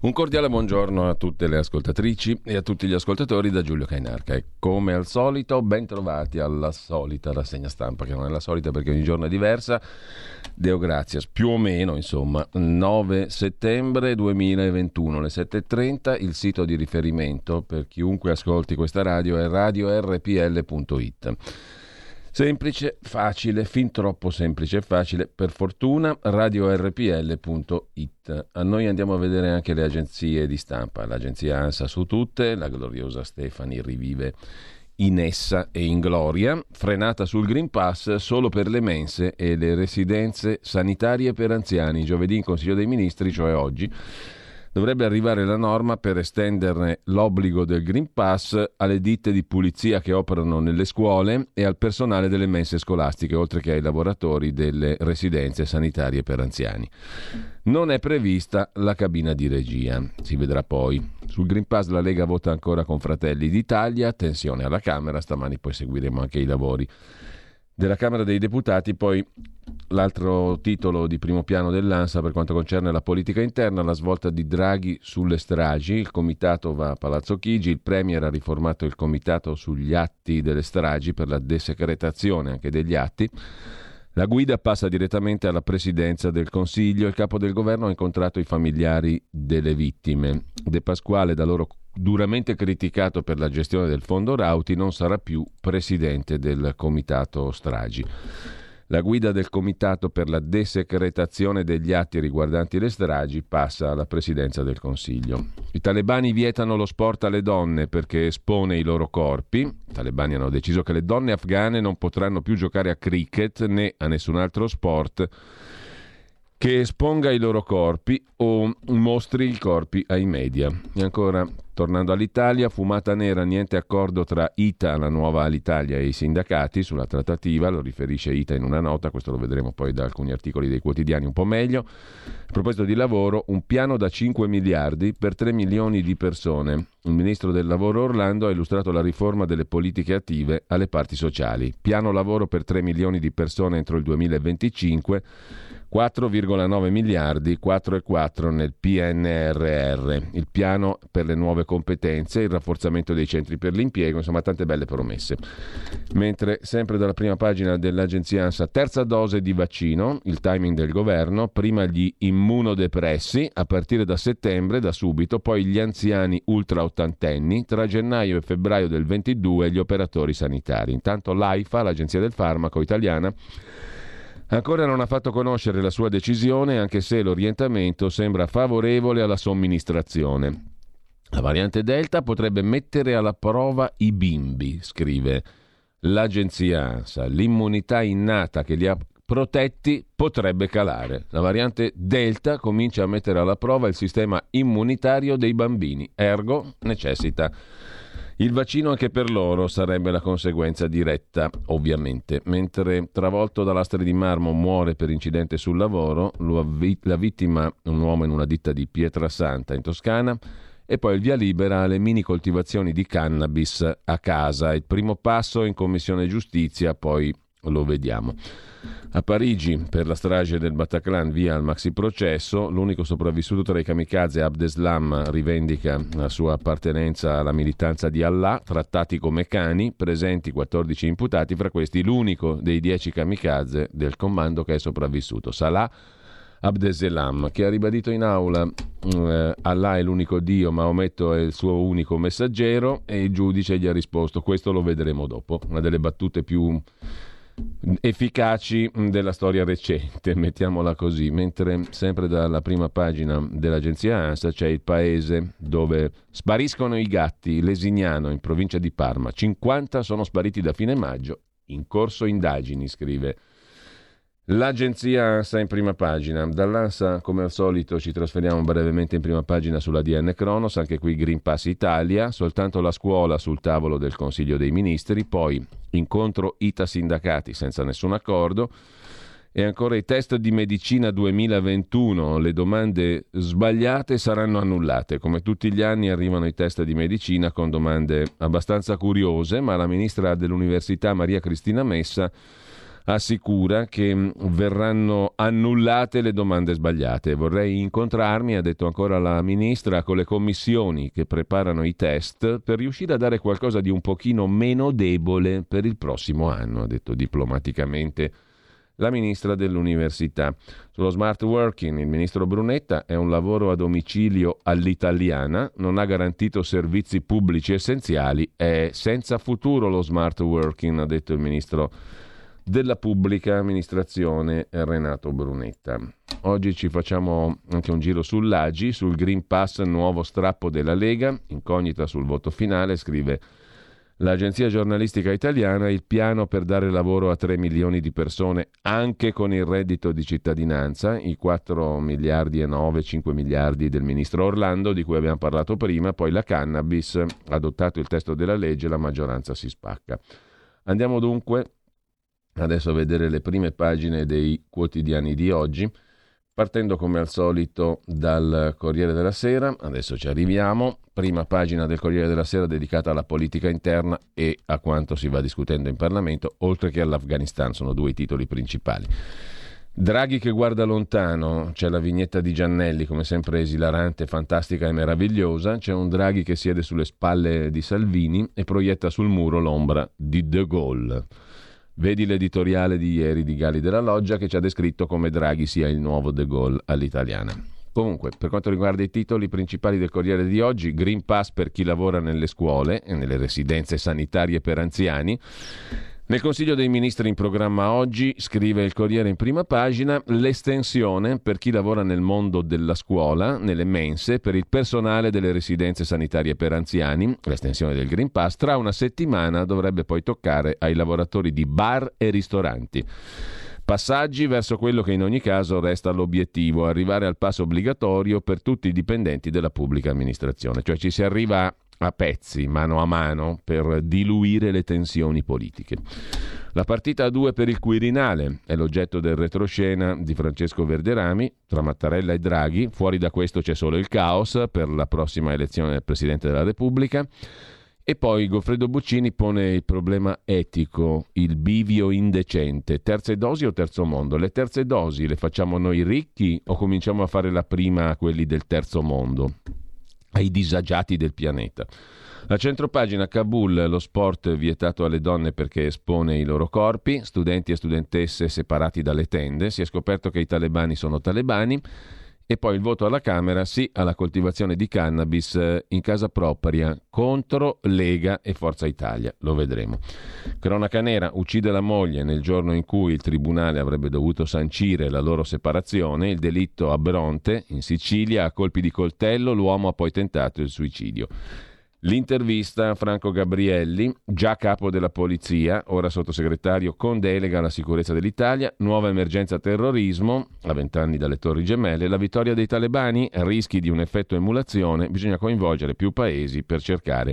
Un cordiale buongiorno a tutte le ascoltatrici e a tutti gli ascoltatori da Giulio Cainarca. E come al solito, ben trovati alla solita rassegna stampa, che non è la solita perché ogni giorno è diversa. Deo gratias, più o meno, insomma, 9 settembre 2021, le 7.30. Il sito di riferimento per chiunque ascolti questa radio è radiorpl.it. Semplice, facile, fin troppo semplice e facile, per fortuna, radiorpl.it. A noi andiamo a vedere anche le agenzie di stampa, l'agenzia ANSA su tutte, la gloriosa Stefani rivive in essa e in gloria, frenata sul Green Pass solo per le mense e le residenze sanitarie per anziani. Giovedì in Consiglio dei Ministri, cioè oggi, dovrebbe arrivare la norma per estenderne l'obbligo del Green Pass alle ditte di pulizia che operano nelle scuole e al personale delle mense scolastiche, oltre che ai lavoratori delle residenze sanitarie per anziani. Non è prevista la cabina di regia, si vedrà poi. Sul Green Pass la Lega vota ancora con Fratelli d'Italia, tensione alla Camera, stamani poi seguiremo anche i lavori della Camera dei Deputati. Poi l'altro titolo di primo piano dell'ANSA per quanto concerne la politica interna, la svolta di Draghi sulle stragi, il comitato va a Palazzo Chigi, il Premier ha riformato il comitato sugli atti delle stragi per la desecretazione anche degli atti, la guida passa direttamente alla Presidenza del Consiglio, il capo del governo ha incontrato i familiari delle vittime. De Pasquale, da loro duramente criticato per la gestione del fondo Rauti, non sarà più presidente del comitato stragi. La guida del comitato per la desecretazione degli atti riguardanti le stragi passa alla presidenza del Consiglio. I talebani vietano lo sport alle donne perché espone i loro corpi. I talebani hanno deciso che le donne afghane non potranno più giocare a cricket né a nessun altro sport che esponga i loro corpi o mostri i corpi ai media. E ancora, tornando all'Italia, fumata nera, niente accordo tra ITA, la nuova Alitalia, e i sindacati sulla trattativa, lo riferisce ITA in una nota, questo lo vedremo poi da alcuni articoli dei quotidiani un po' meglio. A proposito di lavoro, un piano da 5 miliardi per 3 milioni di persone. Il ministro del lavoro Orlando ha illustrato la riforma delle politiche attive alle parti sociali. Piano lavoro per 3 milioni di persone entro il 2025, 4,9 miliardi, 4,4 nel PNRR, il piano per le nuove competenze, il rafforzamento dei centri per l'impiego, insomma tante belle promesse. Mentre sempre dalla prima pagina dell'agenzia ANSA, terza dose di vaccino, il timing del governo, prima gli immunodepressi, a partire da settembre, da subito, poi gli anziani ultra ottantenni, tra gennaio e febbraio del 22 gli operatori sanitari. Intanto l'AIFA, l'agenzia del farmaco italiana, ancora non ha fatto conoscere la sua decisione, anche se l'orientamento sembra favorevole alla somministrazione. La variante Delta potrebbe mettere alla prova i bimbi, scrive l'agenzia ANSA. L'immunità innata che li ha protetti potrebbe calare. La variante Delta comincia a mettere alla prova il sistema immunitario dei bambini, ergo necessita il vaccino anche per loro, sarebbe la conseguenza diretta, ovviamente. Mentre travolto da lastre di marmo muore per incidente sul lavoro, la vittima un uomo in una ditta di Pietrasanta in Toscana, e poi il via libera alle mini coltivazioni di cannabis a casa. Il primo passo in Commissione Giustizia, poi lo vediamo. A Parigi, per la strage del Bataclan, via al maxiprocesso, l'unico sopravvissuto tra i kamikaze, Abdeslam, rivendica la sua appartenenza alla militanza di Allah, trattati come cani, presenti 14 imputati, fra questi l'unico dei 10 kamikaze del comando che è sopravvissuto, Salah Abdeslam, che ha ribadito in aula Allah è l'unico Dio, Maometto è il suo unico messaggero, e il giudice gli ha risposto: questo lo vedremo dopo. Una delle battute più efficaci della storia recente, mettiamola così. Mentre sempre dalla prima pagina dell'agenzia ANSA c'è Il Paese, dove spariscono i gatti. Lesignano, in provincia di Parma, 50 sono spariti da fine maggio, in corso indagini, scrive l'agenzia ANSA in prima pagina. Dall'ANSA, come al solito, ci trasferiamo brevemente in prima pagina sull'ADN Cronos, anche qui Green Pass Italia, soltanto la scuola sul tavolo del Consiglio dei Ministri, poi incontro ITA-sindacati senza nessun accordo, e ancora i test di medicina 2021, le domande sbagliate saranno annullate. Come tutti gli anni arrivano i test di medicina con domande abbastanza curiose, ma la ministra dell'Università Maria Cristina Messa assicura che verranno annullate le domande sbagliate. Vorrei incontrarmi, ha detto ancora la ministra, con le commissioni che preparano i test per riuscire a dare qualcosa di un pochino meno debole per il prossimo anno, ha detto diplomaticamente la ministra dell'università. Sullo smart working, il ministro Brunetta: è un lavoro a domicilio all'italiana, non ha garantito servizi pubblici essenziali, è senza futuro lo smart working, ha detto il ministro della pubblica amministrazione Renato Brunetta. Oggi ci facciamo anche un giro sull'Agi, sul Green Pass, nuovo strappo della Lega, incognita sul voto finale, scrive l'agenzia giornalistica italiana, il piano per dare lavoro a 3 milioni di persone anche con il reddito di cittadinanza, i 4 miliardi e 9, 5 miliardi del ministro Orlando di cui abbiamo parlato prima, poi la cannabis, adottato il testo della legge, la maggioranza si spacca. Andiamo dunque adesso a vedere le prime pagine dei quotidiani di oggi, partendo come al solito dal Corriere della Sera. Adesso ci arriviamo. Prima pagina del Corriere della Sera dedicata alla politica interna e a quanto si va discutendo in Parlamento, oltre che all'Afghanistan. Sono due i titoli principali. Draghi che guarda lontano, c'è la vignetta di Giannelli, come sempre esilarante, fantastica e meravigliosa. C'è un Draghi che siede sulle spalle di Salvini e proietta sul muro l'ombra di De Gaulle. Vedi l'editoriale di ieri di Gali della Loggia, che ci ha descritto come Draghi sia il nuovo De Gaulle all'italiana. Comunque, per quanto riguarda i titoli principali del Corriere di oggi, Green Pass per chi lavora nelle scuole e nelle residenze sanitarie per anziani. Nel Consiglio dei Ministri in programma oggi, scrive il Corriere in prima pagina, l'estensione per chi lavora nel mondo della scuola, nelle mense, per il personale delle residenze sanitarie per anziani, l'estensione del Green Pass, tra una settimana dovrebbe poi toccare ai lavoratori di bar e ristoranti. Passaggi verso quello che in ogni caso resta l'obiettivo, arrivare al pass obbligatorio per tutti i dipendenti della pubblica amministrazione, cioè ci si arriva a pezzi, mano a mano, per diluire le tensioni politiche. La partita a due per il Quirinale è l'oggetto del retroscena di Francesco Verderami tra Mattarella e Draghi. Fuori da questo c'è solo il caos per la prossima elezione del Presidente della Repubblica. E poi Goffredo Buccini pone il problema etico, il bivio indecente, terze dosi o terzo mondo? Le terze dosi le facciamo noi ricchi o cominciamo a fare la prima a quelli del terzo mondo, ai disagiati del pianeta? A centropagina Kabul, lo sport vietato alle donne perché espone i loro corpi, studenti e studentesse separati dalle tende, si è scoperto che i talebani sono talebani. E poi il voto alla Camera, sì alla coltivazione di cannabis in casa propria, contro Lega e Forza Italia, lo vedremo. Cronaca nera, uccide la moglie nel giorno in cui il tribunale avrebbe dovuto sancire la loro separazione, il delitto a Bronte, in Sicilia, a colpi di coltello l'uomo ha poi tentato il suicidio. L'intervista a Franco Gabrielli, già capo della polizia, ora sottosegretario con delega alla sicurezza dell'Italia, nuova emergenza terrorismo, a 20 anni dalle Torri Gemelle, la vittoria dei talebani, rischi di un effetto emulazione, bisogna coinvolgere più paesi per cercare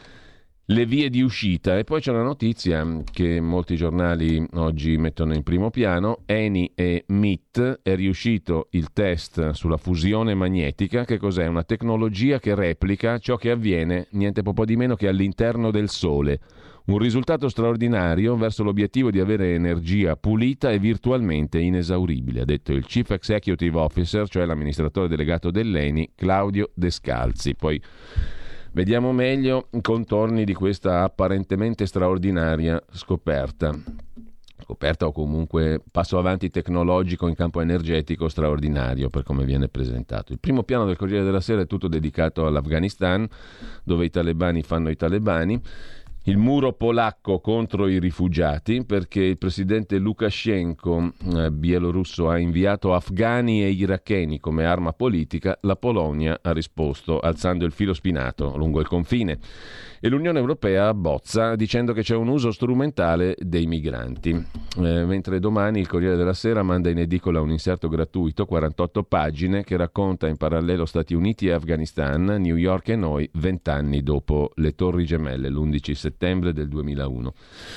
le vie di uscita. E poi c'è una notizia che molti giornali oggi mettono in primo piano: Eni e MIT, è riuscito il test sulla fusione magnetica. Che cos'è? Una tecnologia che replica ciò che avviene niente po' di meno che all'interno del Sole. Un risultato straordinario verso l'obiettivo di avere energia pulita e virtualmente inesauribile, ha detto il Chief Executive Officer, cioè l'amministratore delegato dell'Eni, Claudio Descalzi. Poi vediamo meglio i contorni di questa apparentemente straordinaria scoperta o comunque passo avanti tecnologico in campo energetico straordinario per come viene presentato. Il primo piano del Corriere della Sera è tutto dedicato all'Afghanistan, dove i talebani fanno i talebani. Il muro polacco contro i rifugiati, perché il presidente Lukashenko bielorusso ha inviato afghani e iracheni come arma politica. La Polonia ha risposto alzando il filo spinato lungo il confine e l'Unione Europea abbozza dicendo che c'è un uso strumentale dei migranti. Mentre domani il Corriere della Sera manda in edicola un inserto gratuito, 48 pagine, che racconta in parallelo Stati Uniti e Afghanistan, New York e noi, 20 anni dopo le Torri Gemelle, l'11 settembre del 2001.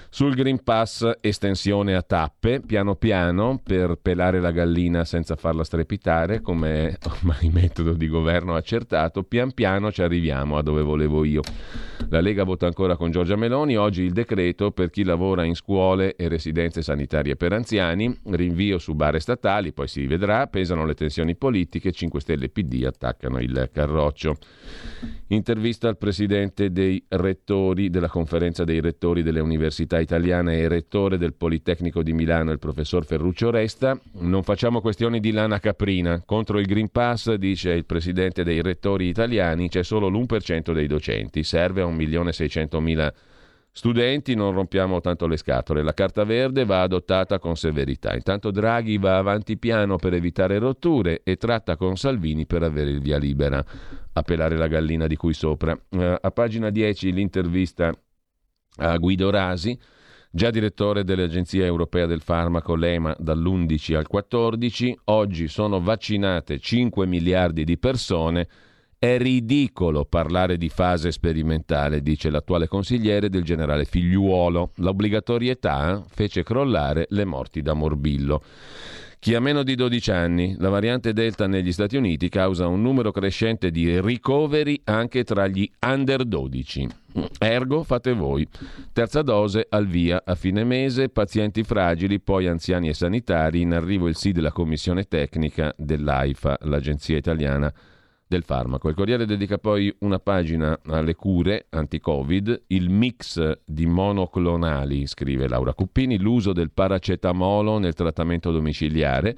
Sul Green Pass estensione a tappe, piano piano, per pelare la gallina senza farla strepitare, come è ormai metodo di governo accertato, pian piano ci arriviamo a dove volevo io. La Lega vota ancora con Giorgia Meloni, oggi il decreto per chi lavora in scuole e residenze sanitarie per anziani, rinvio su bare statali, poi si vedrà, pesano le tensioni politiche, 5 Stelle e PD attaccano il carroccio. Intervista al presidente dei rettori della conferenza dei rettori delle università italiane e rettore del Politecnico di Milano, il professor Ferruccio Resta. Non facciamo questioni di lana caprina. Contro il Green Pass, dice il presidente dei rettori italiani, c'è solo l'1% dei docenti. Serve a 1.600.000 studenti, non rompiamo tanto le scatole. La carta verde va adottata con severità. Intanto Draghi va avanti piano per evitare rotture e tratta con Salvini per avere il via libera a pelare la gallina di cui sopra. A pagina 10 l'intervista a Guido Rasi, già direttore dell'Agenzia Europea del Farmaco, l'EMA, dall'11 al 14. Oggi sono vaccinate 5 miliardi di persone. È ridicolo parlare di fase sperimentale, dice l'attuale consigliere del generale Figliuolo. L'obbligatorietà fece crollare le morti da morbillo. Chi ha meno di 12 anni, la variante Delta negli Stati Uniti causa un numero crescente di ricoveri anche tra gli under 12. Ergo fate voi. Terza dose al via a fine mese, pazienti fragili, poi anziani e sanitari. In arrivo il sì della commissione tecnica dell'AIFA, l'Agenzia Italiana del Farmaco. Il Corriere dedica poi una pagina alle cure anti-Covid, il mix di monoclonali, scrive Laura Cuppini, l'uso del paracetamolo nel trattamento domiciliare,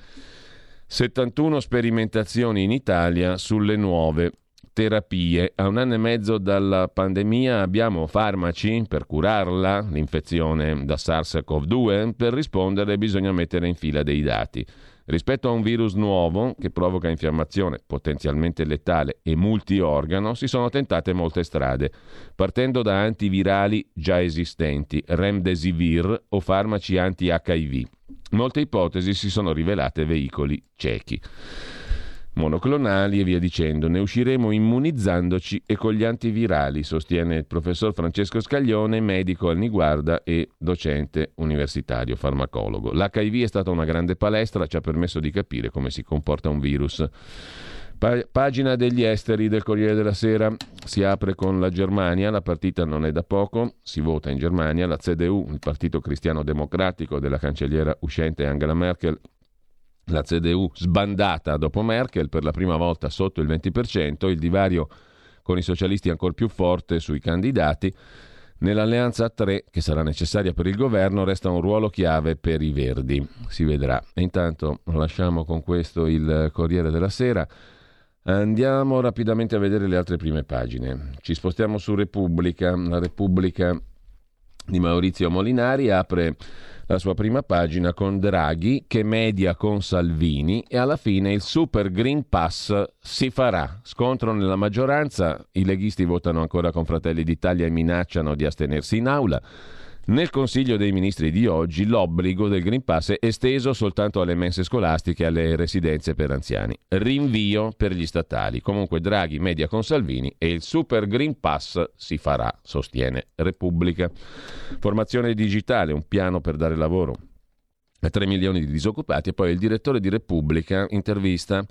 71 sperimentazioni in Italia sulle nuove terapie. A un anno e mezzo dalla pandemia abbiamo farmaci per curarla, l'infezione da SARS-CoV-2? Per rispondere bisogna mettere in fila dei dati. Rispetto a un virus nuovo che provoca infiammazione potenzialmente letale e multiorgano, si sono tentate molte strade, partendo da antivirali già esistenti, Remdesivir o farmaci anti-HIV. Molte ipotesi si sono rivelate veicoli ciechi. Monoclonali e via dicendo. Ne usciremo immunizzandoci e con gli antivirali, sostiene il professor Francesco Scaglione, medico al Niguarda e docente universitario farmacologo. L'HIV è stata una grande palestra, ci ha permesso di capire come si comporta un virus. Pagina degli esteri del Corriere della Sera, si apre con la Germania, la partita non è da poco, si vota in Germania, la CDU, il partito cristiano democratico della cancelliera uscente Angela Merkel. La CDU sbandata dopo Merkel, per la prima volta sotto il 20%, il divario con i socialisti ancor più forte sui candidati. Nell'alleanza a tre, che sarà necessaria per il governo, resta un ruolo chiave per i Verdi. Si vedrà. E intanto lasciamo con questo il Corriere della Sera. Andiamo rapidamente a vedere le altre prime pagine. Ci spostiamo su Repubblica. La Repubblica di Maurizio Molinari apre la sua prima pagina con Draghi che media con Salvini e alla fine il Super Green Pass si farà. Scontro nella maggioranza, i leghisti votano ancora con Fratelli d'Italia e minacciano di astenersi in aula. Nel Consiglio dei Ministri di oggi l'obbligo del Green Pass è esteso soltanto alle mense scolastiche e alle residenze per anziani. Rinvio per gli statali. Comunque Draghi media con Salvini e il Super Green Pass si farà, sostiene Repubblica. Formazione digitale, un piano per dare lavoro a 3 milioni di disoccupati. E poi il direttore di Repubblica intervista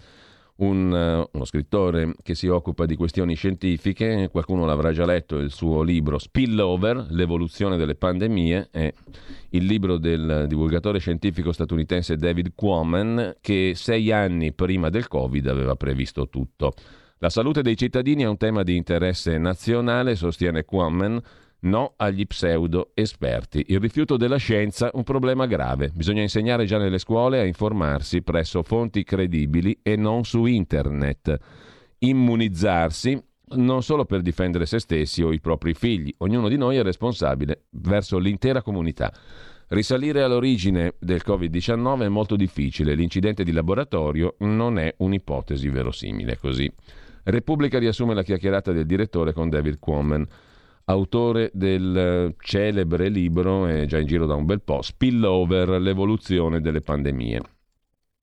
uno scrittore che si occupa di questioni scientifiche, qualcuno l'avrà già letto, il suo libro Spillover, l'evoluzione delle pandemie, è il libro del divulgatore scientifico statunitense David Quammen, che 6 anni prima del Covid aveva previsto tutto. La salute dei cittadini è un tema di interesse nazionale, sostiene Quammen. No agli pseudo-esperti. Il rifiuto della scienza, un problema grave. Bisogna insegnare già nelle scuole a informarsi presso fonti credibili e non su internet. Immunizzarsi non solo per difendere se stessi o i propri figli. Ognuno di noi è responsabile verso l'intera comunità. Risalire all'origine del Covid-19 è molto difficile. L'incidente di laboratorio non è un'ipotesi verosimile. Così Repubblica riassume la chiacchierata del direttore con David Quammen, autore del celebre libro, è già in giro da un bel po', Spillover, l'evoluzione delle pandemie.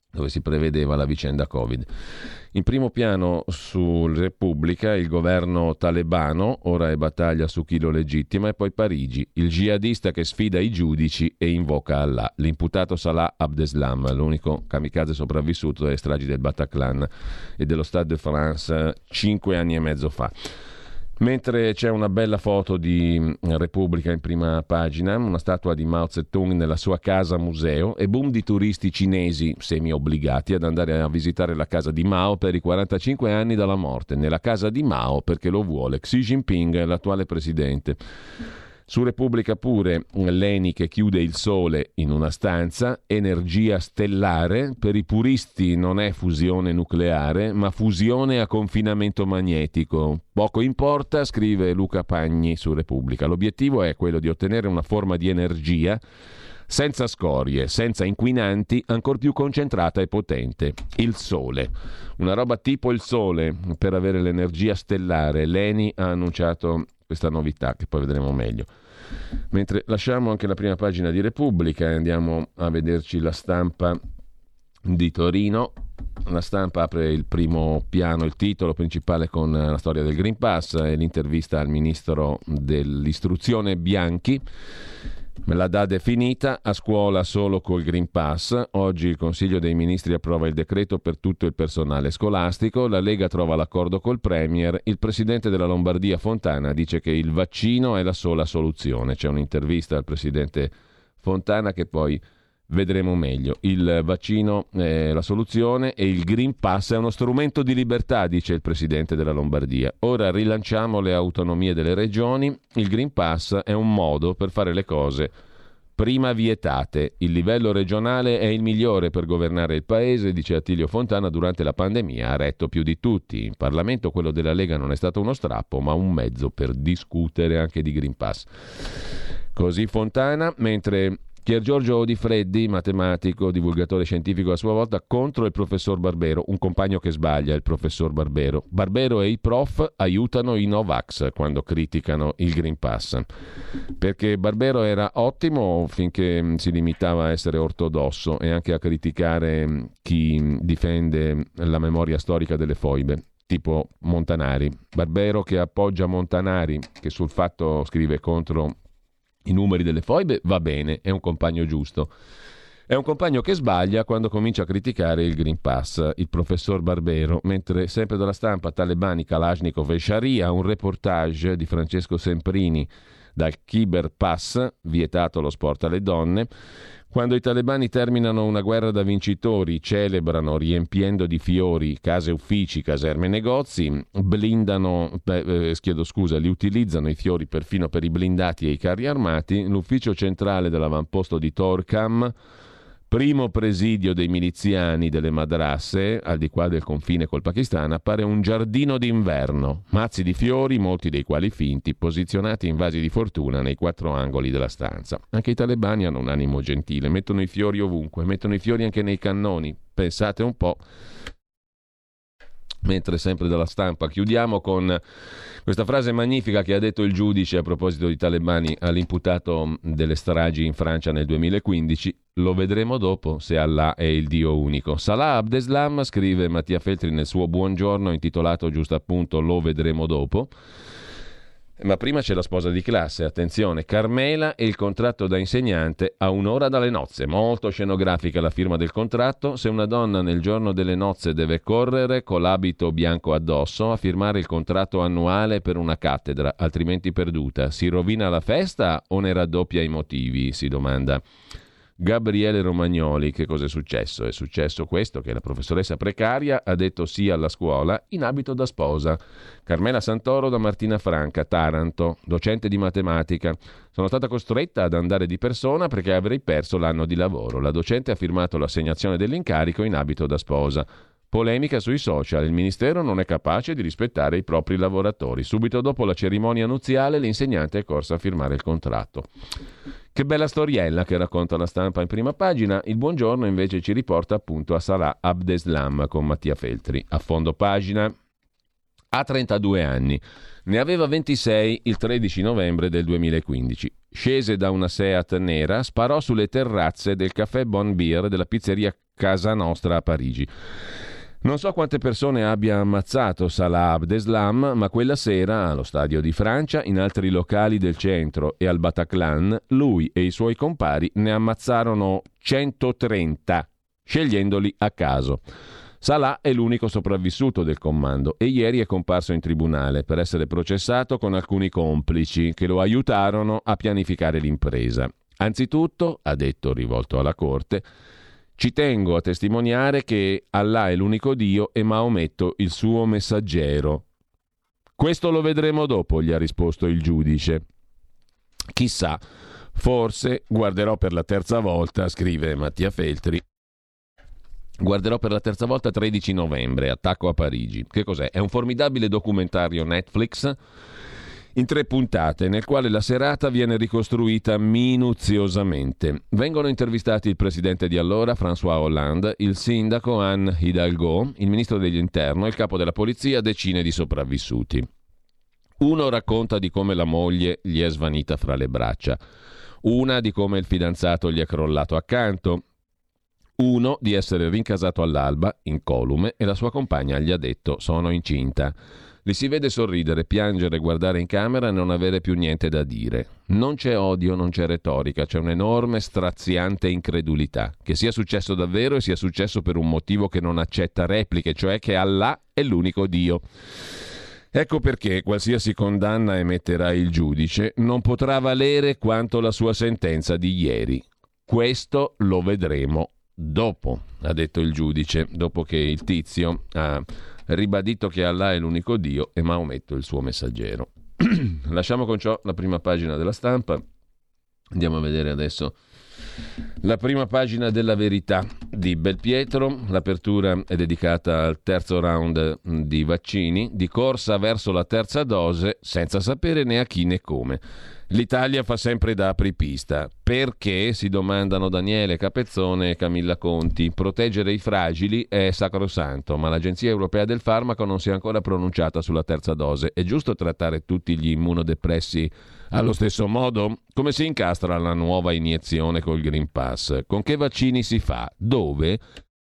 dove si prevedeva la vicenda Covid. In primo piano su Repubblica il governo talebano, ora è battaglia su chi lo legittima, e poi Parigi, il jihadista che sfida i giudici e invoca Allah. L'imputato Salah Abdeslam, l'unico kamikaze sopravvissuto alle stragi del Bataclan e dello Stade de France 5 anni e mezzo fa. Mentre c'è una bella foto di Repubblica in prima pagina, una statua di Mao Zedong nella sua casa museo e boom di turisti cinesi semi-obbligati ad andare a visitare la casa di Mao per i 45 anni dalla morte. Nella casa di Mao perché lo vuole Xi Jinping, l'attuale presidente. Su Repubblica pure l'ENI che chiude il sole in una stanza, energia stellare, per i puristi non è fusione nucleare ma fusione a confinamento magnetico. Poco importa, scrive Luca Pagni su Repubblica, l'obiettivo è quello di ottenere una forma di energia senza scorie, senza inquinanti, ancor più concentrata e potente. Il sole, una roba tipo il sole per avere l'energia stellare. L'ENI ha annunciato questa novità che poi vedremo meglio. Mentre lasciamo anche la prima pagina di Repubblica e andiamo a vederci la Stampa di Torino. La Stampa apre il primo piano, il titolo principale con la storia del Green Pass e l'intervista al ministro dell'istruzione Bianchi. La DAD è finita, a scuola solo col Green Pass. Oggi il Consiglio dei Ministri approva il decreto per tutto il personale scolastico. La Lega trova l'accordo col Premier. Il presidente della Lombardia Fontana dice che il vaccino è la sola soluzione. C'è un'intervista al presidente Fontana che poi vedremo meglio. Il vaccino è la soluzione e il Green Pass è uno strumento di libertà, dice il presidente della Lombardia. Ora rilanciamo le autonomie delle regioni. Il Green Pass è un modo per fare le cose prima vietate. Il livello regionale è il migliore per governare il paese, dice Attilio Fontana. Durante la pandemia ha retto più di tutti. In Parlamento quello della Lega non è stato uno strappo, ma un mezzo per discutere anche di Green Pass. Così Fontana, mentre Pier Giorgio Di Freddi, matematico, divulgatore scientifico a sua volta, contro il professor Barbero, un compagno che sbaglia, il professor Barbero. Barbero e i prof aiutano i Novax quando criticano il Green Pass, perché Barbero era ottimo finché si limitava a essere ortodosso e anche a criticare chi difende la memoria storica delle foibe, tipo Montanari. Barbero che appoggia Montanari, che sul fatto scrive contro i numeri delle foibe, va bene, è un compagno giusto. È un compagno che sbaglia quando comincia a criticare il Green Pass, il professor Barbero. Mentre sempre dalla Stampa, talebani, Kalashnikov e Sharia, un reportage di Francesco Semprini dal Khyber Pass, vietato lo sport alle donne. Quando i talebani terminano una guerra da vincitori, celebrano riempiendo di fiori case uffici, caserme e negozi, li utilizzano i fiori perfino per i blindati e i carri armati. L'ufficio centrale dell'avamposto di Torkham, primo presidio dei miliziani delle madrasse, al di qua del confine col Pakistan, appare un giardino d'inverno, mazzi di fiori, molti dei quali finti, posizionati in vasi di fortuna nei 4 angoli della stanza. Anche i talebani hanno un animo gentile, mettono i fiori ovunque, mettono i fiori anche nei cannoni. Pensate un po'. Mentre sempre dalla Stampa chiudiamo con questa frase magnifica che ha detto il giudice a proposito di talebani all'imputato delle stragi in Francia nel 2015: lo vedremo dopo se Allah è il Dio unico. Salah Abdeslam, scrive Mattia Feltri nel suo Buongiorno intitolato giusto appunto Lo vedremo dopo. Ma prima c'è la sposa di classe, attenzione, Carmela e il contratto da insegnante a un'ora dalle nozze. Molto scenografica la firma del contratto. Se una donna nel giorno delle nozze deve correre con l'abito bianco addosso a firmare il contratto annuale per una cattedra, altrimenti perduta, si rovina la festa o ne raddoppia i motivi? Si domanda Gabriele Romagnoli. Che cosa è successo? È successo questo, che la professoressa precaria ha detto sì alla scuola in abito da sposa. Carmela Santoro da Martina Franca, Taranto, docente di matematica. Sono stata costretta ad andare di persona perché avrei perso l'anno di lavoro. La docente ha firmato l'assegnazione dell'incarico in abito da sposa. Polemica sui social, il ministero non è capace di rispettare i propri lavoratori. Subito dopo la cerimonia nuziale l'insegnante è corsa a firmare il contratto. Che bella storiella che racconta la Stampa in prima pagina. Il Buongiorno invece ci riporta appunto a Salah Abdeslam con Mattia Feltri. A fondo pagina. Ha 32 anni, ne aveva 26 il 13 novembre del 2015. Scese da una Seat nera, sparò sulle terrazze del caffè Bon Beer della pizzeria casa nostra a Parigi. Non so quante persone abbia ammazzato Salah Abdeslam, ma quella sera allo Stadio di Francia, in altri locali del centro e al Bataclan, lui e i suoi compari ne ammazzarono 130, scegliendoli a caso. Salah è l'unico sopravvissuto del comando e ieri è comparso in tribunale per essere processato con alcuni complici che lo aiutarono a pianificare l'impresa. Anzitutto, ha detto rivolto alla corte, ci tengo a testimoniare che Allah è l'unico Dio e Maometto il suo messaggero. Questo lo vedremo dopo, gli ha risposto il giudice. Chissà, forse guarderò per la terza volta, scrive Mattia Feltri. Guarderò per la terza volta 13 novembre, Attacco a Parigi. Che cos'è? È un formidabile documentario Netflix in 3 puntate, nel quale la serata viene ricostruita minuziosamente. Vengono intervistati il presidente di allora, François Hollande, il sindaco Anne Hidalgo, il ministro dell'interno, il capo della polizia, decine di sopravvissuti. Uno racconta di come la moglie gli è svanita fra le braccia, una di come il fidanzato gli è crollato accanto, uno di essere rincasato all'alba, incolume, e la sua compagna gli ha detto «sono incinta». Li si vede sorridere, piangere, guardare in camera e non avere più niente da dire. Non c'è odio, non c'è retorica, c'è un'enorme, straziante incredulità. Che sia successo davvero e sia successo per un motivo che non accetta repliche, cioè che Allah è l'unico Dio. Ecco perché qualsiasi condanna emetterà il giudice non potrà valere quanto la sua sentenza di ieri. Questo lo vedremo dopo, ha detto il giudice, dopo che il tizio ha ribadito che Allah è l'unico Dio e Maometto il suo messaggero. Lasciamo con ciò la prima pagina della Stampa. Andiamo a vedere adesso la prima pagina della Verità di Belpietro. L'apertura è dedicata al terzo round di vaccini, di corsa verso la terza dose senza sapere né a chi né come. L'Italia fa sempre da apripista. Perché, si domandano Daniele Capezzone e Camilla Conti. Proteggere i fragili è sacrosanto, ma l'Agenzia Europea del Farmaco non si è ancora pronunciata sulla terza dose. È giusto trattare tutti gli immunodepressi allo stesso modo? Come si incastra la nuova iniezione col Green Pass? Con che vaccini si fa? Dove?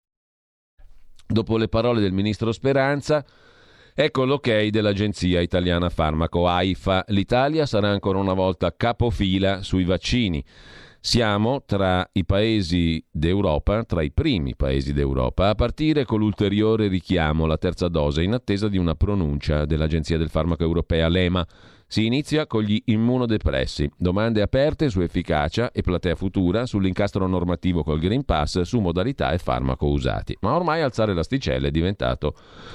Dopo le parole del ministro Speranza, ecco l'ok dell'Agenzia Italiana Farmaco, AIFA. L'Italia sarà ancora una volta capofila sui vaccini. Siamo tra i paesi d'Europa, tra i primi paesi d'Europa, a partire con l'ulteriore richiamo alla terza dose in attesa di una pronuncia dell'Agenzia del Farmaco Europea, l'EMA. Si inizia con gli immunodepressi, domande aperte su efficacia e platea futura, sull'incastro normativo col Green Pass, su modalità e farmaco usati. Ma ormai alzare l'asticella è diventato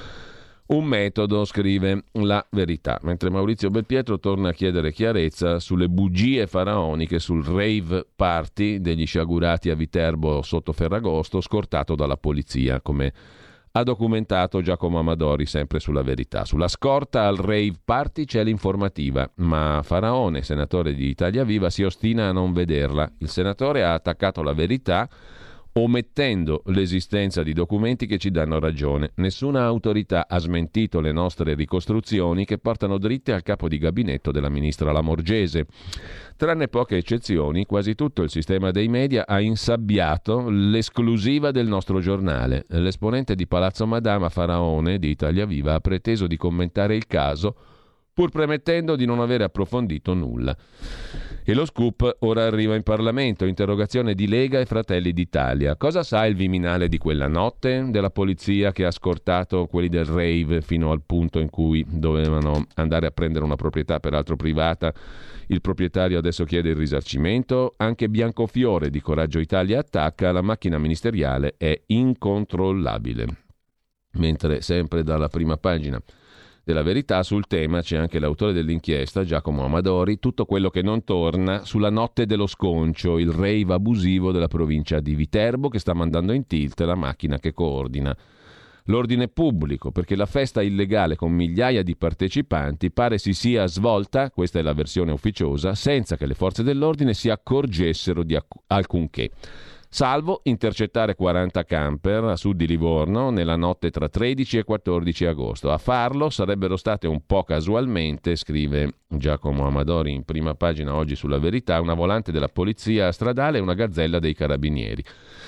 un metodo, scrive La Verità, mentre Maurizio Belpietro torna a chiedere chiarezza sulle bugie faraoniche sul rave party degli sciagurati a Viterbo sotto Ferragosto, scortato dalla polizia, come ha documentato Giacomo Amadori sempre sulla Verità. Sulla scorta al rave party c'è l'informativa, ma Faraone, senatore di Italia Viva, si ostina a non vederla. Il senatore ha attaccato la Verità omettendo l'esistenza di documenti che ci danno ragione. Nessuna autorità ha smentito le nostre ricostruzioni che portano dritte al capo di gabinetto della ministra Lamorgese. Tranne poche eccezioni, quasi tutto il sistema dei media ha insabbiato l'esclusiva del nostro giornale. L'esponente di Palazzo Madama, Faraone, di Italia Viva, ha preteso di commentare il caso, pur premettendo di non avere approfondito nulla. E lo scoop ora arriva in Parlamento, interrogazione di Lega e Fratelli d'Italia. Cosa sa il Viminale di quella notte? Della polizia che ha scortato quelli del rave fino al punto in cui dovevano andare a prendere una proprietà peraltro privata. Il proprietario adesso chiede il risarcimento. Anche Biancofiore di Coraggio Italia attacca, la macchina ministeriale è incontrollabile. Mentre sempre dalla prima pagina della Verità sul tema c'è anche l'autore dell'inchiesta, Giacomo Amadori, tutto quello che non torna sulla notte dello sconcio, il rave abusivo della provincia di Viterbo che sta mandando in tilt la macchina che coordina l'ordine pubblico, perché la festa illegale con migliaia di partecipanti pare si sia svolta, questa è la versione ufficiosa, senza che le forze dell'ordine si accorgessero di alcunché. Salvo intercettare 40 camper a sud di Livorno nella notte tra 13 e 14 agosto. A farlo sarebbero state un po' casualmente, scrive Giacomo Amadori in prima pagina oggi sulla Verità, una volante della polizia stradale e una gazzella dei carabinieri.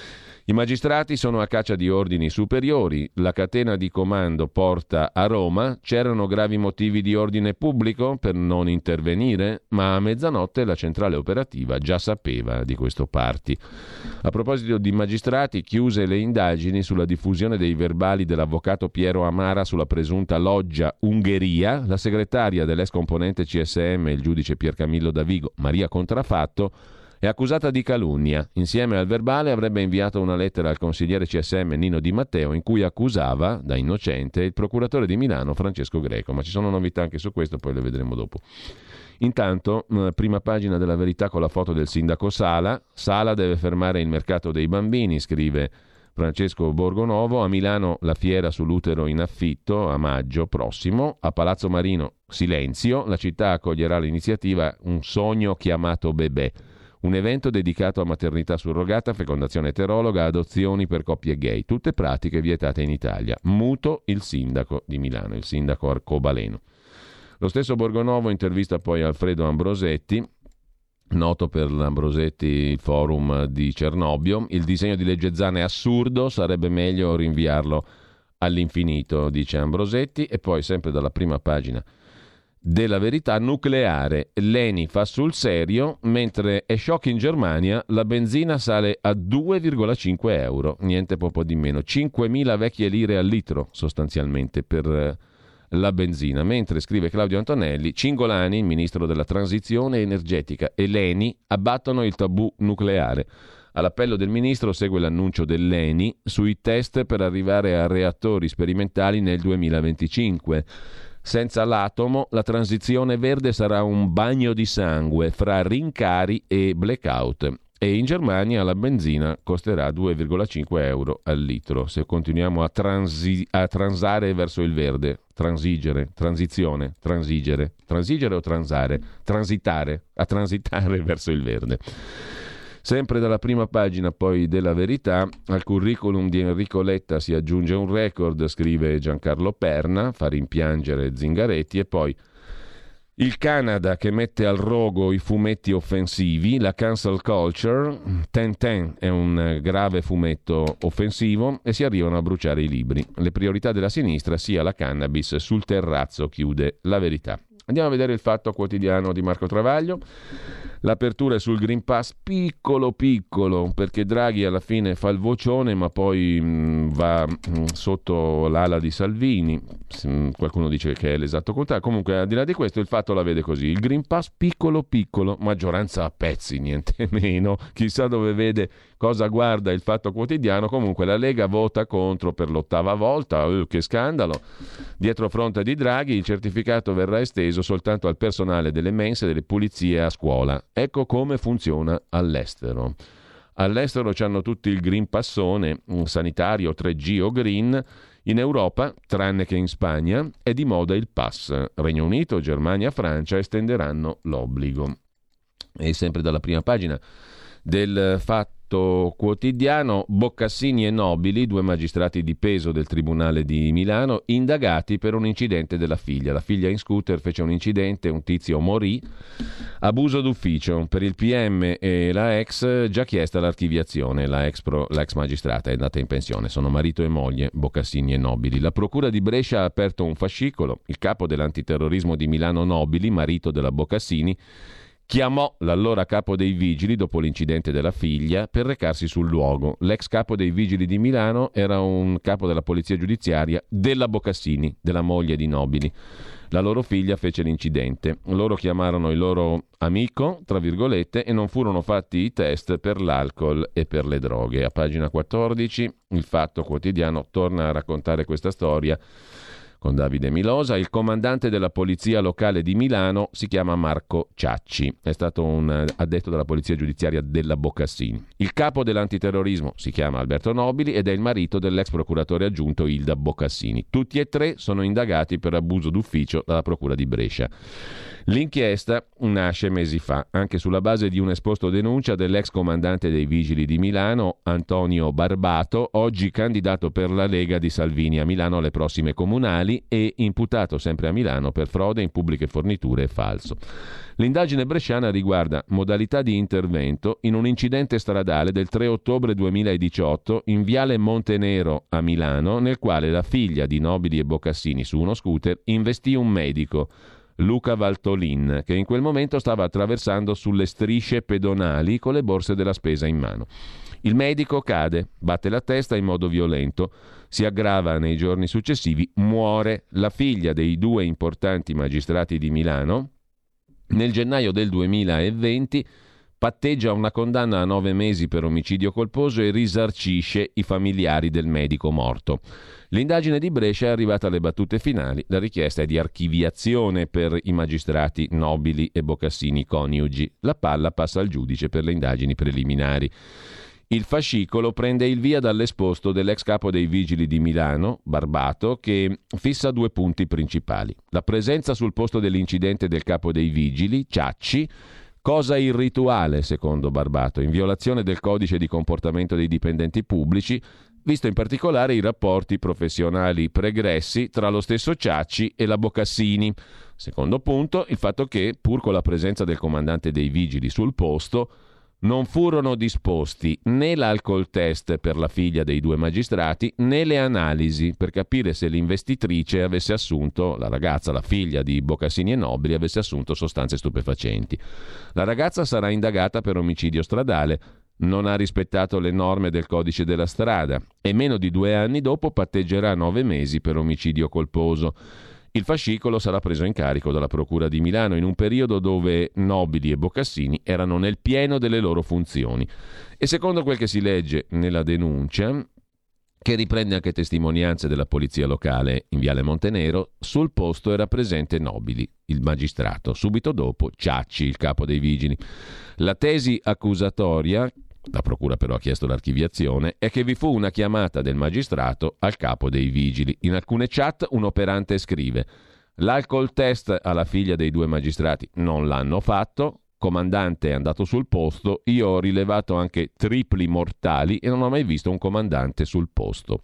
I magistrati sono a caccia di ordini superiori, la catena di comando porta a Roma, c'erano gravi motivi di ordine pubblico per non intervenire, ma a mezzanotte la centrale operativa già sapeva di questo party. A proposito di magistrati, chiuse le indagini sulla diffusione dei verbali dell'avvocato Piero Amara sulla presunta loggia Ungheria, la segretaria dell'ex componente CSM, il giudice Piercamillo Davigo, Maria Contrafatto, è accusata di calunnia. Insieme al verbale avrebbe inviato una lettera al consigliere CSM Nino Di Matteo in cui accusava, da innocente, il procuratore di Milano Francesco Greco. Ma ci sono novità anche su questo, poi le vedremo dopo. Intanto, prima pagina della Verità con la foto del sindaco Sala. Sala deve fermare il mercato dei bambini, scrive Francesco Borgonovo. A Milano la fiera sull'utero in affitto a maggio prossimo. A Palazzo Marino silenzio. La città accoglierà l'iniziativa Un sogno chiamato Bebè. Un evento dedicato a maternità surrogata, fecondazione eterologa, adozioni per coppie gay, tutte pratiche vietate in Italia. Muto il sindaco di Milano, il sindaco arcobaleno. Lo stesso Borgonovo intervista poi Alfredo Ambrosetti, noto per l'Ambrosetti Forum di Cernobbio. Il disegno di legge Zan è assurdo, sarebbe meglio rinviarlo all'infinito, dice Ambrosetti. E poi sempre dalla prima pagina della Verità, nucleare, l'ENI fa sul serio, mentre è shock in Germania, la benzina sale a 2,5 euro, niente poco di meno, 5.000 vecchie lire al litro sostanzialmente per la benzina, mentre, scrive Claudio Antonelli, Cingolani, il ministro della transizione energetica, e l'ENI abbattono il tabù nucleare. All'appello del ministro segue l'annuncio dell'ENI sui test per arrivare a reattori sperimentali nel 2025. Senza l'atomo, la transizione verde sarà un bagno di sangue fra rincari e blackout. E in Germania la benzina costerà 2,5 euro al litro. Se continuiamo a transare verso il verde, transigere, transizione, transigere o transare, a transitare verso il verde. Sempre dalla prima pagina poi della Verità, al curriculum di Enrico Letta si aggiunge un record, scrive Giancarlo Perna, fa rimpiangere Zingaretti, e poi il Canada che mette al rogo i fumetti offensivi, la cancel culture, Tintin è un grave fumetto offensivo e si arrivano a bruciare i libri. Le priorità della sinistra sia la cannabis sul terrazzo, chiude la Verità. Andiamo a vedere il Fatto Quotidiano di Marco Travaglio. L'apertura è sul Green Pass piccolo, perché Draghi alla fine fa il vocione ma poi va sotto l'ala di Salvini. Qualcuno dice che è l'esatto contrario. Comunque, al di là di questo, il Fatto la vede così: il Green Pass piccolo, maggioranza a pezzi, niente meno. Chissà dove vede, cosa guarda il Fatto Quotidiano. Comunque la Lega vota contro per l'8ª volta, che scandalo. Dietro fronte di Draghi, il certificato verrà esteso soltanto al personale delle mense e delle pulizie a scuola. Ecco come funziona all'estero. All'estero c'hanno tutti il Green Passone, un sanitario 3G o Green. In Europa, tranne che in Spagna, è di moda il pass. Regno Unito, Germania, Francia estenderanno l'obbligo. E sempre dalla prima pagina del Fatto Quotidiano, Boccassini e Nobili, 2 magistrati di peso del Tribunale di Milano, indagati per un incidente della figlia. La figlia in scooter fece un incidente, un tizio morì, abuso d'ufficio. Per il PM e la ex già chiesta l'archiviazione, la ex magistrata è andata in pensione, sono marito e moglie, Boccassini e Nobili. La procura di Brescia ha aperto un fascicolo, il capo dell'antiterrorismo di Milano Nobili, marito della Boccassini, chiamò l'allora capo dei vigili dopo l'incidente della figlia per recarsi sul luogo. L'ex capo dei vigili di Milano era un capo della polizia giudiziaria della Boccassini, della moglie di Nobili. La loro figlia fece l'incidente. Loro chiamarono il loro amico, tra virgolette, e non furono fatti i test per l'alcol e per le droghe. A pagina 14 il Fatto Quotidiano torna a raccontare questa storia con Davide Milosa. Il comandante della polizia locale di Milano si chiama Marco Ciacci, è stato un addetto della polizia giudiziaria della Boccassini. Il capo dell'antiterrorismo si chiama Alberto Nobili ed è il marito dell'ex procuratore aggiunto Ilda Boccassini. Tutti e 3 sono indagati per abuso d'ufficio dalla procura di Brescia. L'inchiesta nasce mesi fa, anche sulla base di un esposto denuncia dell'ex comandante dei Vigili di Milano, Antonio Barbato, oggi candidato per la Lega di Salvini a Milano alle prossime comunali, Nobili e imputato sempre a Milano per frode in pubbliche forniture e falso. L'indagine bresciana riguarda modalità di intervento in un incidente stradale del 3 ottobre 2018 in Viale Montenero a Milano, nel quale la figlia di Nobili e Boccassini su uno scooter investì un medico, Luca Valtolin, che in quel momento stava attraversando sulle strisce pedonali con le borse della spesa in mano. Il medico cade, batte la testa in modo violento, si aggrava nei giorni successivi, muore. La figlia dei due importanti magistrati di Milano, nel gennaio del 2020, patteggia una condanna a 9 mesi per omicidio colposo e risarcisce i familiari del medico morto. L'indagine di Brescia è arrivata alle battute finali. La richiesta è di archiviazione per i magistrati Nobili e Boccassini coniugi. La palla passa al giudice per le indagini preliminari. Il fascicolo prende il via dall'esposto dell'ex capo dei Vigili di Milano, Barbato, che fissa 2 punti principali. La presenza sul posto dell'incidente del capo dei Vigili, Ciacci, cosa irrituale, secondo Barbato, in violazione del codice di comportamento dei dipendenti pubblici, visto in particolare i rapporti professionali pregressi tra lo stesso Ciacci e la Boccassini. Secondo punto, il fatto che, pur con la presenza del comandante dei Vigili sul posto, non furono disposti né l'alcol test per la figlia dei 2 magistrati né le analisi per capire se l'investitrice avesse assunto, la ragazza, la figlia di Boccassini e Nobili, avesse assunto sostanze stupefacenti. La ragazza sarà indagata per omicidio stradale, non ha rispettato le norme del codice della strada e meno di 2 anni dopo patteggerà 9 mesi per omicidio colposo. Il fascicolo sarà preso in carico dalla Procura di Milano in un periodo dove Nobili e Boccassini erano nel pieno delle loro funzioni. E secondo quel che si legge nella denuncia, che riprende anche testimonianze della polizia locale in Viale Montenero, sul posto era presente Nobili, il magistrato, subito dopo Ciacci, il capo dei Vigili. La tesi accusatoria, la procura però ha chiesto l'archiviazione, è che vi fu una chiamata del magistrato al capo dei Vigili. In alcune chat un operante scrive: l'alcol test alla figlia dei 2 magistrati non l'hanno fatto, comandante è andato sul posto, io ho rilevato anche tripli mortali e non ho mai visto un comandante sul posto.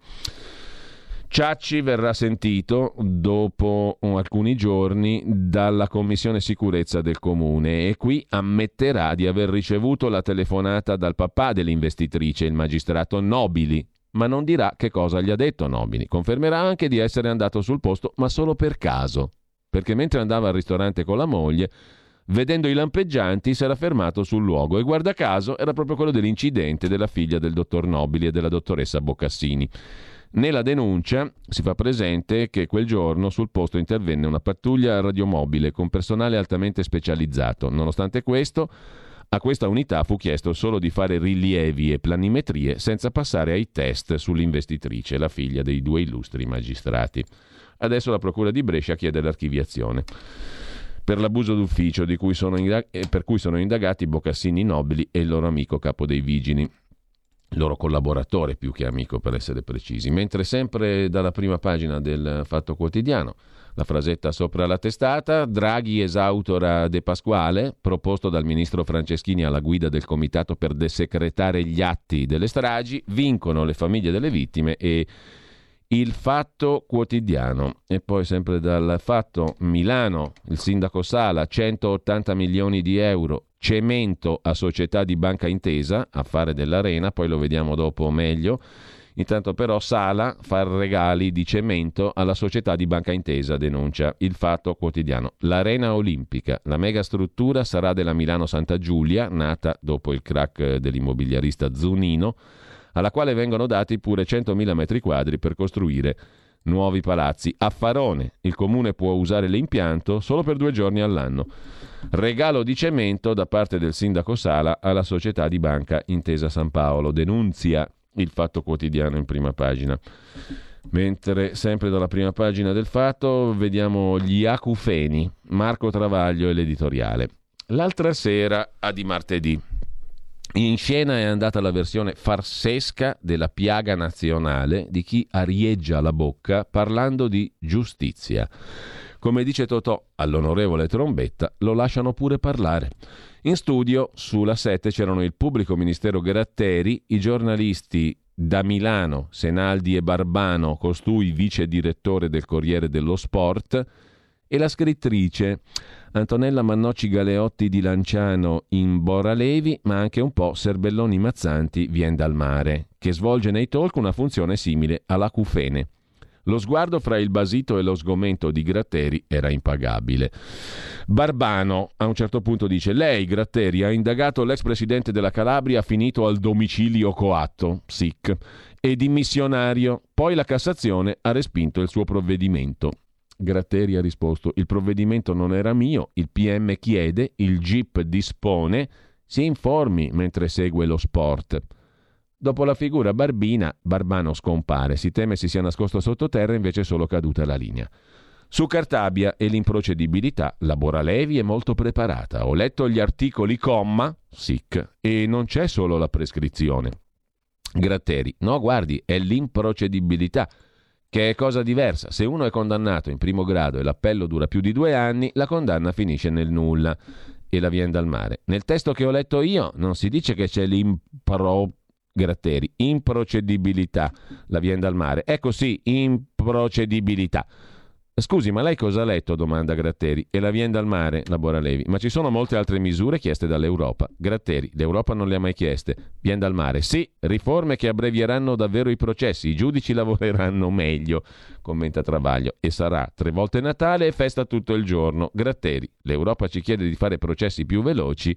Ciacci verrà sentito dopo alcuni giorni dalla Commissione Sicurezza del Comune e qui ammetterà di aver ricevuto la telefonata dal papà dell'investitrice, il magistrato Nobili, ma non dirà che cosa gli ha detto Nobili. Confermerà anche di essere andato sul posto, ma solo per caso, perché mentre andava al ristorante con la moglie, vedendo i lampeggianti, si era fermato sul luogo e guarda caso era proprio quello dell'incidente della figlia del dottor Nobili e della dottoressa Boccassini. Nella denuncia si fa presente che quel giorno sul posto intervenne una pattuglia radiomobile con personale altamente specializzato. Nonostante questo, a questa unità fu chiesto solo di fare rilievi e planimetrie senza passare ai test sull'investitrice, la figlia dei 2 illustri magistrati. Adesso la Procura di Brescia chiede l'archiviazione per l'abuso d'ufficio per cui sono indagati Boccassini Nobili e il loro amico capo dei Vigili. Loro collaboratore più che amico, per essere precisi. Mentre sempre dalla prima pagina del Fatto Quotidiano, la frasetta sopra la testata: Draghi esautora De Pasquale, proposto dal ministro Franceschini alla guida del comitato per desecretare gli atti delle stragi, vincono le famiglie delle vittime e il Fatto Quotidiano. E poi sempre dal Fatto, Milano, il sindaco Sala, 180 milioni di euro, cemento a società di Banca Intesa, affare dell'Arena, poi lo vediamo dopo meglio. Intanto però Sala fa regali di cemento alla società di Banca Intesa, denuncia il Fatto Quotidiano. L'Arena Olimpica, la mega struttura sarà della Milano Santa Giulia, nata dopo il crack dell'immobiliarista Zunino, alla quale vengono dati pure 100.000 metri quadri per costruire nuovi palazzi. Affarone, il comune può usare l'impianto solo per 2 giorni all'anno. Regalo di cemento da parte del sindaco Sala alla società di Banca Intesa San Paolo, denunzia il Fatto Quotidiano in prima pagina. Mentre sempre dalla prima pagina del Fatto vediamo gli acufeni, Marco Travaglio e l'editoriale. L'altra sera a Di Martedì in scena è andata la versione farsesca della piaga nazionale di chi arieggia la bocca parlando di giustizia. Come dice Totò all'onorevole Trombetta, lo lasciano pure parlare. In studio sulla 7 c'erano il pubblico ministero Gratteri, i giornalisti da Milano, Senaldi e Barbano, costui vice direttore del Corriere dello Sport, e la scrittrice Antonella Mannocci Galeotti di Lanciano in Bora Levi, ma anche un po' Serbelloni Mazzanti Vien dal Mare, che svolge nei talk una funzione simile all'acufene. Lo sguardo fra il basito e lo sgomento di Gratteri era impagabile. Barbano a un certo punto dice: lei, Gratteri, ha indagato l'ex presidente della Calabria finito al domicilio coatto, SIC, e dimissionario. Poi la Cassazione ha respinto il suo provvedimento. Gratteri ha risposto: il provvedimento non era mio, il PM chiede, il GIP dispone, si informi mentre segue lo sport. Dopo la figura barbina, Barbano scompare, si teme si sia nascosto sottoterra, invece è solo caduta la linea. Su Cartabia e l'improcedibilità, la Boralevi è molto preparata. Ho letto gli articoli comma, SIC, e non c'è solo la prescrizione. Gratteri: no, guardi, è l'improcedibilità, che è cosa diversa. Se uno è condannato in primo grado e l'appello dura più di 2 anni, la condanna finisce nel nulla e la Vien dal Mare. Nel testo che ho letto io non si dice che c'è Gratteri, improcedibilità, la Vien dal Mare. Ecco sì, improcedibilità. Scusi, ma lei cosa ha letto? Domanda Gratteri. E la Vien dal Mare, la Boralevi. Ma ci sono molte altre misure chieste dall'Europa. Gratteri: l'Europa non le ha mai chieste. Vien dal Mare: sì, riforme che abbrevieranno davvero i processi, i giudici lavoreranno meglio, commenta Travaglio, e sarà 3 volte Natale e festa tutto il giorno. Gratteri: l'Europa ci chiede di fare processi più veloci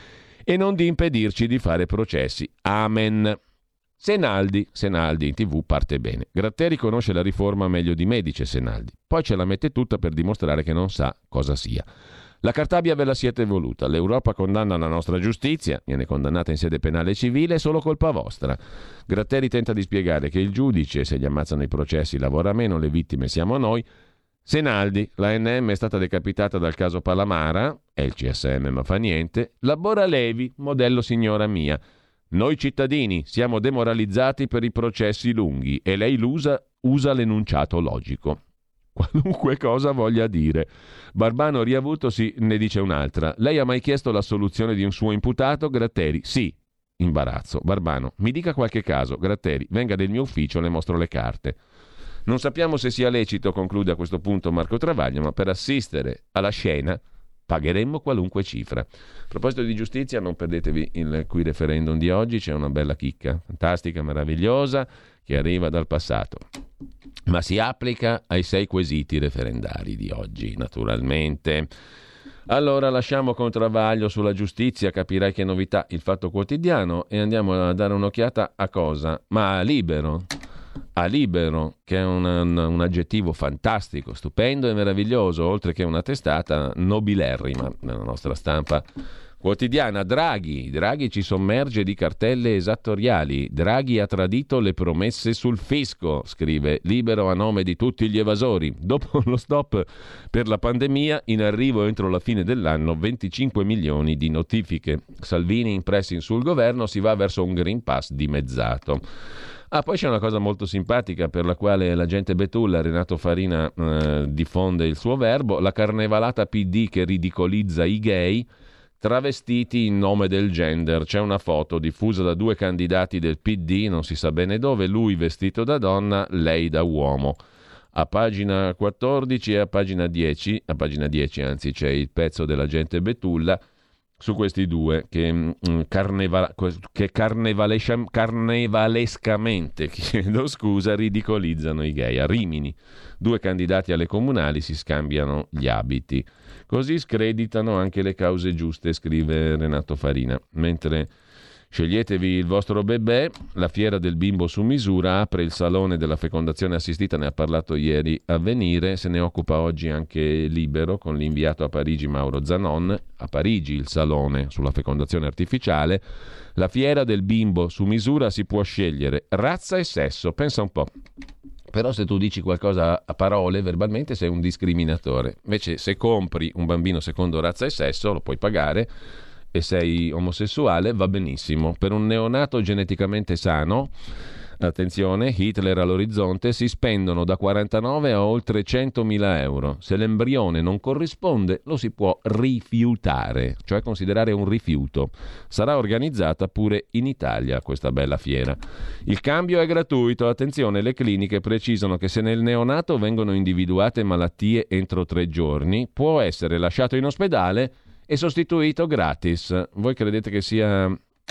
e non di impedirci di fare processi. Amen. Senaldi in TV parte bene. Gratteri conosce la riforma meglio di me, dice Senaldi. Poi ce la mette tutta per dimostrare che non sa cosa sia. La Cartabia ve la siete voluta. L'Europa condanna la nostra giustizia, viene condannata in sede penale e civile, è solo colpa vostra. Gratteri tenta di spiegare che il giudice, se gli ammazzano i processi, lavora meno, le vittime siamo noi. Senaldi: l'ANM è stata decapitata dal caso Palamara, è il CSM ma fa niente. La Boralevi, modello signora mia: noi cittadini siamo demoralizzati per i processi lunghi e lei usa l'enunciato logico. Qualunque cosa voglia dire. Barbano riavutosi ne dice un'altra: lei ha mai chiesto l'assoluzione di un suo imputato? Gratteri: sì. Imbarazzo. Barbano: mi dica qualche caso. Gratteri: venga del mio ufficio, le mostro le carte. Non sappiamo se sia lecito, conclude a questo punto Marco Travaglio, ma per assistere alla scena pagheremmo qualunque cifra. A proposito di giustizia, non perdetevi il qui referendum di oggi, c'è una bella chicca, fantastica, meravigliosa, che arriva dal passato, ma si applica ai 6 quesiti referendari di oggi, naturalmente. Allora lasciamo con Travaglio sulla giustizia, capirai che novità, il Fatto Quotidiano, e andiamo a dare un'occhiata a cosa? Ma a Libero. A Libero, che è un aggettivo fantastico, stupendo e meraviglioso, oltre che una testata nobilerrima nella nostra stampa quotidiana. Draghi ci sommerge di cartelle esattoriali. Draghi ha tradito le promesse sul fisco, scrive Libero a nome di tutti gli evasori. Dopo lo stop per la pandemia, in arrivo entro la fine dell'anno 25 milioni di notifiche. Salvini in pressing sul governo, si va verso un Green Pass dimezzato. Poi c'è una cosa molto simpatica per la quale l'agente Betulla, Renato Farina, diffonde il suo verbo: la carnevalata PD che ridicolizza i gay travestiti in nome del gender. C'è una foto diffusa da 2 candidati del PD, non si sa bene dove, lui vestito da donna, lei da uomo. A pagina 14 e a pagina 10 anzi, c'è il pezzo dell'agente Betulla su questi 2 che carnevalescamente, chiedo scusa, ridicolizzano i gay. A Rimini 2 candidati alle comunali si scambiano gli abiti. Così screditano anche le cause giuste, scrive Renato Farina. Mentre sceglietevi il vostro bebè, la fiera del bimbo su misura apre il salone della fecondazione assistita, ne ha parlato ieri Avvenire, se ne occupa oggi anche Libero con l'inviato a Parigi Mauro Zanon. A Parigi il salone sulla fecondazione artificiale, la fiera del bimbo su misura, si può scegliere razza e sesso, pensa un po'. Però se tu dici qualcosa a parole, verbalmente, sei un discriminatore. Invece se compri un bambino secondo razza e sesso, lo puoi pagare, e sei omosessuale, va benissimo. Per un neonato geneticamente sano attenzione, Hitler all'orizzonte, si spendono da 49 a oltre 100.000 euro. Se l'embrione non corrisponde lo si può rifiutare, cioè considerare un rifiuto. Sarà organizzata pure in Italia questa bella fiera. Il cambio è gratuito, attenzione, le cliniche precisano che se nel neonato vengono individuate malattie entro 3 giorni, può essere lasciato in ospedale e sostituito gratis. Voi credete che sia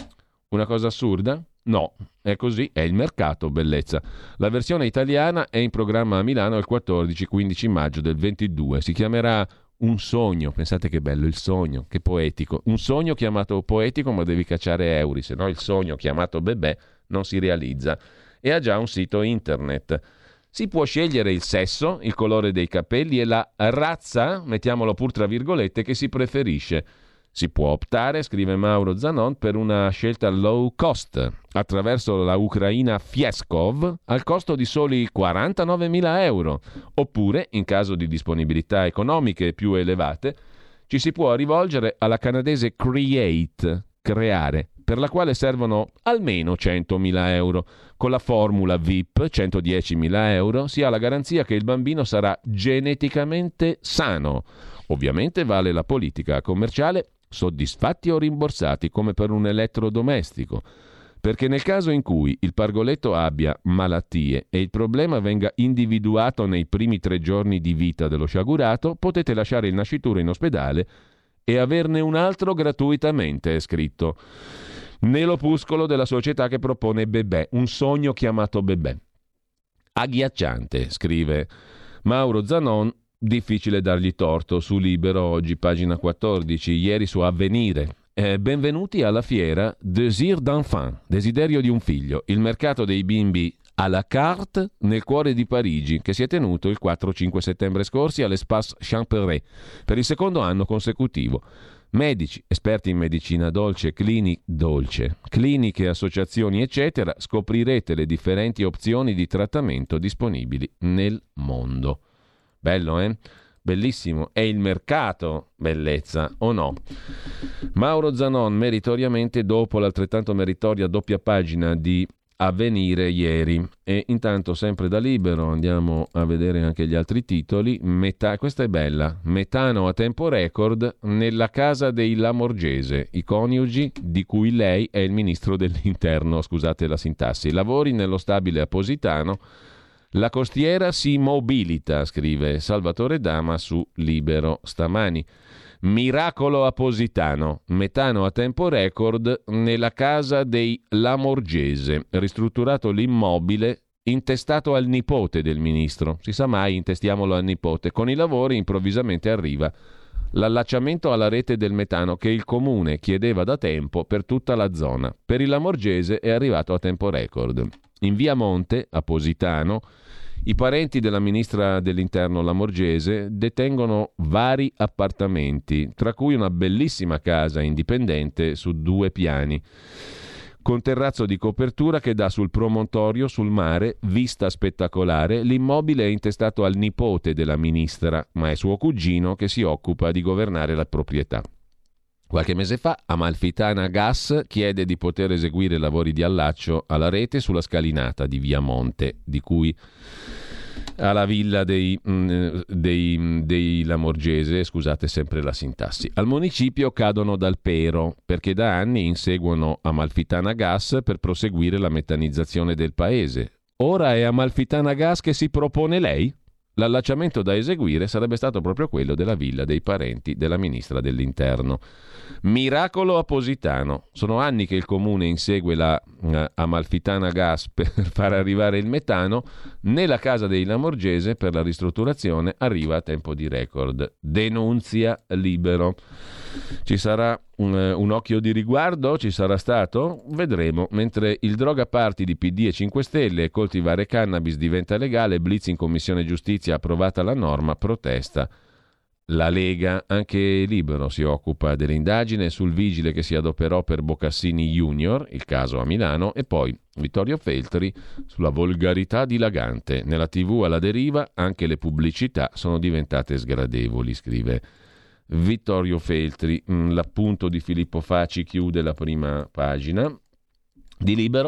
una cosa assurda? No, è così, è il mercato, bellezza. La versione italiana è in programma a Milano il 14-15 maggio del 22. Si chiamerà Un sogno. Pensate che bello il sogno, che poetico. Un sogno chiamato poetico, ma devi cacciare euro, se no il sogno chiamato bebè non si realizza. E ha già un sito internet. Si può scegliere il sesso, il colore dei capelli e la razza, mettiamolo pur tra virgolette, che si preferisce. Si può optare, scrive Mauro Zanon, per una scelta low cost attraverso la Ucraina Fieskov al costo di soli 49.000 euro, oppure, in caso di disponibilità economiche più elevate, ci si può rivolgere alla canadese Create, creare, per la quale servono almeno 100.000 euro. Con la formula VIP, 110.000 euro, si ha la garanzia che il bambino sarà geneticamente sano. Ovviamente vale la politica commerciale, soddisfatti o rimborsati, come per un elettrodomestico, perché nel caso in cui il pargoletto abbia malattie e il problema venga individuato nei primi 3 giorni di vita dello sciagurato, potete lasciare il nascituro in ospedale e averne un altro gratuitamente, è scritto nell'opuscolo della società che propone Bebè, un sogno chiamato Bebè. Agghiacciante, scrive Mauro Zanon. Difficile dargli torto su Libero oggi, pagina 14, ieri su Avvenire. Benvenuti alla fiera Désir d'enfant, desiderio di un figlio, il mercato dei bimbi à la carte nel cuore di Parigi, che si è tenuto il 4-5 settembre scorsi all'Espace Champéret per il 2° anno consecutivo. Medici, esperti in medicina dolce, cliniche, associazioni, eccetera, scoprirete le differenti opzioni di trattamento disponibili nel mondo. Bello, eh? Bellissimo. È il mercato, bellezza, o no? Mauro Zanon, meritoriamente, dopo l'altrettanto meritoria doppia pagina di Avvenire ieri. E intanto, sempre da Libero, andiamo a vedere anche gli altri titoli. Questa è bella. Metano a tempo record nella casa dei Lamorgese, i coniugi di cui lei è il ministro dell'interno. Scusate la sintassi. Lavori nello stabile a Positano. La costiera si mobilita, scrive Salvatore Dama su Libero stamani. Miracolo a Positano, metano a tempo record nella casa dei Lamorgese, ristrutturato l'immobile, intestato al nipote del ministro. Si sa mai, intestiamolo al nipote. Con i lavori improvvisamente arriva l'allacciamento alla rete del metano che il comune chiedeva da tempo per tutta la zona. Per il Lamorgese è arrivato a tempo record. In via Monte, a Positano, i parenti della ministra dell'interno Lamorgese detengono vari appartamenti, tra cui una bellissima casa indipendente su 2 piani, con terrazzo di copertura che dà sul promontorio, sul mare, vista spettacolare. L'immobile è intestato al nipote della ministra, ma è suo cugino che si occupa di governare la proprietà. Qualche mese fa Amalfitana Gas chiede di poter eseguire lavori di allaccio alla rete sulla scalinata di via Monte, di cui alla villa dei Lamorgese, scusate sempre la sintassi. Al municipio cadono dal pero perché da anni inseguono Amalfitana Gas per proseguire la metanizzazione del paese. Ora è Amalfitana Gas che si propone lei? L'allacciamento da eseguire sarebbe stato proprio quello della villa dei parenti della ministra dell'interno. Miracolo a Positano. Sono anni che il comune insegue la Amalfitana Gas per far arrivare il metano. Nella casa dei Lamorgese per la ristrutturazione arriva a tempo di record. Denunzia Libero. Ci sarà un occhio di riguardo? Ci sarà stato? Vedremo. Mentre il droga party di PD e 5 Stelle e coltivare cannabis diventa legale, blitz in Commissione Giustizia, approvata la norma, protesta la Lega. Anche Libero si occupa dell'indagine sul vigile che si adoperò per Boccassini Junior, il caso a Milano, e poi Vittorio Feltri sulla volgarità dilagante. Nella TV alla deriva anche le pubblicità sono diventate sgradevoli, scrive Vittorio Feltri. L'appunto di Filippo Facci chiude la prima pagina di Libero.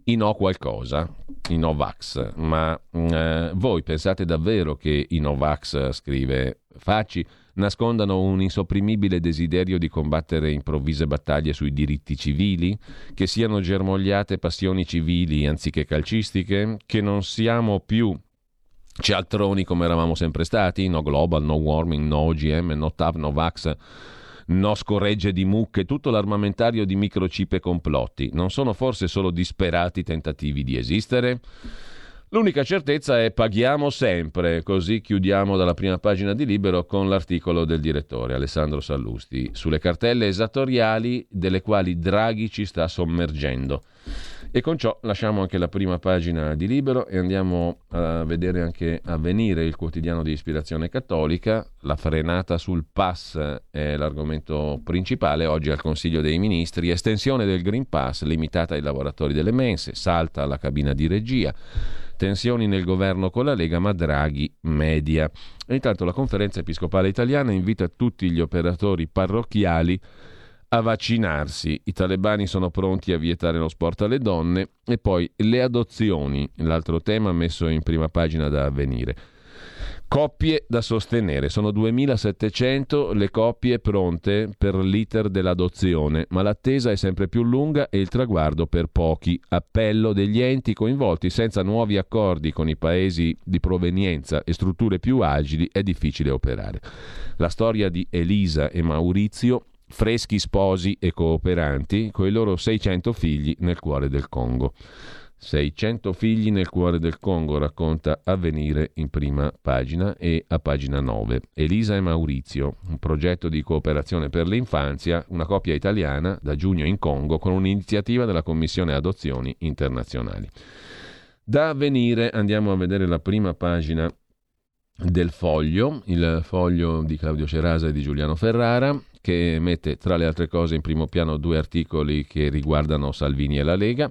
i no qualcosa, i Novax. Ma voi pensate davvero che i Novax, scrive Facci, nascondano un insopprimibile desiderio di combattere improvvise battaglie sui diritti civili? Che siano germogliate passioni civili anziché calcistiche? Che non siamo più cialtroni come eravamo sempre stati? No global, no warming, no OGM, no TAV, no Vax, no scoregge di mucche, tutto l'armamentario di microchip e complotti. Non sono forse solo disperati tentativi di esistere? L'unica certezza è paghiamo sempre, così chiudiamo dalla prima pagina di Libero con l'articolo del direttore Alessandro Sallusti sulle cartelle esattoriali delle quali Draghi ci sta sommergendo. E con ciò lasciamo anche la prima pagina di Libero e andiamo a vedere anche Avvenire, il quotidiano di ispirazione cattolica. La frenata sul pass è l'argomento principale oggi al Consiglio dei Ministri. Estensione del Green Pass limitata ai lavoratori delle mense, salta la cabina di regia. Tensioni nel governo con la Lega, ma Draghi media. E intanto la Conferenza Episcopale Italiana invita tutti gli operatori parrocchiali a vaccinarsi. I talebani sono pronti a vietare lo sport alle donne. E poi le adozioni, l'altro tema messo in prima pagina da Avvenire. Coppie da sostenere, sono 2700 le coppie pronte per l'iter dell'adozione, ma l'attesa è sempre più lunga e il traguardo per pochi. Appello degli enti coinvolti: senza nuovi accordi con i paesi di provenienza e strutture più agili è difficile operare. La storia di Elisa e Maurizio, freschi sposi e cooperanti, coi loro 600 figli nel cuore del Congo. 600 figli nel cuore del Congo, racconta Avvenire in prima pagina e a pagina 9. Elisa e Maurizio, un progetto di cooperazione per l'infanzia, una coppia italiana da giugno in Congo con un'iniziativa della Commissione Adozioni Internazionali. Da Avvenire andiamo a vedere la prima pagina del Foglio, il Foglio di Claudio Cerasa e di Giuliano Ferrara, che mette tra le altre cose in primo piano 2 articoli che riguardano Salvini e la Lega.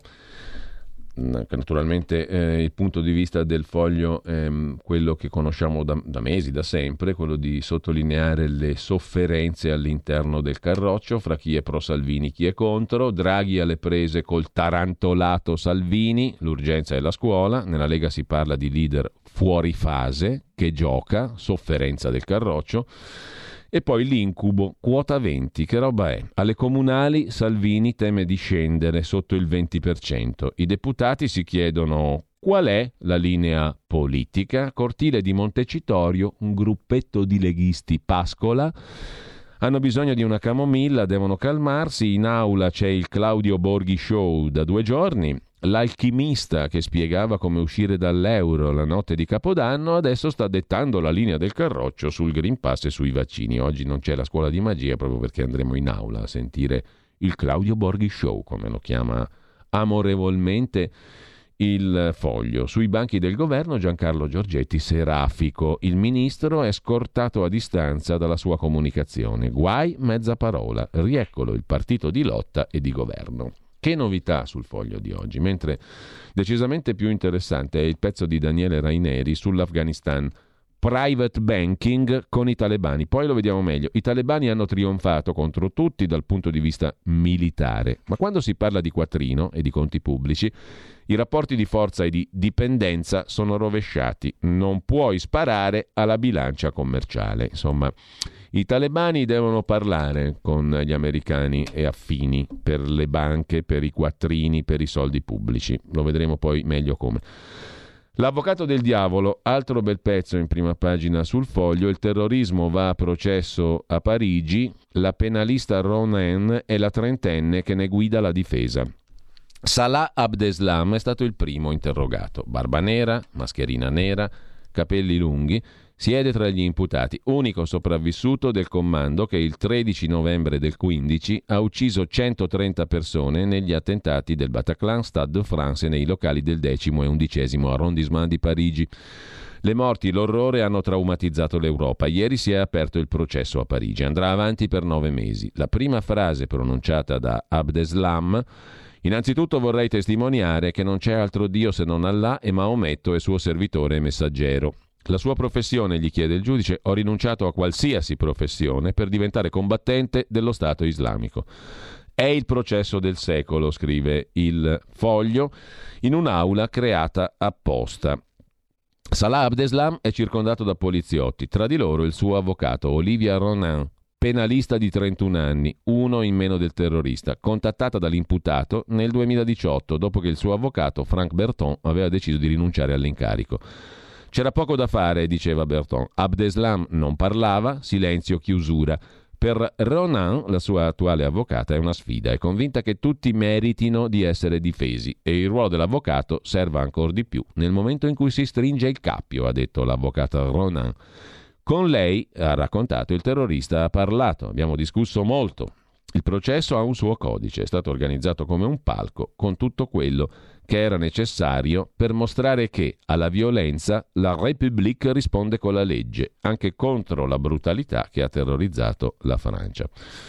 Naturalmente il punto di vista del Foglio è quello che conosciamo da mesi, da sempre, quello di sottolineare le sofferenze all'interno del carroccio fra chi è pro Salvini, chi è contro. Draghi alle prese col tarantolato Salvini, l'urgenza è la scuola. Nella Lega si parla di leader fuori fase che gioca, sofferenza del carroccio. E poi l'incubo, quota 20, che roba è? Alle comunali Salvini teme di scendere sotto il 20%. I deputati si chiedono qual è la linea politica. Cortile di Montecitorio, un gruppetto di leghisti pascola. Hanno bisogno di una camomilla, devono calmarsi. In aula c'è il Claudio Borghi Show da 2 giorni. L'alchimista che spiegava come uscire dall'euro la notte di Capodanno adesso sta dettando la linea del carroccio sul Green Pass e sui vaccini. Oggi non c'è la scuola di magia proprio perché andremo in aula a sentire il Claudio Borghi Show, come lo chiama amorevolmente il Foglio. Sui banchi del governo Giancarlo Giorgetti serafico. Il ministro è scortato a distanza dalla sua comunicazione. Guai mezza parola. Rieccolo il partito di lotta e di governo. Che novità sul Foglio di oggi, mentre decisamente più interessante è il pezzo di Daniele Raineri sull'Afghanistan. Private banking con i talebani. Poi lo vediamo meglio. I talebani hanno trionfato contro tutti dal punto di vista militare, ma quando si parla di quattrino e di conti pubblici, i rapporti di forza e di dipendenza sono rovesciati. Non puoi sparare alla bilancia commerciale. Insomma, i talebani devono parlare con gli americani e affini per le banche, per i quattrini, per i soldi pubblici. Lo vedremo poi meglio come. L'avvocato del diavolo, altro bel pezzo in prima pagina sul Foglio. Il terrorismo va a processo a Parigi. La penalista Ronen è la trentenne che ne guida la difesa. Salah Abdeslam è stato il primo interrogato. Barba nera, mascherina nera, capelli lunghi. Siede tra gli imputati, unico sopravvissuto del commando che il 13 novembre del 15 ha ucciso 130 persone negli attentati del Bataclan, Stade de France e nei locali del 10° e 11° arrondissement di Parigi. Le morti e l'orrore hanno traumatizzato l'Europa. Ieri si è aperto il processo a Parigi. Andrà avanti per 9 mesi. La prima frase pronunciata da Abdeslam: innanzitutto vorrei testimoniare che non c'è altro Dio se non Allah e Maometto è suo servitore e messaggero. La sua professione, gli chiede il giudice: ho rinunciato a qualsiasi professione per diventare combattente dello Stato islamico. È il processo del secolo, scrive il Foglio, in un'aula creata apposta. Salah Abdeslam è circondato da poliziotti, tra di loro il suo avvocato Olivia Ronan, penalista di 31 anni, uno in meno del terrorista, contattata dall'imputato nel 2018 dopo che il suo avvocato Franck Berton aveva deciso di rinunciare all'incarico. C'era poco da fare, diceva Berton. Abdeslam non parlava, silenzio, chiusura. Per Ronan, la sua attuale avvocata, è una sfida. È convinta che tutti meritino di essere difesi e il ruolo dell'avvocato serva ancora di più nel momento in cui si stringe il cappio, ha detto l'avvocata Ronan. Con lei, ha raccontato, il terrorista ha parlato, abbiamo discusso molto. Il processo ha un suo codice, è stato organizzato come un palco con tutto quello che era necessario per mostrare che alla violenza la République risponde con la legge, anche contro la brutalità che ha terrorizzato la Francia.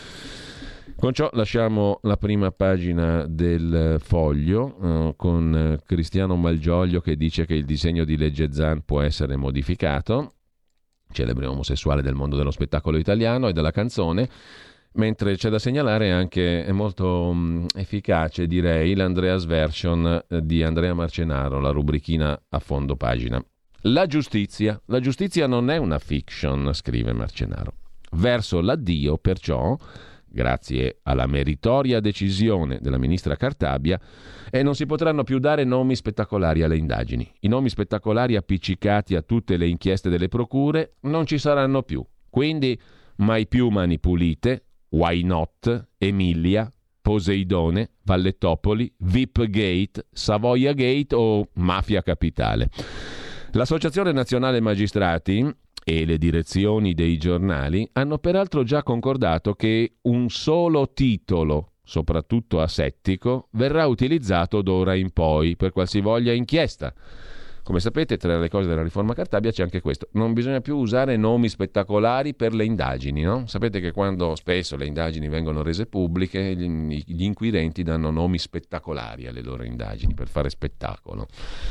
Con ciò lasciamo la prima pagina del Foglio con Cristiano Malgioglio che dice che il disegno di legge Zan può essere modificato, celebre omosessuale del mondo dello spettacolo italiano e della canzone. Mentre c'è da segnalare anche, è molto efficace direi, l'Andreas Version di Andrea Marcenaro, la rubrichina a fondo pagina. La giustizia non è una fiction, scrive Marcenaro. Verso l'addio, perciò, grazie alla meritoria decisione della ministra Cartabia, non si potranno più dare nomi spettacolari alle indagini. I nomi spettacolari appiccicati a tutte le inchieste delle procure non ci saranno più. Quindi mai più Mani Pulite, Why Not, Emilia, Poseidone, Vallettopoli, VIP Gate, Savoia Gate o Mafia Capitale. L'Associazione Nazionale Magistrati e le direzioni dei giornali hanno peraltro già concordato che un solo titolo, soprattutto asettico, verrà utilizzato d'ora in poi per qualsivoglia inchiesta. Come sapete, tra le cose della riforma Cartabia c'è anche questo. Non bisogna più usare nomi spettacolari per le indagini, no? Sapete che quando spesso le indagini vengono rese pubbliche, gli inquirenti danno nomi spettacolari alle loro indagini per fare spettacolo.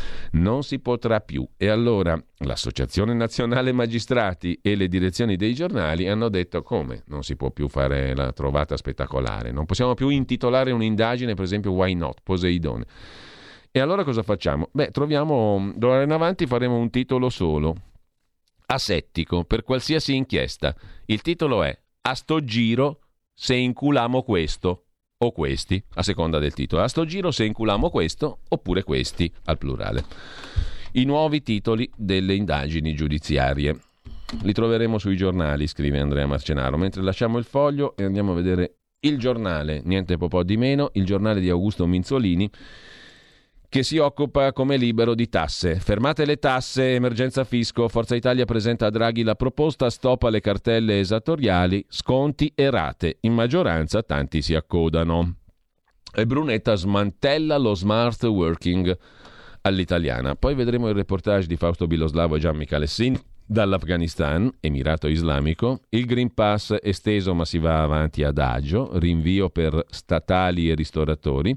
Non si potrà più. E allora l'Associazione Nazionale Magistrati e le direzioni dei giornali hanno detto come non si può più fare la trovata spettacolare. Non possiamo più intitolare un'indagine, per esempio, Why Not, Poseidone. E allora cosa facciamo? Troviamo, d'ora in avanti faremo un titolo solo, asettico, per qualsiasi inchiesta. Il titolo è A sto giro se inculamo questo o questi, a seconda del titolo. A sto giro se inculamo questo oppure questi, al plurale. I nuovi titoli delle indagini giudiziarie. Li troveremo sui giornali, scrive Andrea Marcenaro, mentre lasciamo il Foglio e andiamo a vedere Il Giornale, niente po' di meno, il giornale di Augusto Minzolini, che si occupa come Libero di tasse. Fermate le tasse, emergenza fisco, Forza Italia presenta a Draghi la proposta, stop alle cartelle esattoriali, sconti e rate. In maggioranza tanti si accodano. E Brunetta smantella lo smart working all'italiana. Poi vedremo il reportage di Fausto Biloslavo e Gian Michalessin dall'Afghanistan, Emirato Islamico. Il Green Pass esteso ma si va avanti ad agio, rinvio per statali e ristoratori.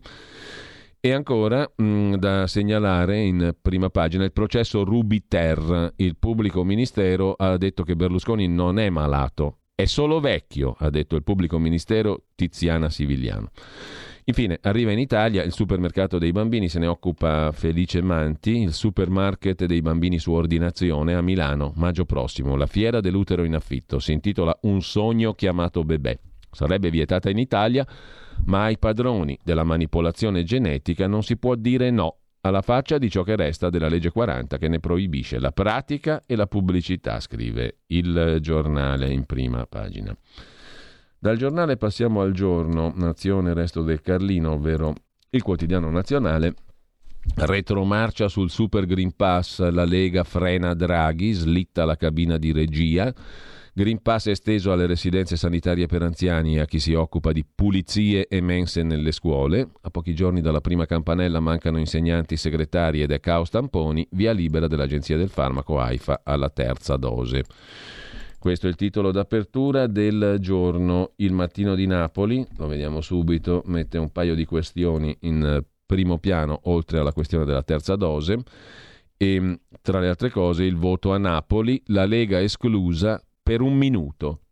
E ancora da segnalare in prima pagina il processo Ruby-Ter. Il pubblico ministero ha detto che Berlusconi non è malato, è solo vecchio, ha detto il pubblico ministero Tiziana Sivigliano. Infine arriva in Italia il supermercato dei bambini, se ne occupa Felice Manti, il supermarket dei bambini su ordinazione a Milano, maggio prossimo, la fiera dell'utero in affitto, si intitola Un sogno chiamato bebè. Sarebbe vietata in Italia, ma ai padroni della manipolazione genetica non si può dire no, alla faccia di ciò che resta della legge 40 che ne proibisce la pratica e la pubblicità, scrive il giornale in prima pagina. Dal giornale passiamo al Giorno, Nazione, Resto del Carlino, ovvero il quotidiano nazionale. Retromarcia sul Super Green Pass, la Lega frena Draghi, slitta la cabina di regia. Green Pass esteso alle residenze sanitarie per anziani e a chi si occupa di pulizie e mense nelle scuole. A pochi giorni dalla prima campanella mancano insegnanti, segretari ed è caos tamponi. Via libera dell'Agenzia del Farmaco AIFA alla terza dose. Questo è il titolo d'apertura del Giorno. Il Mattino di Napoli, lo vediamo subito, mette un paio di questioni in primo piano oltre alla questione della terza dose e tra le altre cose il voto a Napoli, la Lega esclusa per un minuto.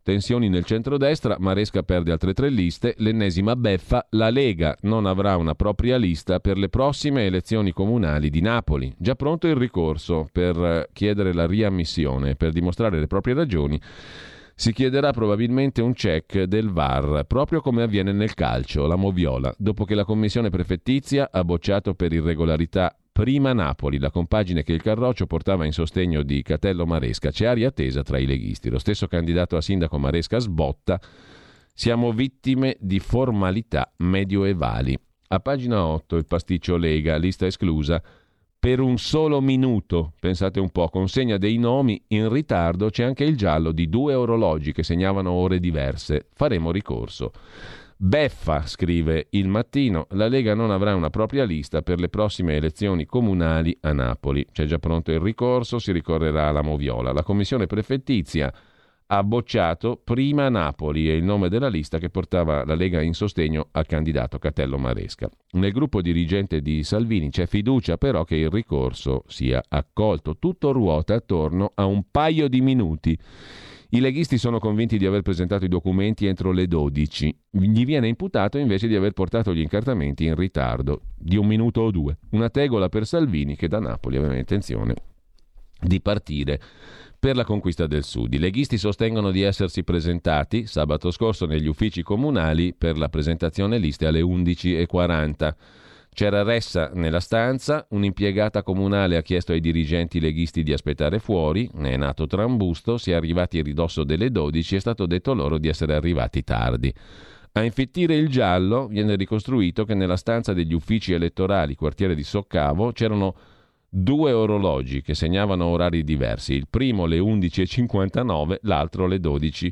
Tensioni nel centrodestra, Maresca perde altre 3 liste, l'ennesima beffa, la Lega non avrà una propria lista per le prossime elezioni comunali di Napoli. Già pronto il ricorso per chiedere la riammissione. Per dimostrare le proprie ragioni si chiederà probabilmente un check del VAR, proprio come avviene nel calcio, la moviola, dopo che la commissione prefettizia ha bocciato per irregolarità prima Napoli, la compagine che il Carroccio portava in sostegno di Catello Maresca. C'è aria tesa tra i leghisti. Lo stesso candidato a sindaco Maresca sbotta: siamo vittime di formalità medioevali. A pagina 8 il pasticcio Lega, lista esclusa per un solo minuto. Pensate un po', consegna dei nomi in ritardo, c'è anche il giallo di 2 orologi che segnavano ore diverse. Faremo ricorso. Beffa, scrive Il Mattino, la Lega non avrà una propria lista per le prossime elezioni comunali a Napoli. C'è già pronto il ricorso, si ricorrerà alla moviola. La commissione prefettizia ha bocciato prima Napoli è il nome della lista che portava la Lega in sostegno al candidato Catello Maresca. Nel gruppo dirigente di Salvini c'è fiducia però che il ricorso sia accolto. Tutto ruota attorno a un paio di minuti. I leghisti sono convinti di aver presentato i documenti entro le 12. Gli viene imputato invece di aver portato gli incartamenti in ritardo di 1 minuto o 2. Una tegola per Salvini che da Napoli aveva intenzione di partire per la conquista del Sud. I leghisti sostengono di essersi presentati sabato scorso negli uffici comunali per la presentazione liste alle 11:40. C'era ressa nella stanza, un'impiegata comunale ha chiesto ai dirigenti leghisti di aspettare fuori, ne è nato trambusto, si è arrivati a ridosso delle 12 e è stato detto loro di essere arrivati tardi. A infittire il giallo viene ricostruito che nella stanza degli uffici elettorali, quartiere di Soccavo, c'erano 2 orologi che segnavano orari diversi, il primo alle 11:59, l'altro alle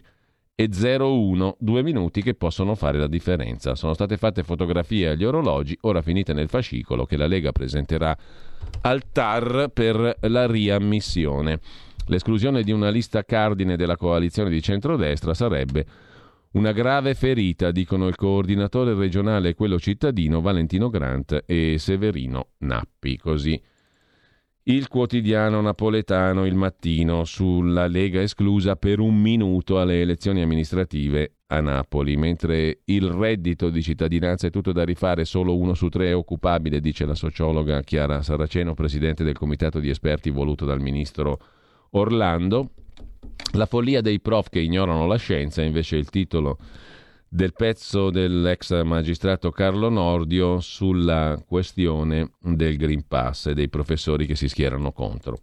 12:01, 2 minuti che possono fare la differenza. Sono state fatte fotografie agli orologi, ora finite nel fascicolo che la Lega presenterà al TAR per la riammissione. L'esclusione di una lista cardine della coalizione di centrodestra sarebbe una grave ferita, dicono il coordinatore regionale e quello cittadino Valentino Grant e Severino Nappi. Così il quotidiano napoletano Il Mattino sulla Lega esclusa per 1 minuto alle elezioni amministrative a Napoli, mentre il reddito di cittadinanza è tutto da rifare, solo 1 su 3 è occupabile, dice la sociologa Chiara Saraceno, presidente del comitato di esperti voluto dal ministro Orlando. La follia dei prof che ignorano la scienza, invece il titolo del pezzo dell'ex magistrato Carlo Nordio sulla questione del Green Pass e dei professori che si schierano contro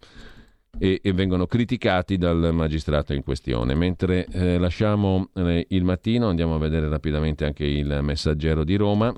e vengono criticati dal magistrato in questione. Mentre lasciamo Il Mattino, andiamo a vedere rapidamente anche il Messaggero di Roma,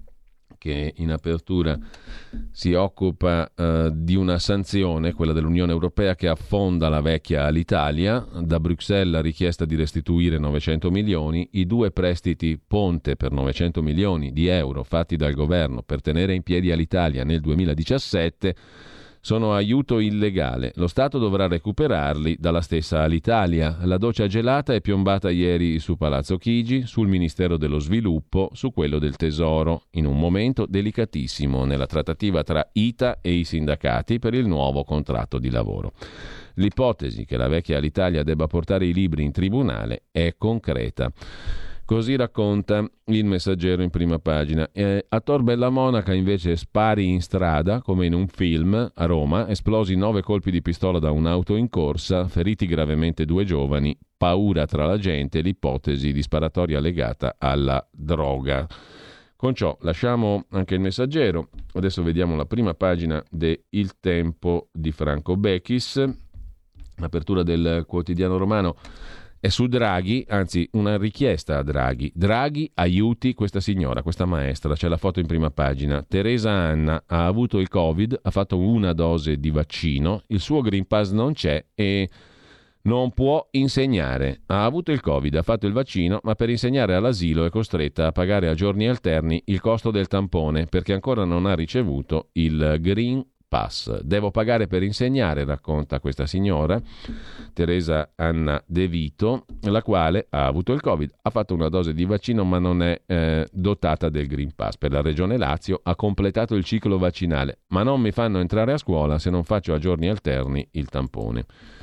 che in apertura si occupa di una sanzione, quella dell'Unione Europea, che affonda la vecchia Alitalia. Da Bruxelles la richiesta di restituire 900 milioni, i 2 prestiti ponte per 900 milioni di euro fatti dal governo per tenere in piedi Alitalia nel 2017 sono aiuto illegale. Lo Stato dovrà recuperarli dalla stessa Alitalia. La doccia gelata è piombata ieri su Palazzo Chigi, sul Ministero dello Sviluppo, su quello del Tesoro, in un momento delicatissimo nella trattativa tra ITA e i sindacati per il nuovo contratto di lavoro. L'ipotesi che la vecchia Alitalia debba portare i libri in tribunale è concreta. Così racconta il Messaggero in prima pagina. A Tor Bella Monaca invece spari in strada, come in un film. A Roma esplosi 9 colpi di pistola da un'auto in corsa, feriti gravemente 2 giovani, paura tra la gente, l'ipotesi di sparatoria legata alla droga. Con ciò lasciamo anche il Messaggero. Adesso vediamo la prima pagina de Il Tempo di Franco Bechis. L'apertura del quotidiano romano è su Draghi, anzi una richiesta a Draghi. Draghi aiuti questa signora, questa maestra, c'è la foto in prima pagina. Teresa Anna ha avuto il Covid, ha fatto 1 dose di vaccino, il suo Green Pass non c'è e non può insegnare. Ha avuto il Covid, ha fatto il vaccino, ma per insegnare all'asilo è costretta a pagare a giorni alterni il costo del tampone perché ancora non ha ricevuto il Green Pass. Devo pagare per insegnare, racconta questa signora, Teresa Anna De Vito, la quale ha avuto il Covid, ha fatto 1 dose di vaccino ma non è dotata del Green Pass. Per la Regione Lazio ha completato il ciclo vaccinale, ma non mi fanno entrare a scuola se non faccio a giorni alterni il tampone.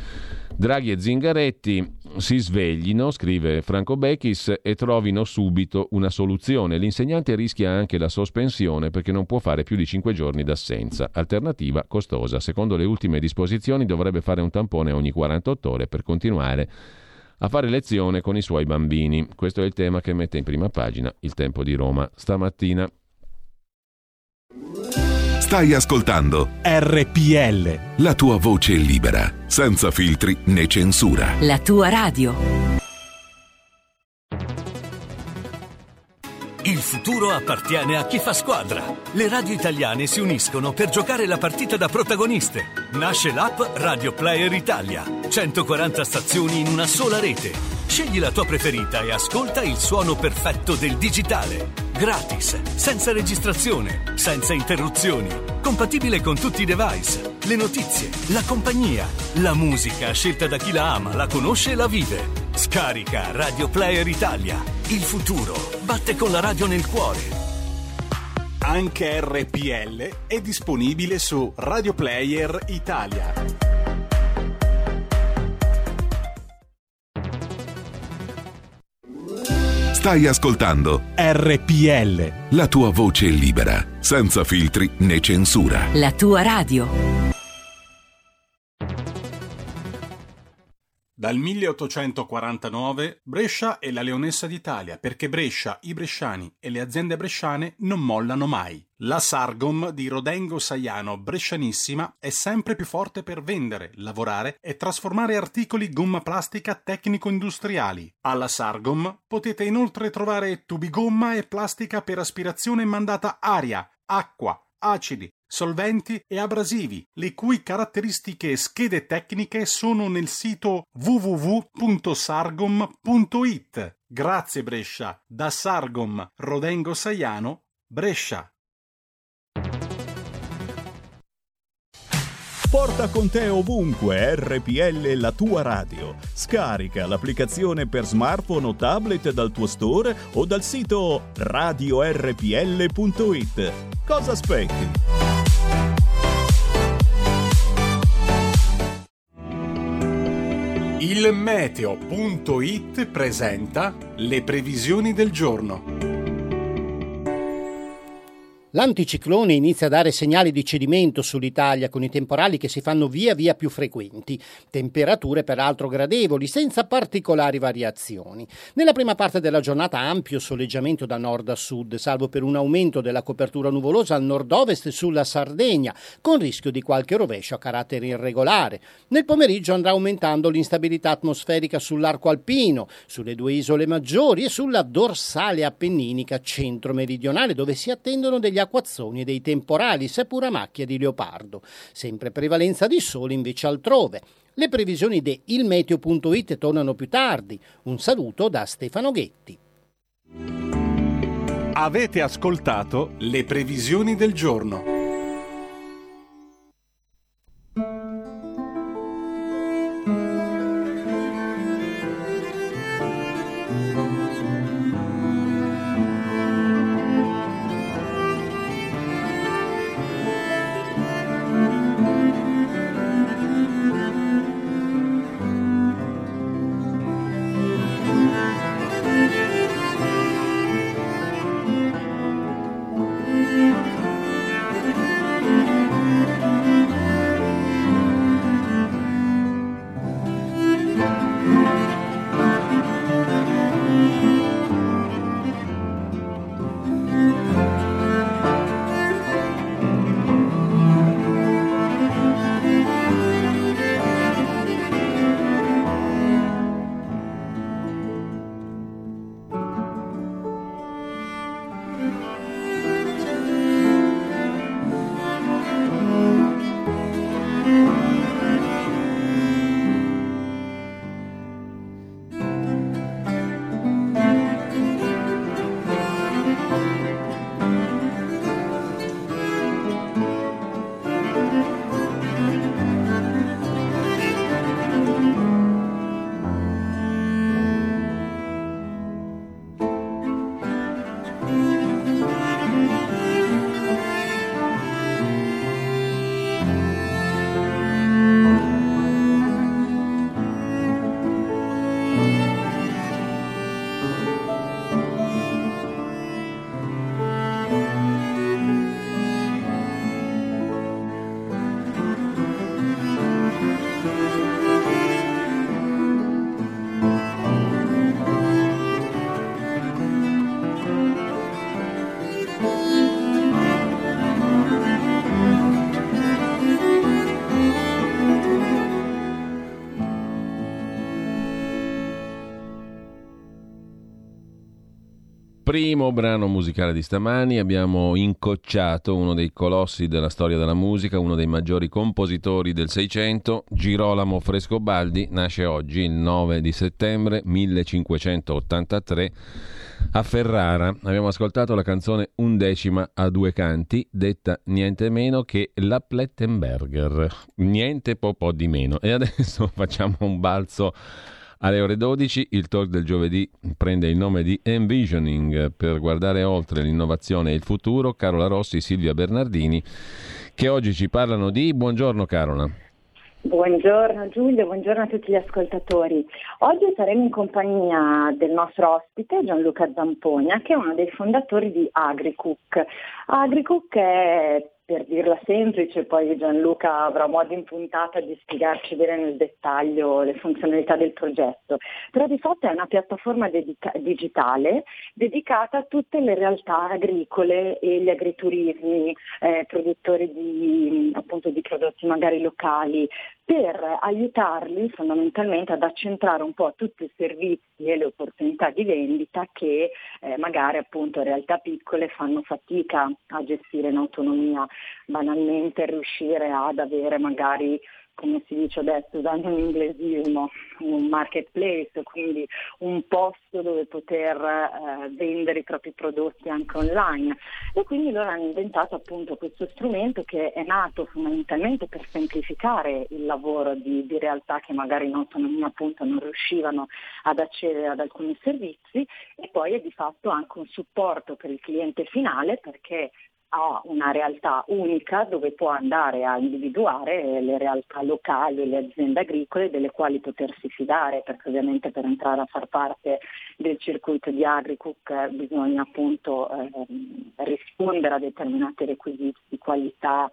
Draghi e Zingaretti si sveglino, scrive Franco Bechis, e trovino subito una soluzione. L'insegnante rischia anche la sospensione perché non può fare più di 5 giorni d'assenza. Alternativa costosa. Secondo le ultime disposizioni dovrebbe fare un tampone ogni 48 ore per continuare a fare lezione con i suoi bambini. Questo è il tema che mette in prima pagina Il Tempo di Roma stamattina. Stai ascoltando RPL, la tua voce libera, senza filtri né censura. La tua radio. Il futuro appartiene a chi fa squadra. Le radio italiane si uniscono per giocare la partita da protagoniste. Nasce l'app Radio Player Italia. 140 stazioni in una sola rete. Scegli la tua preferita e ascolta il suono perfetto del digitale. Gratis, senza registrazione, senza interruzioni. Compatibile con tutti i device. Le notizie, la compagnia, la musica scelta da chi la ama, la conosce e la vive. Scarica Radio Player Italia. Il futuro batte con la radio nel cuore. anche RPL è disponibile su Radio Player Italia. Stai ascoltando RPL, la tua voce libera, senza filtri né censura. La tua radio. Dal 1849 Brescia è la leonessa d'Italia, perché Brescia, i bresciani e le aziende bresciane non mollano mai. La Sargom di Rodengo Saiano, brescianissima, è sempre più forte per vendere, lavorare e trasformare articoli gomma plastica tecnico-industriali. Alla Sargom potete inoltre trovare tubi gomma e plastica per aspirazione mandata aria, acqua, acidi, solventi e abrasivi, le cui caratteristiche e schede tecniche sono nel sito www.sargom.it. Grazie Brescia, da Sargom Rodengo Saiano, Brescia. Porta con te ovunque RPL, la tua radio. Scarica l'applicazione per smartphone o tablet dal tuo store o dal sito radiorpl.it. Cosa aspetti? Il meteo.it presenta le previsioni del giorno. L'anticiclone inizia a dare segnali di cedimento sull'Italia, con i temporali che si fanno via via più frequenti. Temperature peraltro gradevoli, senza particolari variazioni. Nella prima parte della giornata ampio soleggiamento da nord a sud, salvo per un aumento della copertura nuvolosa al nord-ovest sulla Sardegna, con rischio di qualche rovescio a carattere irregolare. Nel pomeriggio andrà aumentando l'instabilità atmosferica sull'arco alpino, sulle due isole maggiori e sulla dorsale appenninica centro-meridionale, dove si attendono degli acquazzoni e dei temporali, seppur a macchia di leopardo. Sempre prevalenza di sole invece altrove. Le previsioni di ilmeteo.it tornano più tardi. Un saluto da Stefano Ghetti. Avete ascoltato le previsioni del giorno. primo brano musicale di stamani. Abbiamo incocciato uno dei colossi della storia della musica, uno dei maggiori compositori del Seicento. Girolamo Frescobaldi nasce oggi, il 9 di settembre 1583, a Ferrara. Abbiamo ascoltato la canzone Undecima a due canti, detta niente meno che La Plettenberger, niente po' di meno. E adesso facciamo un balzo alle ore 12. Il talk del giovedì prende il nome di Envisioning, per guardare oltre l'innovazione e il futuro. Carola Rossi, Silvia Bernardini, che oggi ci parlano di... Buongiorno Carola. Buongiorno Giulio, buongiorno a tutti gli ascoltatori. Oggi saremo in compagnia del nostro ospite Gianluca Zampogna, che è uno dei fondatori di AgriCook. AgriCook è, per dirla semplice, poi Gianluca avrà modo in puntata di spiegarci bene nel dettaglio le funzionalità del progetto, però di fatto è una piattaforma digitale dedicata a tutte le realtà agricole e gli agriturismi, produttori di prodotti magari locali, per aiutarli fondamentalmente ad accentrare un po' tutti i servizi e le opportunità di vendita che magari appunto realtà piccole fanno fatica a gestire in autonomia. Banalmente riuscire ad avere magari, come si dice adesso usando un inglesismo, un marketplace, quindi un posto dove poter vendere i propri prodotti anche online. E quindi loro hanno inventato appunto questo strumento che è nato fondamentalmente per semplificare il lavoro di realtà che magari in autonomia appunto non riuscivano ad accedere ad alcuni servizi, e poi è di fatto anche un supporto per il cliente finale, perché ha una realtà unica dove può andare a individuare le realtà locali e le aziende agricole delle quali potersi fidare, perché ovviamente per entrare a far parte del circuito di AgriCook bisogna appunto rispondere a determinati requisiti di qualità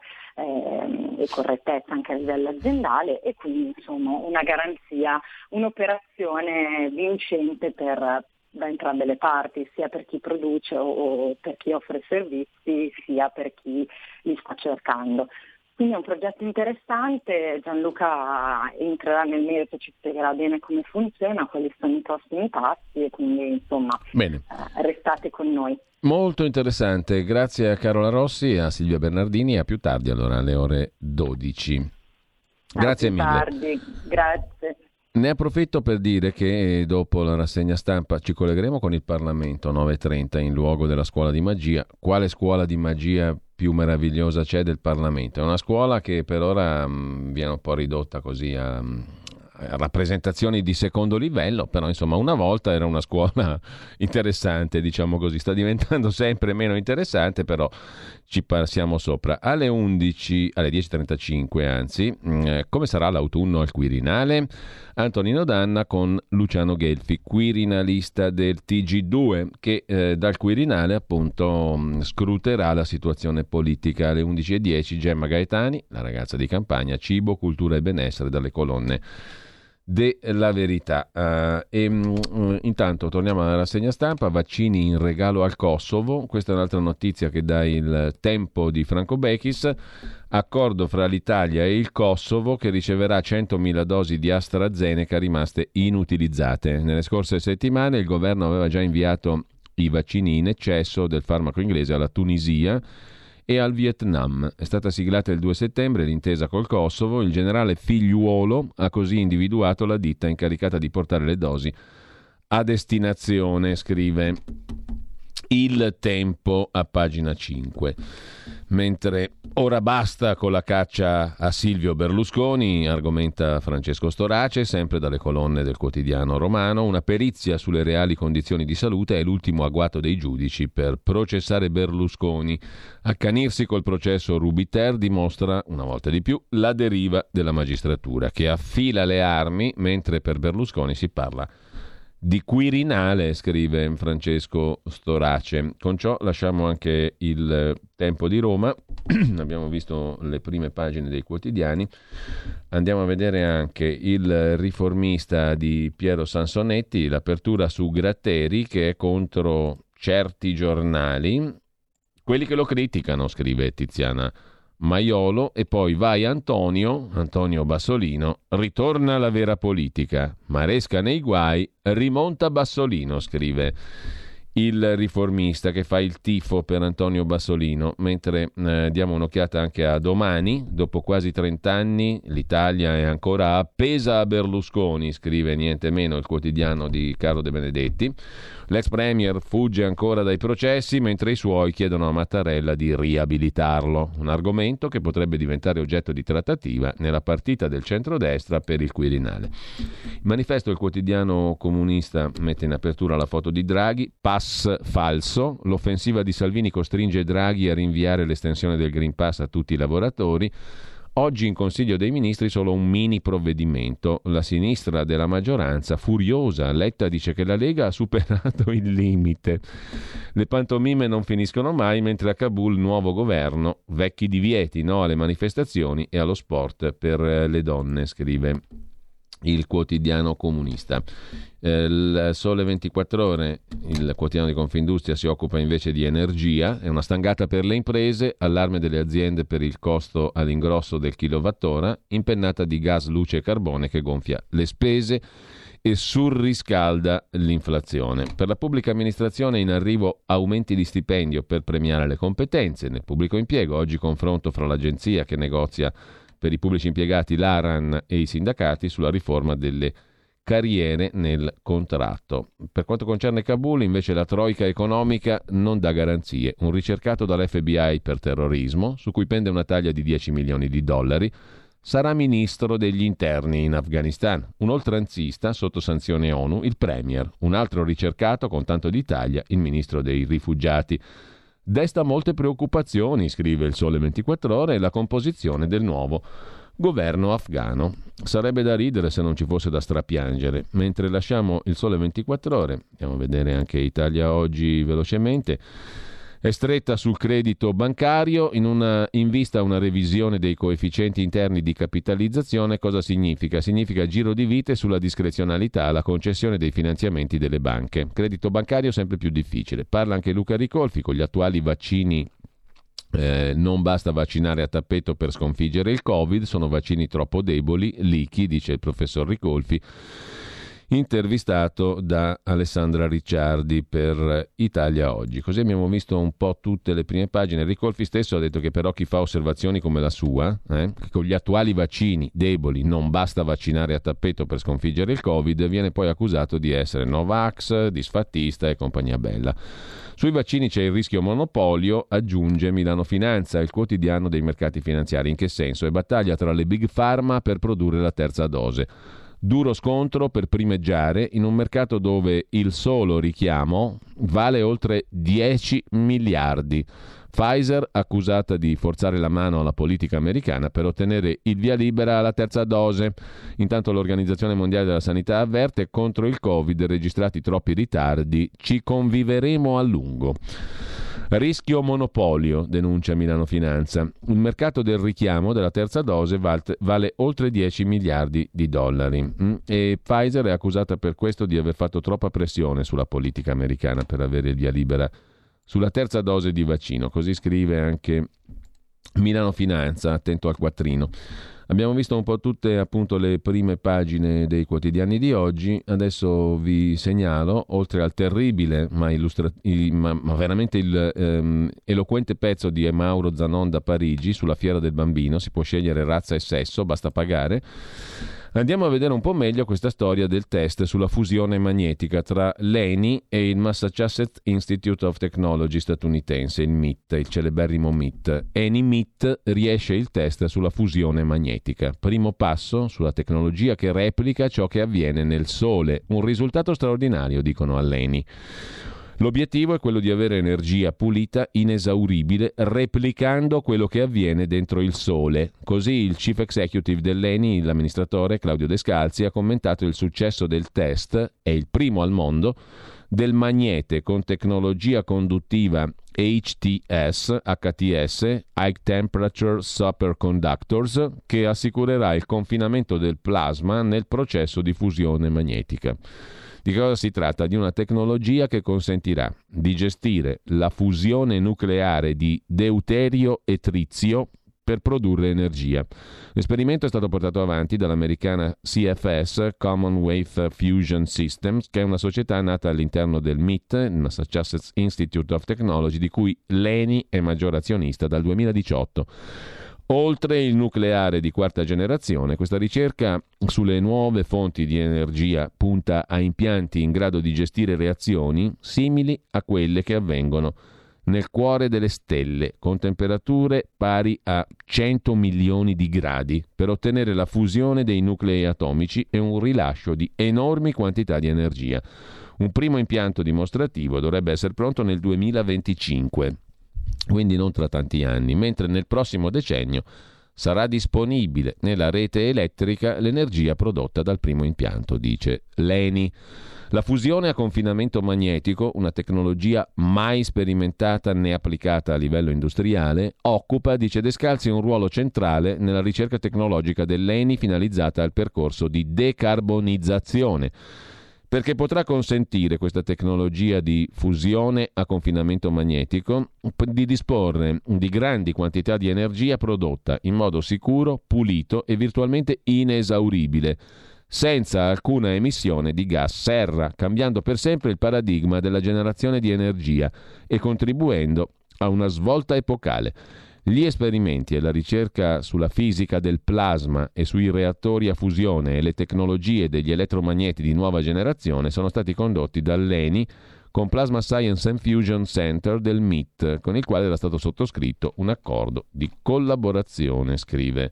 e correttezza anche a livello aziendale, e quindi insomma una garanzia, un'operazione vincente da entrambe le parti, sia per chi produce o per chi offre servizi, sia per chi li sta cercando. Quindi è un progetto interessante. Gianluca entrerà nel merito, ci spiegherà bene come funziona, quali sono i prossimi passi, e quindi insomma restate con noi. Molto interessante, grazie a Carola Rossi, a Silvia Bernardini, a più tardi allora alle ore 12. Grazie mille. Tardi. Grazie. Ne approfitto per dire che dopo la rassegna stampa ci collegheremo con il Parlamento 9.30 in luogo della scuola di magia. Quale scuola di magia più meravigliosa c'è del Parlamento? È una scuola che per ora viene un po' ridotta così a rappresentazioni di secondo livello, però insomma una volta era una scuola interessante, diciamo così. Sta diventando sempre meno interessante, però ci passiamo sopra. Alle 11, alle 10.35 anzi, come sarà l'autunno al Quirinale? Antonino Danna con Luciano Gelfi, quirinalista del TG2, che dal Quirinale appunto scruterà la situazione politica. Alle 11.10 Gemma Gaetani, la ragazza di campagna, cibo, cultura e benessere, dalle colonne della Verità. Intanto torniamo alla rassegna stampa. Vaccini in regalo al Kosovo, questa è un'altra notizia che dà il Tempo di Franco Bechis. Accordo fra l'Italia e il Kosovo che riceverà 100.000 dosi di AstraZeneca rimaste inutilizzate. Nelle scorse settimane il governo aveva già inviato i vaccini in eccesso del farmaco inglese alla Tunisia e al Vietnam. È stata siglata il 2 settembre l'intesa col Kosovo. Il generale Figliuolo ha così individuato la ditta incaricata di portare le dosi a destinazione, scrive il Tempo a pagina 5. Mentre ora basta con la caccia a Silvio Berlusconi, argomenta Francesco Storace, sempre dalle colonne del Quotidiano Romano. Una perizia sulle reali condizioni di salute è l'ultimo agguato dei giudici per processare Berlusconi. Accanirsi col processo Rubiter dimostra, una volta di più, la deriva della magistratura, che affila le armi mentre per Berlusconi si parla di Quirinale, scrive Francesco Storace. Con ciò lasciamo anche il Tempo di Roma. Abbiamo visto le prime pagine dei quotidiani. Andiamo a vedere anche il Riformista di Piero Sansonetti, l'apertura su Gratteri, che è contro certi giornali, quelli che lo criticano, scrive Tiziana Maiolo, e poi vai Antonio Bassolino, ritorna la vera politica, Maresca nei guai, rimonta Bassolino, scrive Il Riformista, che fa il tifo per Antonio Bassolino, mentre diamo un'occhiata anche a Domani. Dopo quasi 30 anni l'Italia è ancora appesa a Berlusconi, scrive niente meno il quotidiano di Carlo De Benedetti. L'ex premier fugge ancora dai processi mentre i suoi chiedono a Mattarella di riabilitarlo, un argomento che potrebbe diventare oggetto di trattativa nella partita del centrodestra per il Quirinale. Il Manifesto, il quotidiano comunista, mette in apertura la foto di Draghi, pass falso, l'offensiva di Salvini costringe Draghi a rinviare l'estensione del Green Pass a tutti i lavoratori. Oggi in Consiglio dei Ministri solo un mini provvedimento. La sinistra della maggioranza furiosa. Letta dice che la Lega ha superato il limite. Le pantomime non finiscono mai, mentre a Kabul nuovo governo, vecchi divieti, no alle manifestazioni e allo sport per le donne, scrive il quotidiano comunista. Il Sole 24 Ore, il quotidiano di Confindustria, si occupa invece di energia. È una stangata per le imprese, allarme delle aziende per il costo all'ingrosso del kilowattora, impennata di gas, luce e carbone che gonfia le spese e surriscalda l'inflazione. Per la pubblica amministrazione in arrivo aumenti di stipendio per premiare le competenze. Nel pubblico impiego oggi confronto fra l'agenzia che negozia per i pubblici impiegati, l'ARAN e i sindacati sulla riforma delle carriere nel contratto. Per quanto concerne Kabul, invece, la troica economica non dà garanzie. Un ricercato dall'FBI per terrorismo, su cui pende una taglia di $10 milioni, sarà ministro degli interni in Afghanistan. Un oltranzista sotto sanzione ONU, il premier. Un altro ricercato con tanto di taglia, il ministro dei rifugiati. Desta molte preoccupazioni, scrive il Sole 24 Ore, la composizione del nuovo governo afghano. Sarebbe da ridere se non ci fosse da strapiangere. Mentre lasciamo il Sole 24 Ore, andiamo a vedere anche Italia Oggi velocemente. È stretta sul credito bancario in vista a una revisione dei coefficienti interni di capitalizzazione. Cosa significa? Significa giro di vite sulla discrezionalità, la concessione dei finanziamenti delle banche. Credito bancario sempre più difficile. Parla anche Luca Ricolfi. Con gli attuali vaccini non basta vaccinare a tappeto per sconfiggere il Covid, sono vaccini troppo deboli, lichi, dice il professor Ricolfi, intervistato da Alessandra Ricciardi per Italia Oggi. Così abbiamo visto un po' tutte le prime pagine. Ricolfi stesso ha detto che però chi fa osservazioni come la sua, che con gli attuali vaccini deboli non basta vaccinare a tappeto per sconfiggere il Covid, viene poi accusato di essere Novax, disfattista e compagnia bella. Sui vaccini c'è il rischio monopolio, aggiunge Milano Finanza, il quotidiano dei mercati finanziari. In che senso? È battaglia tra le big pharma per produrre la terza dose. Duro scontro per primeggiare in un mercato dove il solo richiamo vale oltre 10 miliardi. Pfizer accusata di forzare la mano alla politica americana per ottenere il via libera alla terza dose. Intanto l'Organizzazione Mondiale della Sanità avverte: contro il Covid registrati troppi ritardi, ci conviveremo a lungo. Rischio monopolio, denuncia Milano Finanza. Il mercato del richiamo della terza dose vale oltre 10 miliardi di dollari e Pfizer è accusata per questo di aver fatto troppa pressione sulla politica americana per avere il via libera sulla terza dose di vaccino. Così scrive anche Milano Finanza, attento al quattrino. Abbiamo visto un po' tutte appunto le prime pagine dei quotidiani di oggi. Adesso vi segnalo, oltre al terribile ma veramente eloquente pezzo di Mauro Zanon da Parigi sulla Fiera del Bambino, si può scegliere razza e sesso, basta pagare. Andiamo a vedere un po' meglio questa storia del test sulla fusione magnetica tra l'ENI e il Massachusetts Institute of Technology statunitense, il MIT, il celeberrimo MIT. ENI-MIT riesce il test sulla fusione magnetica. Primo passo sulla tecnologia che replica ciò che avviene nel Sole. Un risultato straordinario, dicono all'ENI. L'obiettivo è quello di avere energia pulita, inesauribile, replicando quello che avviene dentro il Sole. Così il chief executive dell'ENI, l'amministratore Claudio Descalzi, ha commentato il successo del test, è il primo al mondo, del magnete con tecnologia conduttiva HTS, High Temperature Superconductors, che assicurerà il confinamento del plasma nel processo di fusione magnetica. Di cosa si tratta? Di una tecnologia che consentirà di gestire la fusione nucleare di deuterio e trizio per produrre energia. L'esperimento è stato portato avanti dall'americana CFS, Commonwealth Fusion Systems, che è una società nata all'interno del MIT, il Massachusetts Institute of Technology, di cui l'ENI è maggior azionista dal 2018. Oltre il nucleare di quarta generazione, questa ricerca sulle nuove fonti di energia punta a impianti in grado di gestire reazioni simili a quelle che avvengono nel cuore delle stelle, con temperature pari a 100 milioni di gradi, per ottenere la fusione dei nuclei atomici e un rilascio di enormi quantità di energia. Un primo impianto dimostrativo dovrebbe essere pronto nel 2025, quindi non tra tanti anni, mentre nel prossimo decennio sarà disponibile nella rete elettrica l'energia prodotta dal primo impianto, dice l'ENI. La fusione a confinamento magnetico, una tecnologia mai sperimentata né applicata a livello industriale, occupa, dice Descalzi, un ruolo centrale nella ricerca tecnologica dell'ENI finalizzata al percorso di decarbonizzazione, perché potrà consentire questa tecnologia di fusione a confinamento magnetico di disporre di grandi quantità di energia prodotta in modo sicuro, pulito e virtualmente inesauribile, senza alcuna emissione di gas serra, cambiando per sempre il paradigma della generazione di energia e contribuendo a una svolta epocale. Gli esperimenti e la ricerca sulla fisica del plasma e sui reattori a fusione e le tecnologie degli elettromagneti di nuova generazione sono stati condotti dall'ENI con Plasma Science and Fusion Center del MIT, con il quale era stato sottoscritto un accordo di collaborazione, scrive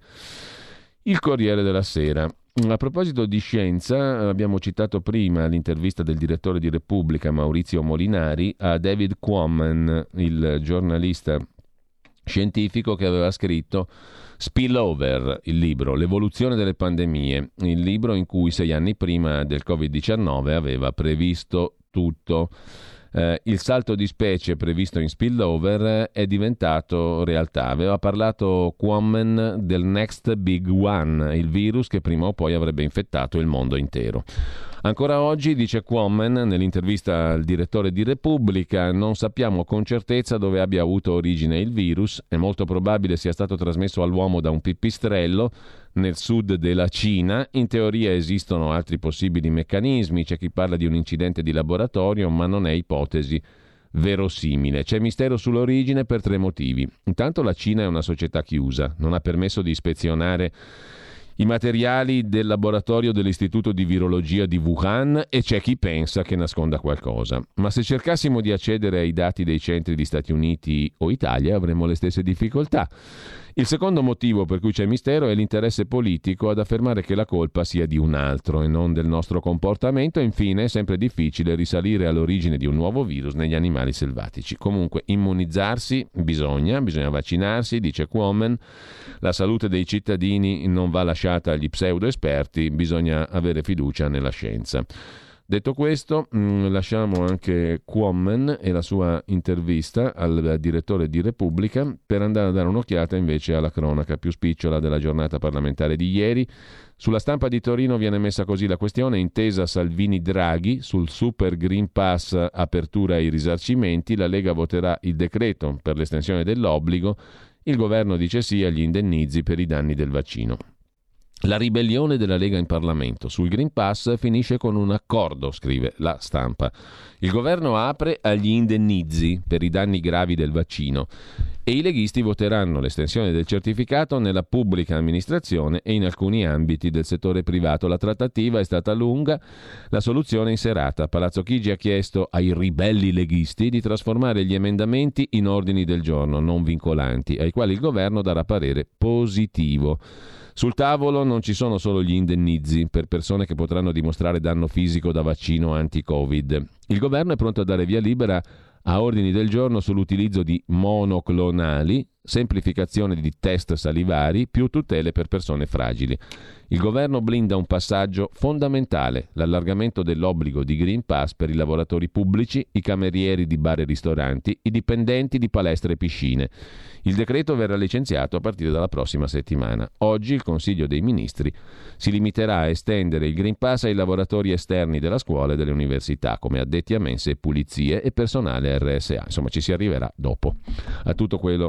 il Corriere della Sera. A proposito di scienza, abbiamo citato prima l'intervista del direttore di Repubblica Maurizio Molinari a David Quammen, il giornalista scientifico che aveva scritto Spillover, il libro, l'evoluzione delle pandemie, il libro in cui 6 anni prima del Covid-19 aveva previsto tutto. Il salto di specie previsto in Spillover è diventato realtà. Aveva parlato Quammen del Next Big One, il virus che prima o poi avrebbe infettato il mondo intero. Ancora oggi, dice Quammen nell'intervista al direttore di Repubblica, non sappiamo con certezza dove abbia avuto origine il virus, è molto probabile sia stato trasmesso all'uomo da un pipistrello nel sud della Cina. In teoria esistono altri possibili meccanismi, c'è chi parla di un incidente di laboratorio, ma non è ipotesi verosimile. C'è mistero sull'origine per 3 motivi. Intanto la Cina è una società chiusa, non ha permesso di ispezionare i materiali del laboratorio dell'Istituto di Virologia di Wuhan e c'è chi pensa che nasconda qualcosa. Ma se cercassimo di accedere ai dati dei centri di Stati Uniti o Italia avremmo le stesse difficoltà. Il secondo motivo per cui c'è mistero è l'interesse politico ad affermare che la colpa sia di un altro e non del nostro comportamento. E infine è sempre difficile risalire all'origine di un nuovo virus negli animali selvatici. Comunque immunizzarsi bisogna vaccinarsi, dice Quammen. La salute dei cittadini non va lasciata agli pseudo esperti, bisogna avere fiducia nella scienza. Detto questo, lasciamo anche Quammen e la sua intervista al direttore di Repubblica per andare a dare un'occhiata invece alla cronaca più spicciola della giornata parlamentare di ieri. Sulla Stampa di Torino viene messa così la questione: intesa Salvini-Draghi sul Super Green Pass, apertura ai risarcimenti, la Lega voterà il decreto per l'estensione dell'obbligo, il governo dice sì agli indennizi per i danni del vaccino. La ribellione della Lega in Parlamento sul Green Pass finisce con un accordo, scrive la Stampa. Il governo apre agli indennizi per i danni gravi del vaccino e i leghisti voteranno l'estensione del certificato nella pubblica amministrazione e in alcuni ambiti del settore privato. La trattativa è stata lunga, la soluzione in serata. Palazzo Chigi ha chiesto ai ribelli leghisti di trasformare gli emendamenti in ordini del giorno non vincolanti, ai quali il governo darà parere positivo. Sul tavolo non ci sono solo gli indennizi per persone che potranno dimostrare danno fisico da vaccino anti-Covid. Il governo è pronto a dare via libera a ordini del giorno sull'utilizzo di monoclonali, semplificazione di test salivari, più tutele per persone fragili. Il governo blinda un passaggio fondamentale, l'allargamento dell'obbligo di Green Pass per i lavoratori pubblici, i camerieri di bar e ristoranti, i dipendenti di palestre e piscine. Il decreto verrà licenziato a partire dalla prossima settimana. Oggi il Consiglio dei Ministri si limiterà a estendere il Green Pass ai lavoratori esterni della scuola e delle università, come addetti a mense e pulizie e personale RSA. Insomma, ci si arriverà dopo a tutto quello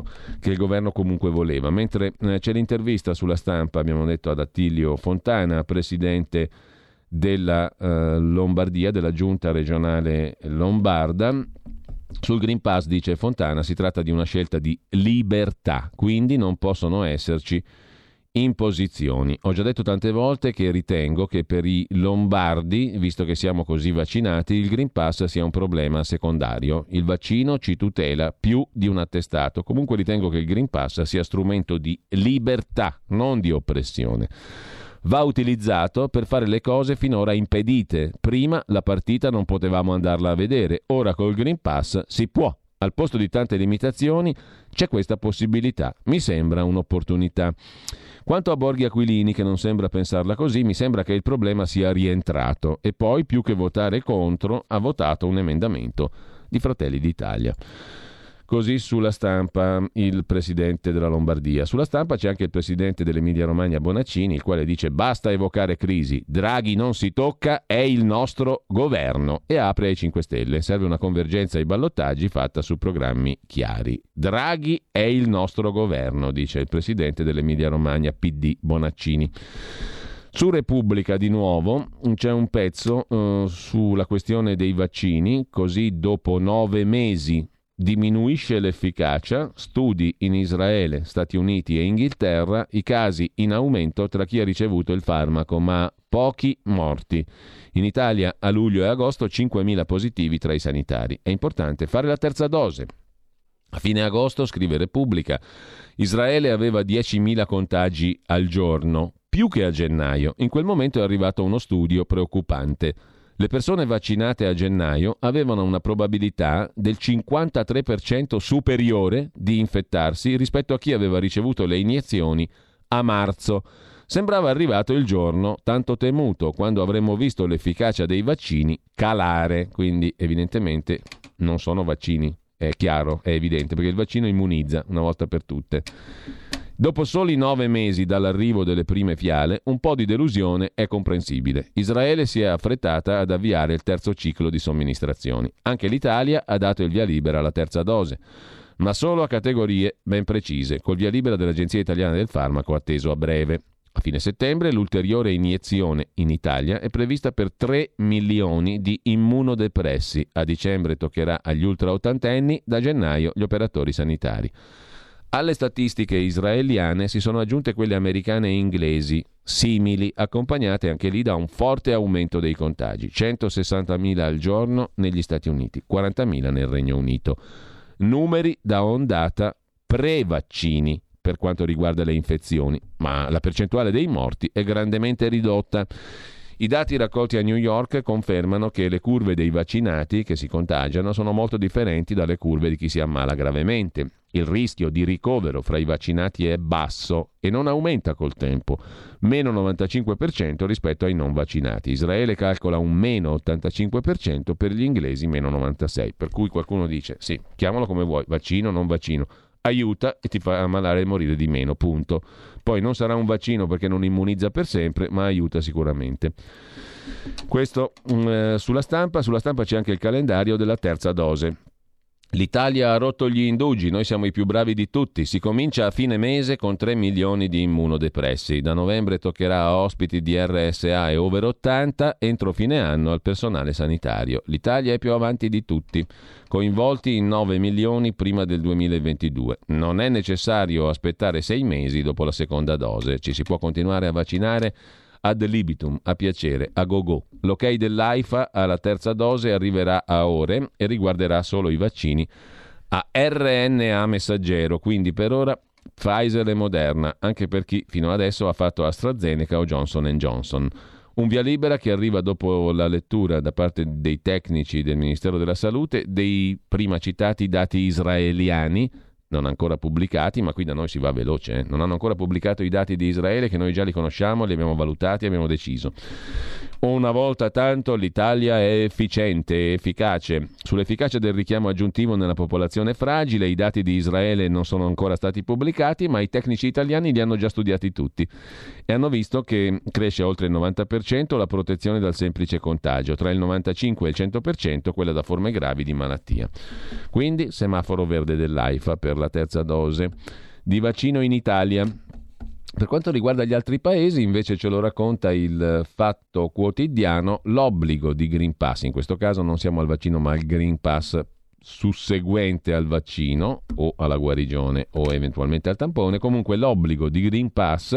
che il governo comunque voleva. Mentre c'è l'intervista sulla Stampa, abbiamo detto, ad Attilio Fontana, presidente della Lombardia, della giunta regionale lombarda. Sul Green Pass, dice Fontana, si tratta di una scelta di libertà, quindi non possono esserci imposizioni. Ho già detto tante volte che ritengo che per i lombardi, visto che siamo così vaccinati, il Green Pass sia un problema secondario. Il vaccino ci tutela più di un attestato. Comunque ritengo che il Green Pass sia strumento di libertà, non di oppressione. Va utilizzato per fare le cose finora impedite. Prima la partita non potevamo andarla a vedere, ora col Green Pass si può. Al posto di tante limitazioni c'è questa possibilità. Mi sembra un'opportunità. Quanto a Borghi Aquilini, che non sembra pensarla così, mi sembra che il problema sia rientrato e poi, più che votare contro, ha votato un emendamento di Fratelli d'Italia. Così sulla Stampa il presidente della Lombardia. Sulla Stampa c'è anche il presidente dell'Emilia Romagna Bonaccini, il quale dice: basta evocare crisi, Draghi non si tocca, è il nostro governo, e apre ai 5 Stelle. Serve una convergenza ai ballottaggi fatta su programmi chiari. Draghi è il nostro governo, dice il presidente dell'Emilia Romagna PD Bonaccini. Su Repubblica di nuovo c'è un pezzo sulla questione dei vaccini, così dopo 9 mesi diminuisce l'efficacia, studi in Israele, Stati Uniti e Inghilterra, i casi in aumento tra chi ha ricevuto il farmaco, ma pochi morti. In Italia a luglio e agosto 5.000 positivi tra i sanitari. È importante fare la terza dose. A fine agosto, scrive Repubblica, Israele aveva 10.000 contagi al giorno, più che a gennaio. In quel momento è arrivato uno studio preoccupante. Le persone vaccinate a gennaio avevano una probabilità del 53% superiore di infettarsi rispetto a chi aveva ricevuto le iniezioni a marzo. Sembrava arrivato il giorno tanto temuto, quando avremmo visto l'efficacia dei vaccini calare. Quindi evidentemente non sono vaccini, è chiaro, è evidente, perché il vaccino immunizza una volta per tutte. Dopo soli 9 mesi dall'arrivo delle prime fiale, un po' di delusione è comprensibile. Israele si è affrettata ad avviare il terzo ciclo di somministrazioni. Anche l'Italia ha dato il via libera alla terza dose, ma solo a categorie ben precise, col via libera dell'Agenzia Italiana del Farmaco atteso a breve. A fine settembre l'ulteriore iniezione in Italia è prevista per 3 milioni di immunodepressi. A dicembre toccherà agli ultraottantenni, da gennaio gli operatori sanitari. Alle statistiche israeliane si sono aggiunte quelle americane e inglesi, simili, accompagnate anche lì da un forte aumento dei contagi. 160.000 al giorno negli Stati Uniti, 40.000 nel Regno Unito. Numeri da ondata pre-vaccini per quanto riguarda le infezioni, ma la percentuale dei morti è grandemente ridotta. I dati raccolti a New York confermano che le curve dei vaccinati che si contagiano sono molto differenti dalle curve di chi si ammala gravemente. Il rischio di ricovero fra i vaccinati è basso e non aumenta col tempo, meno 95% rispetto ai non vaccinati. Israele calcola un meno 85% per gli inglesi, meno 96%. Per cui qualcuno dice, sì, chiamalo come vuoi, vaccino, non vaccino, aiuta e ti fa ammalare e morire di meno, punto. Poi non sarà un vaccino perché non immunizza per sempre, ma aiuta sicuramente. Questo sulla Stampa c'è anche il calendario della terza dose. L'Italia ha rotto gli indugi, noi siamo i più bravi di tutti. Si comincia a fine mese con 3 milioni di immunodepressi. Da novembre toccherà a ospiti di RSA e over 80, entro fine anno al personale sanitario. L'Italia è più avanti di tutti, coinvolti in 9 milioni prima del 2022. Non è necessario aspettare 6 mesi dopo la seconda dose, ci si può continuare a vaccinare ad libitum, a piacere, a go-go. L'ok dell'AIFA alla terza dose arriverà a ore e riguarderà solo i vaccini a RNA messaggero, quindi per ora Pfizer e Moderna, anche per chi fino adesso ha fatto AstraZeneca o Johnson & Johnson. Un via libera che arriva dopo la lettura da parte dei tecnici del Ministero della Salute dei prima citati dati israeliani, non ancora pubblicati, ma qui da noi si va veloce, non hanno ancora pubblicato i dati di Israele che noi già li conosciamo, li abbiamo valutati, abbiamo deciso. Una volta tanto l'Italia è efficiente e efficace. Sull'efficacia del richiamo aggiuntivo nella popolazione fragile i dati di Israele non sono ancora stati pubblicati, ma i tecnici italiani li hanno già studiati tutti e hanno visto che cresce oltre il 90% la protezione dal semplice contagio, tra il 95 e il 100% quella da forme gravi di malattia. Quindi semaforo verde dell'AIFA per la terza dose di vaccino in Italia. Per quanto riguarda gli altri paesi, invece, ce lo racconta il Fatto Quotidiano, l'obbligo di Green Pass. In questo caso non siamo al vaccino, ma al Green Pass susseguente al vaccino o alla guarigione o eventualmente al tampone. Comunque l'obbligo di Green Pass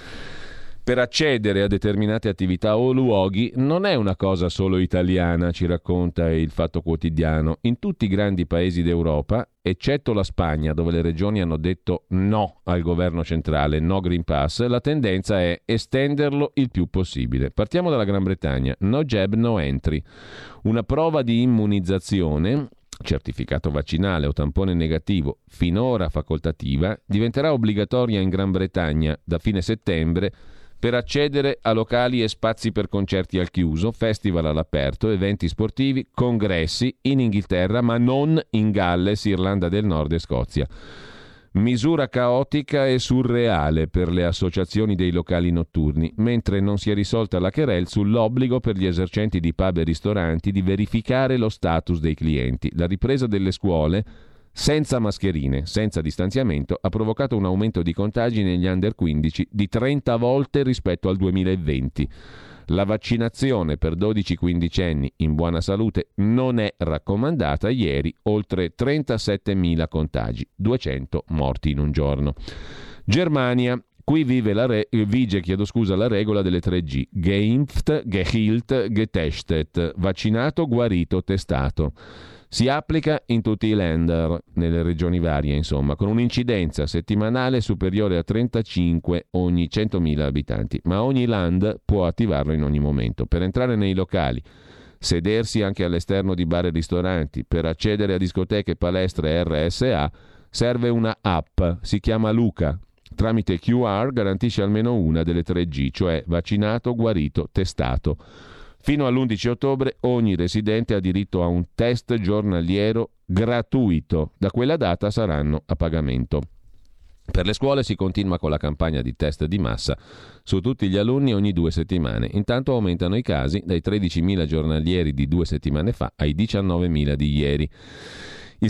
per accedere a determinate attività o luoghi non è una cosa solo italiana, ci racconta il Fatto Quotidiano. In tutti i grandi paesi d'Europa, eccetto la Spagna, dove le regioni hanno detto no al governo centrale, no Green Pass, la tendenza è estenderlo il più possibile. Partiamo dalla Gran Bretagna. No jab, no entry. Una prova di immunizzazione, certificato vaccinale o tampone negativo, finora facoltativa, diventerà obbligatoria in Gran Bretagna da fine settembre per accedere a locali e spazi per concerti al chiuso, festival all'aperto, eventi sportivi, congressi in Inghilterra, ma non in Galles, Irlanda del Nord e Scozia. Misura caotica e surreale per le associazioni dei locali notturni, mentre non si è risolta la querelle sull'obbligo per gli esercenti di pub e ristoranti di verificare lo status dei clienti. La ripresa delle scuole senza mascherine, senza distanziamento, ha provocato un aumento di contagi negli under 15 di 30 volte rispetto al 2020. La vaccinazione per 12-15 in buona salute non è raccomandata. Ieri oltre 37.000 contagi, 200 morti in un giorno. Germania. Qui vige la regola delle 3G. Geimpft, geheilt, getestet. Vaccinato, guarito, testato. Si applica in tutti i Länder, nelle regioni varie, insomma, con un'incidenza settimanale superiore a 35 ogni 100.000 abitanti, ma ogni Land può attivarlo in ogni momento. Per entrare nei locali, sedersi anche all'esterno di bar e ristoranti, per accedere a discoteche, palestre e RSA, serve una app, si chiama Luca. Tramite QR garantisce almeno una delle 3G, cioè vaccinato, guarito, testato. Fino all'11 ottobre ogni residente ha diritto a un test giornaliero gratuito. Da quella data saranno a pagamento. Per le scuole si continua con la campagna di test di massa su tutti gli alunni ogni 2 settimane. Intanto aumentano i casi dai 13.000 giornalieri di 2 settimane fa ai 19.000 di ieri. Il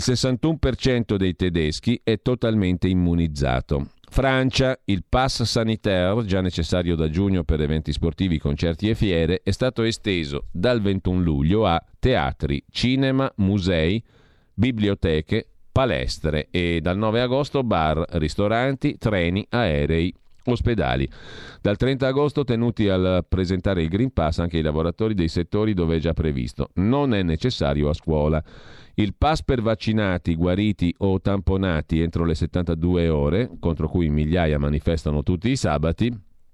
61% dei tedeschi è totalmente immunizzato. Francia, il pass sanitaire, già necessario da giugno per eventi sportivi, concerti e fiere, è stato esteso dal 21 luglio a teatri, cinema, musei, biblioteche, palestre e dal 9 agosto bar, ristoranti, treni, aerei, ospedali. Dal 30 agosto tenuti a presentare il Green Pass anche i lavoratori dei settori dove è già previsto. Non è necessario a scuola. Il pass per vaccinati, guariti o tamponati entro le 72 ore, contro cui migliaia manifestano tutti i sabati,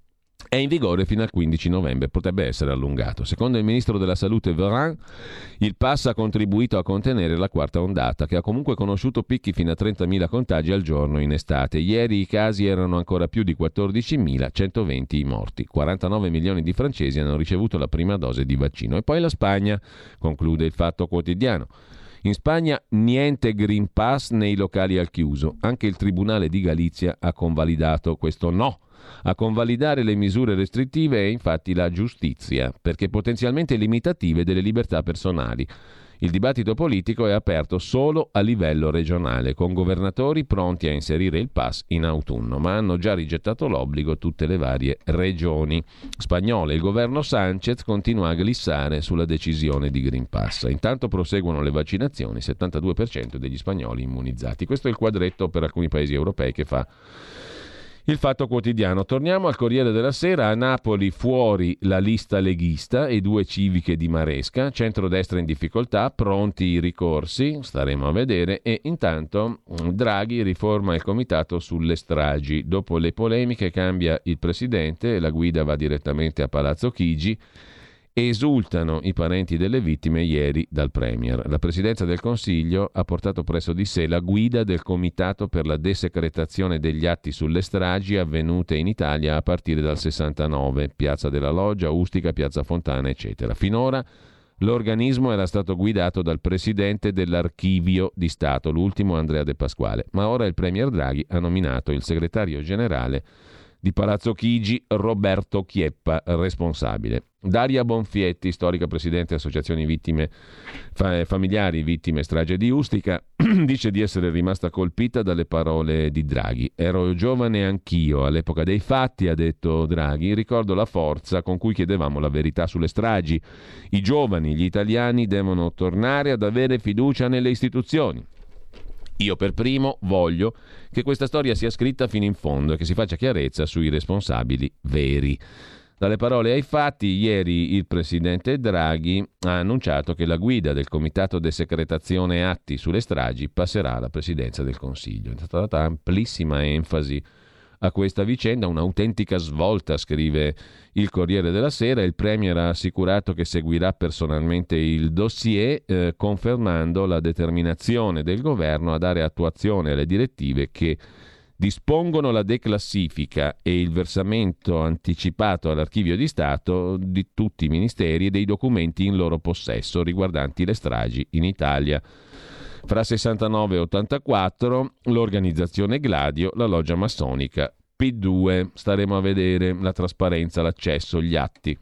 è in vigore fino al 15 novembre, potrebbe essere allungato. Secondo il ministro della Salute Véran, il pass ha contribuito a contenere la quarta ondata, che ha comunque conosciuto picchi fino a 30.000 contagi al giorno in estate. Ieri i casi erano ancora più di 14.000, 120 i morti. 49 milioni di francesi hanno ricevuto la prima dose di vaccino. E poi la Spagna, conclude il Fatto Quotidiano. In Spagna niente Green Pass nei locali al chiuso. Anche il Tribunale di Galizia ha convalidato questo no. A convalidare le misure restrittive è infatti la giustizia, perché potenzialmente limitative delle libertà personali. Il dibattito politico è aperto solo a livello regionale, con governatori pronti a inserire il pass in autunno, ma hanno già rigettato l'obbligo tutte le varie regioni spagnole. Il governo Sánchez continua a glissare sulla decisione di Green Pass. Intanto proseguono le vaccinazioni, 72% degli spagnoli immunizzati. Questo è il quadretto per alcuni paesi europei che fa il Fatto Quotidiano. Torniamo al Corriere della Sera. A Napoli fuori la lista leghista e 2 civiche di Maresca, centrodestra in difficoltà, pronti i ricorsi, staremo a vedere, e intanto Draghi riforma il comitato sulle stragi. Dopo le polemiche cambia il presidente, la guida va direttamente a Palazzo Chigi Esultano i parenti delle vittime ieri dal Premier. La Presidenza del Consiglio ha portato presso di sé la guida del Comitato per la desecretazione degli atti sulle stragi avvenute in Italia a partire dal 69, Piazza della Loggia, Ustica, Piazza Fontana, eccetera. Finora l'organismo era stato guidato dal Presidente dell'Archivio di Stato, l'ultimo Andrea De Pasquale, ma ora il Premier Draghi ha nominato il segretario generale di Palazzo Chigi, Roberto Chieppa, responsabile. Daria Bonfietti, storica presidente Associazioni Vittime Familiari Vittime Strage di Ustica, dice di essere rimasta colpita dalle parole di Draghi. Ero giovane anch'io all'epoca dei fatti, ha detto Draghi, ricordo la forza con cui chiedevamo la verità sulle stragi. I giovani, gli italiani devono tornare ad avere fiducia nelle istituzioni. Io per primo voglio che questa storia sia scritta fino in fondo e che si faccia chiarezza sui responsabili veri. Dalle parole ai fatti, ieri il presidente Draghi ha annunciato che la guida del Comitato Desecretazione Atti sulle stragi passerà alla Presidenza del Consiglio. È stata data amplissima enfasi a questa vicenda, un'autentica svolta, scrive il Corriere della Sera. Il Premier ha assicurato che seguirà personalmente il dossier, confermando la determinazione del governo a dare attuazione alle direttive che dispongono la declassifica e il versamento anticipato all'Archivio di Stato di tutti i ministeri e dei documenti in loro possesso riguardanti le stragi in Italia. Fra 69 e 84 l'organizzazione Gladio, la loggia massonica P2. Staremo a vedere la trasparenza, l'accesso, gli atti.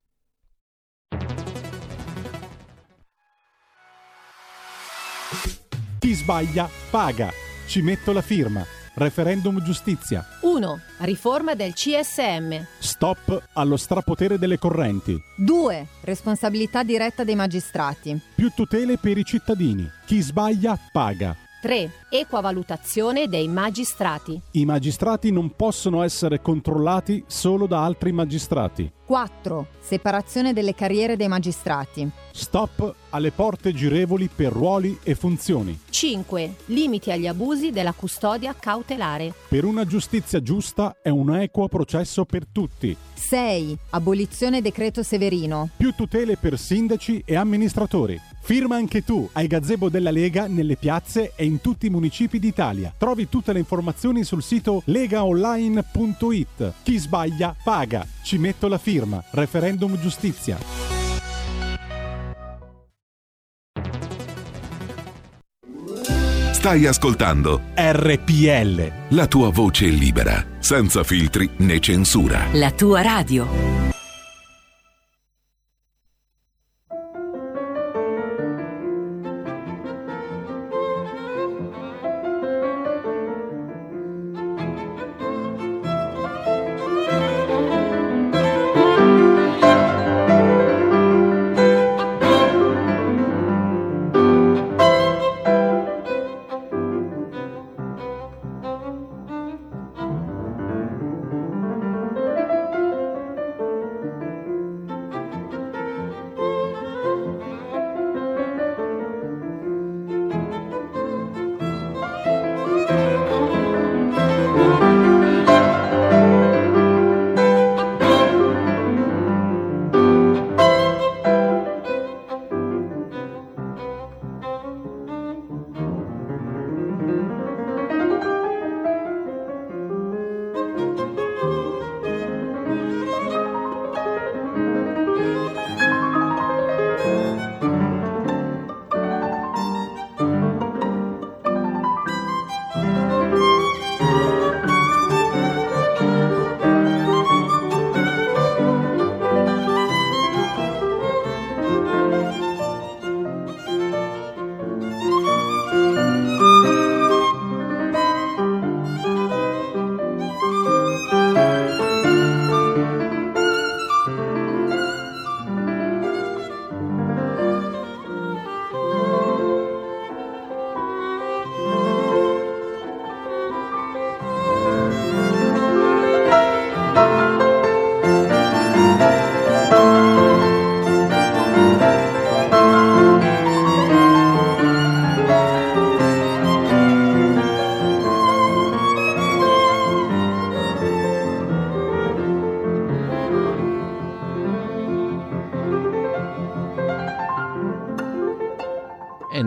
Chi sbaglia paga. Ci metto la firma. Referendum giustizia. 1. Riforma del CSM. Stop allo strapotere delle correnti. 2. Responsabilità diretta dei magistrati. Più tutele per i cittadini. Chi sbaglia paga. 3. Equa valutazione dei magistrati. I magistrati non possono essere controllati solo da altri magistrati. 4. Separazione delle carriere dei magistrati. Stop alle porte girevoli per ruoli e funzioni. 5. Limiti agli abusi della custodia cautelare. Per una giustizia giusta e un equo processo per tutti. 6. Abolizione decreto Severino. Più tutele per sindaci e amministratori. Firma anche tu ai gazebo della Lega nelle piazze e in tutti i municipi d'Italia. Trovi tutte le informazioni sul sito legaonline.it. Chi sbaglia paga. Ci metto la firma. Referendum giustizia. Stai ascoltando RPL, la tua voce libera, senza filtri né censura. La tua radio.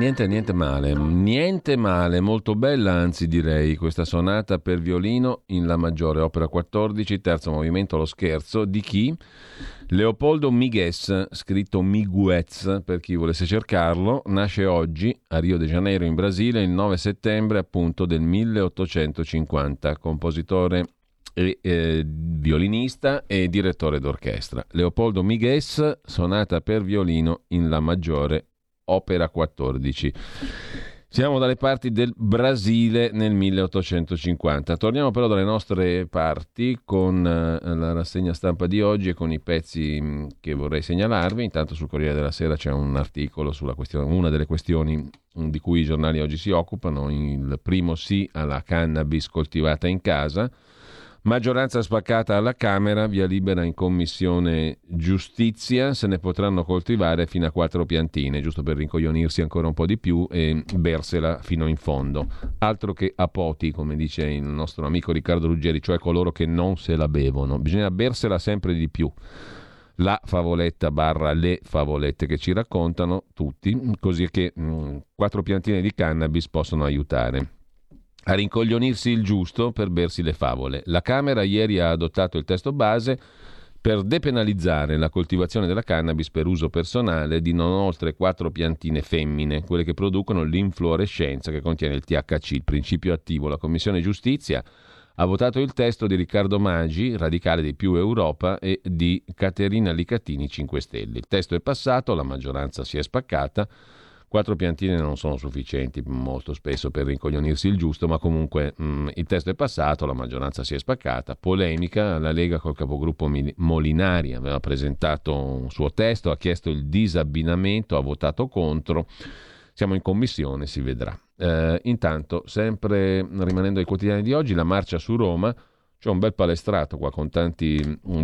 niente male, molto bella, anzi direi, questa sonata per violino in La maggiore, opera 14, terzo movimento, lo scherzo, di chi? Leopoldo Miguez, scritto Miguez per chi volesse cercarlo, nasce oggi a Rio de Janeiro in Brasile il 9 settembre appunto del 1850, compositore e violinista e direttore d'orchestra. Leopoldo Miguez, sonata per violino in La maggiore, opera 14. Siamo dalle parti del Brasile nel 1850. Torniamo però dalle nostre parti con la rassegna stampa di oggi e con i pezzi che vorrei segnalarvi. Intanto sul Corriere della Sera c'è un articolo sulla questione, una delle questioni di cui i giornali oggi si occupano. Il primo sì alla cannabis coltivata in casa. Maggioranza spaccata alla Camera, via libera in Commissione Giustizia, se ne potranno coltivare fino a 4 piantine, giusto per rincoglionirsi ancora un po' di più e bersela fino in fondo. Altro che apoti, come dice il nostro amico Riccardo Ruggeri, cioè coloro che non se la bevono. Bisogna bersela sempre di più. La favoletta / le favolette che ci raccontano tutti, così che 4 piantine di cannabis possono aiutare a rincoglionirsi il giusto per bersi le favole. La Camera ieri ha adottato il testo base per depenalizzare la coltivazione della cannabis per uso personale di non oltre 4 piantine femmine, quelle che producono l'inflorescenza che contiene il THC, il principio attivo. La Commissione Giustizia ha votato il testo di Riccardo Maggi, radicale di Più Europa, e di Caterina Licatini, 5 Stelle. Il testo è passato, la maggioranza si è spaccata. 4 piantine non sono sufficienti molto spesso per rincoglionirsi il giusto, ma comunque il testo è passato, la maggioranza si è spaccata. Polemica, la Lega col capogruppo Molinari aveva presentato un suo testo, ha chiesto il disabbinamento, ha votato contro. Siamo in commissione, si vedrà. Intanto, sempre rimanendo ai quotidiani di oggi, la marcia su Roma. C'è un bel palestrato qua con tanti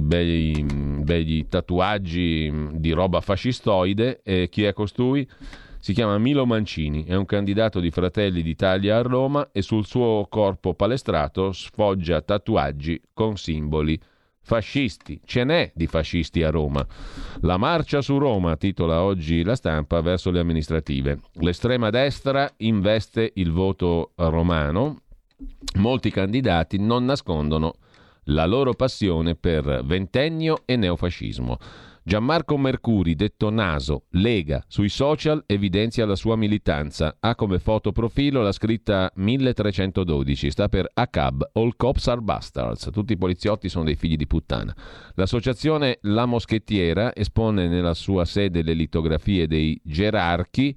begli tatuaggi di roba fascistoide. E chi è costui? Si chiama Milo Mancini, è un candidato di Fratelli d'Italia a Roma e sul suo corpo palestrato sfoggia tatuaggi con simboli fascisti. Ce n'è di fascisti a Roma. La marcia su Roma, titola oggi La Stampa, verso le amministrative. L'estrema destra investe il voto romano. Molti candidati non nascondono la loro passione per ventennio e neofascismo. Gianmarco Mercuri, detto Naso, Lega, sui social evidenzia la sua militanza. Ha come fotoprofilo la scritta 1312, sta per ACAB, All Cops Are Bastards, tutti i poliziotti sono dei figli di puttana. L'associazione La Moschettiera espone nella sua sede le litografie dei gerarchi.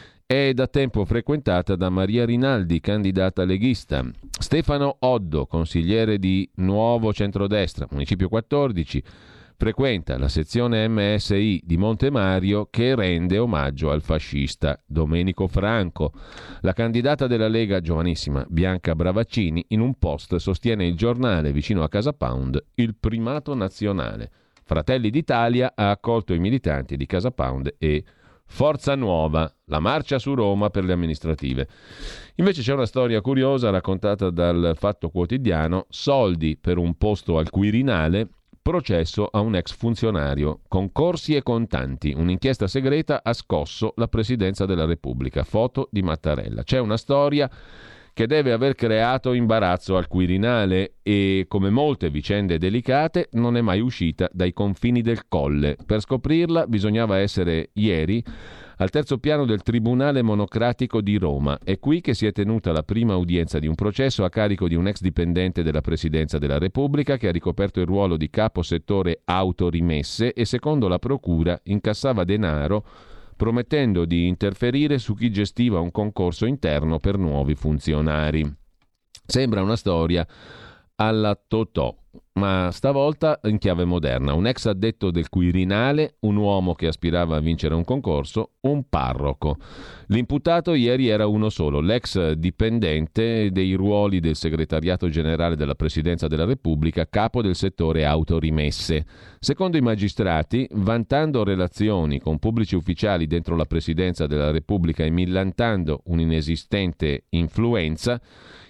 È da tempo frequentata da Maria Rinaldi, candidata leghista. Stefano Oddo, consigliere di Nuovo Centrodestra, Municipio 14, frequenta la sezione MSI di Montemario che rende omaggio al fascista Domenico Franco. La candidata della Lega, giovanissima Bianca Bravaccini, in un post sostiene il giornale vicino a Casa Pound il primato nazionale. Fratelli d'Italia ha accolto i militanti di Casa Pound e Forza Nuova, la marcia su Roma per le amministrative. Invece c'è una storia curiosa raccontata dal Fatto Quotidiano: soldi per un posto al Quirinale, processo a un ex funzionario, concorsi e contanti, un'inchiesta segreta ha scosso la Presidenza della Repubblica, foto di Mattarella. C'è una storia che deve aver creato imbarazzo al Quirinale e, come molte vicende delicate, non è mai uscita dai confini del Colle. Per scoprirla bisognava essere ieri al terzo piano del Tribunale Monocratico di Roma. È qui che si è tenuta la prima udienza di un processo a carico di un ex dipendente della Presidenza della Repubblica che ha ricoperto il ruolo di capo settore autorimesse e, secondo la procura, incassava denaro promettendo di interferire su chi gestiva un concorso interno per nuovi funzionari. Sembra una storia alla Totò, ma stavolta in chiave moderna. Un ex addetto del Quirinale, un uomo che aspirava a vincere un concorso, un parroco. L'imputato ieri era uno solo, l'ex dipendente dei ruoli del segretariato generale della Presidenza della Repubblica, capo del settore autorimesse. Secondo i magistrati, vantando relazioni con pubblici ufficiali dentro la Presidenza della Repubblica e millantando un'inesistente influenza,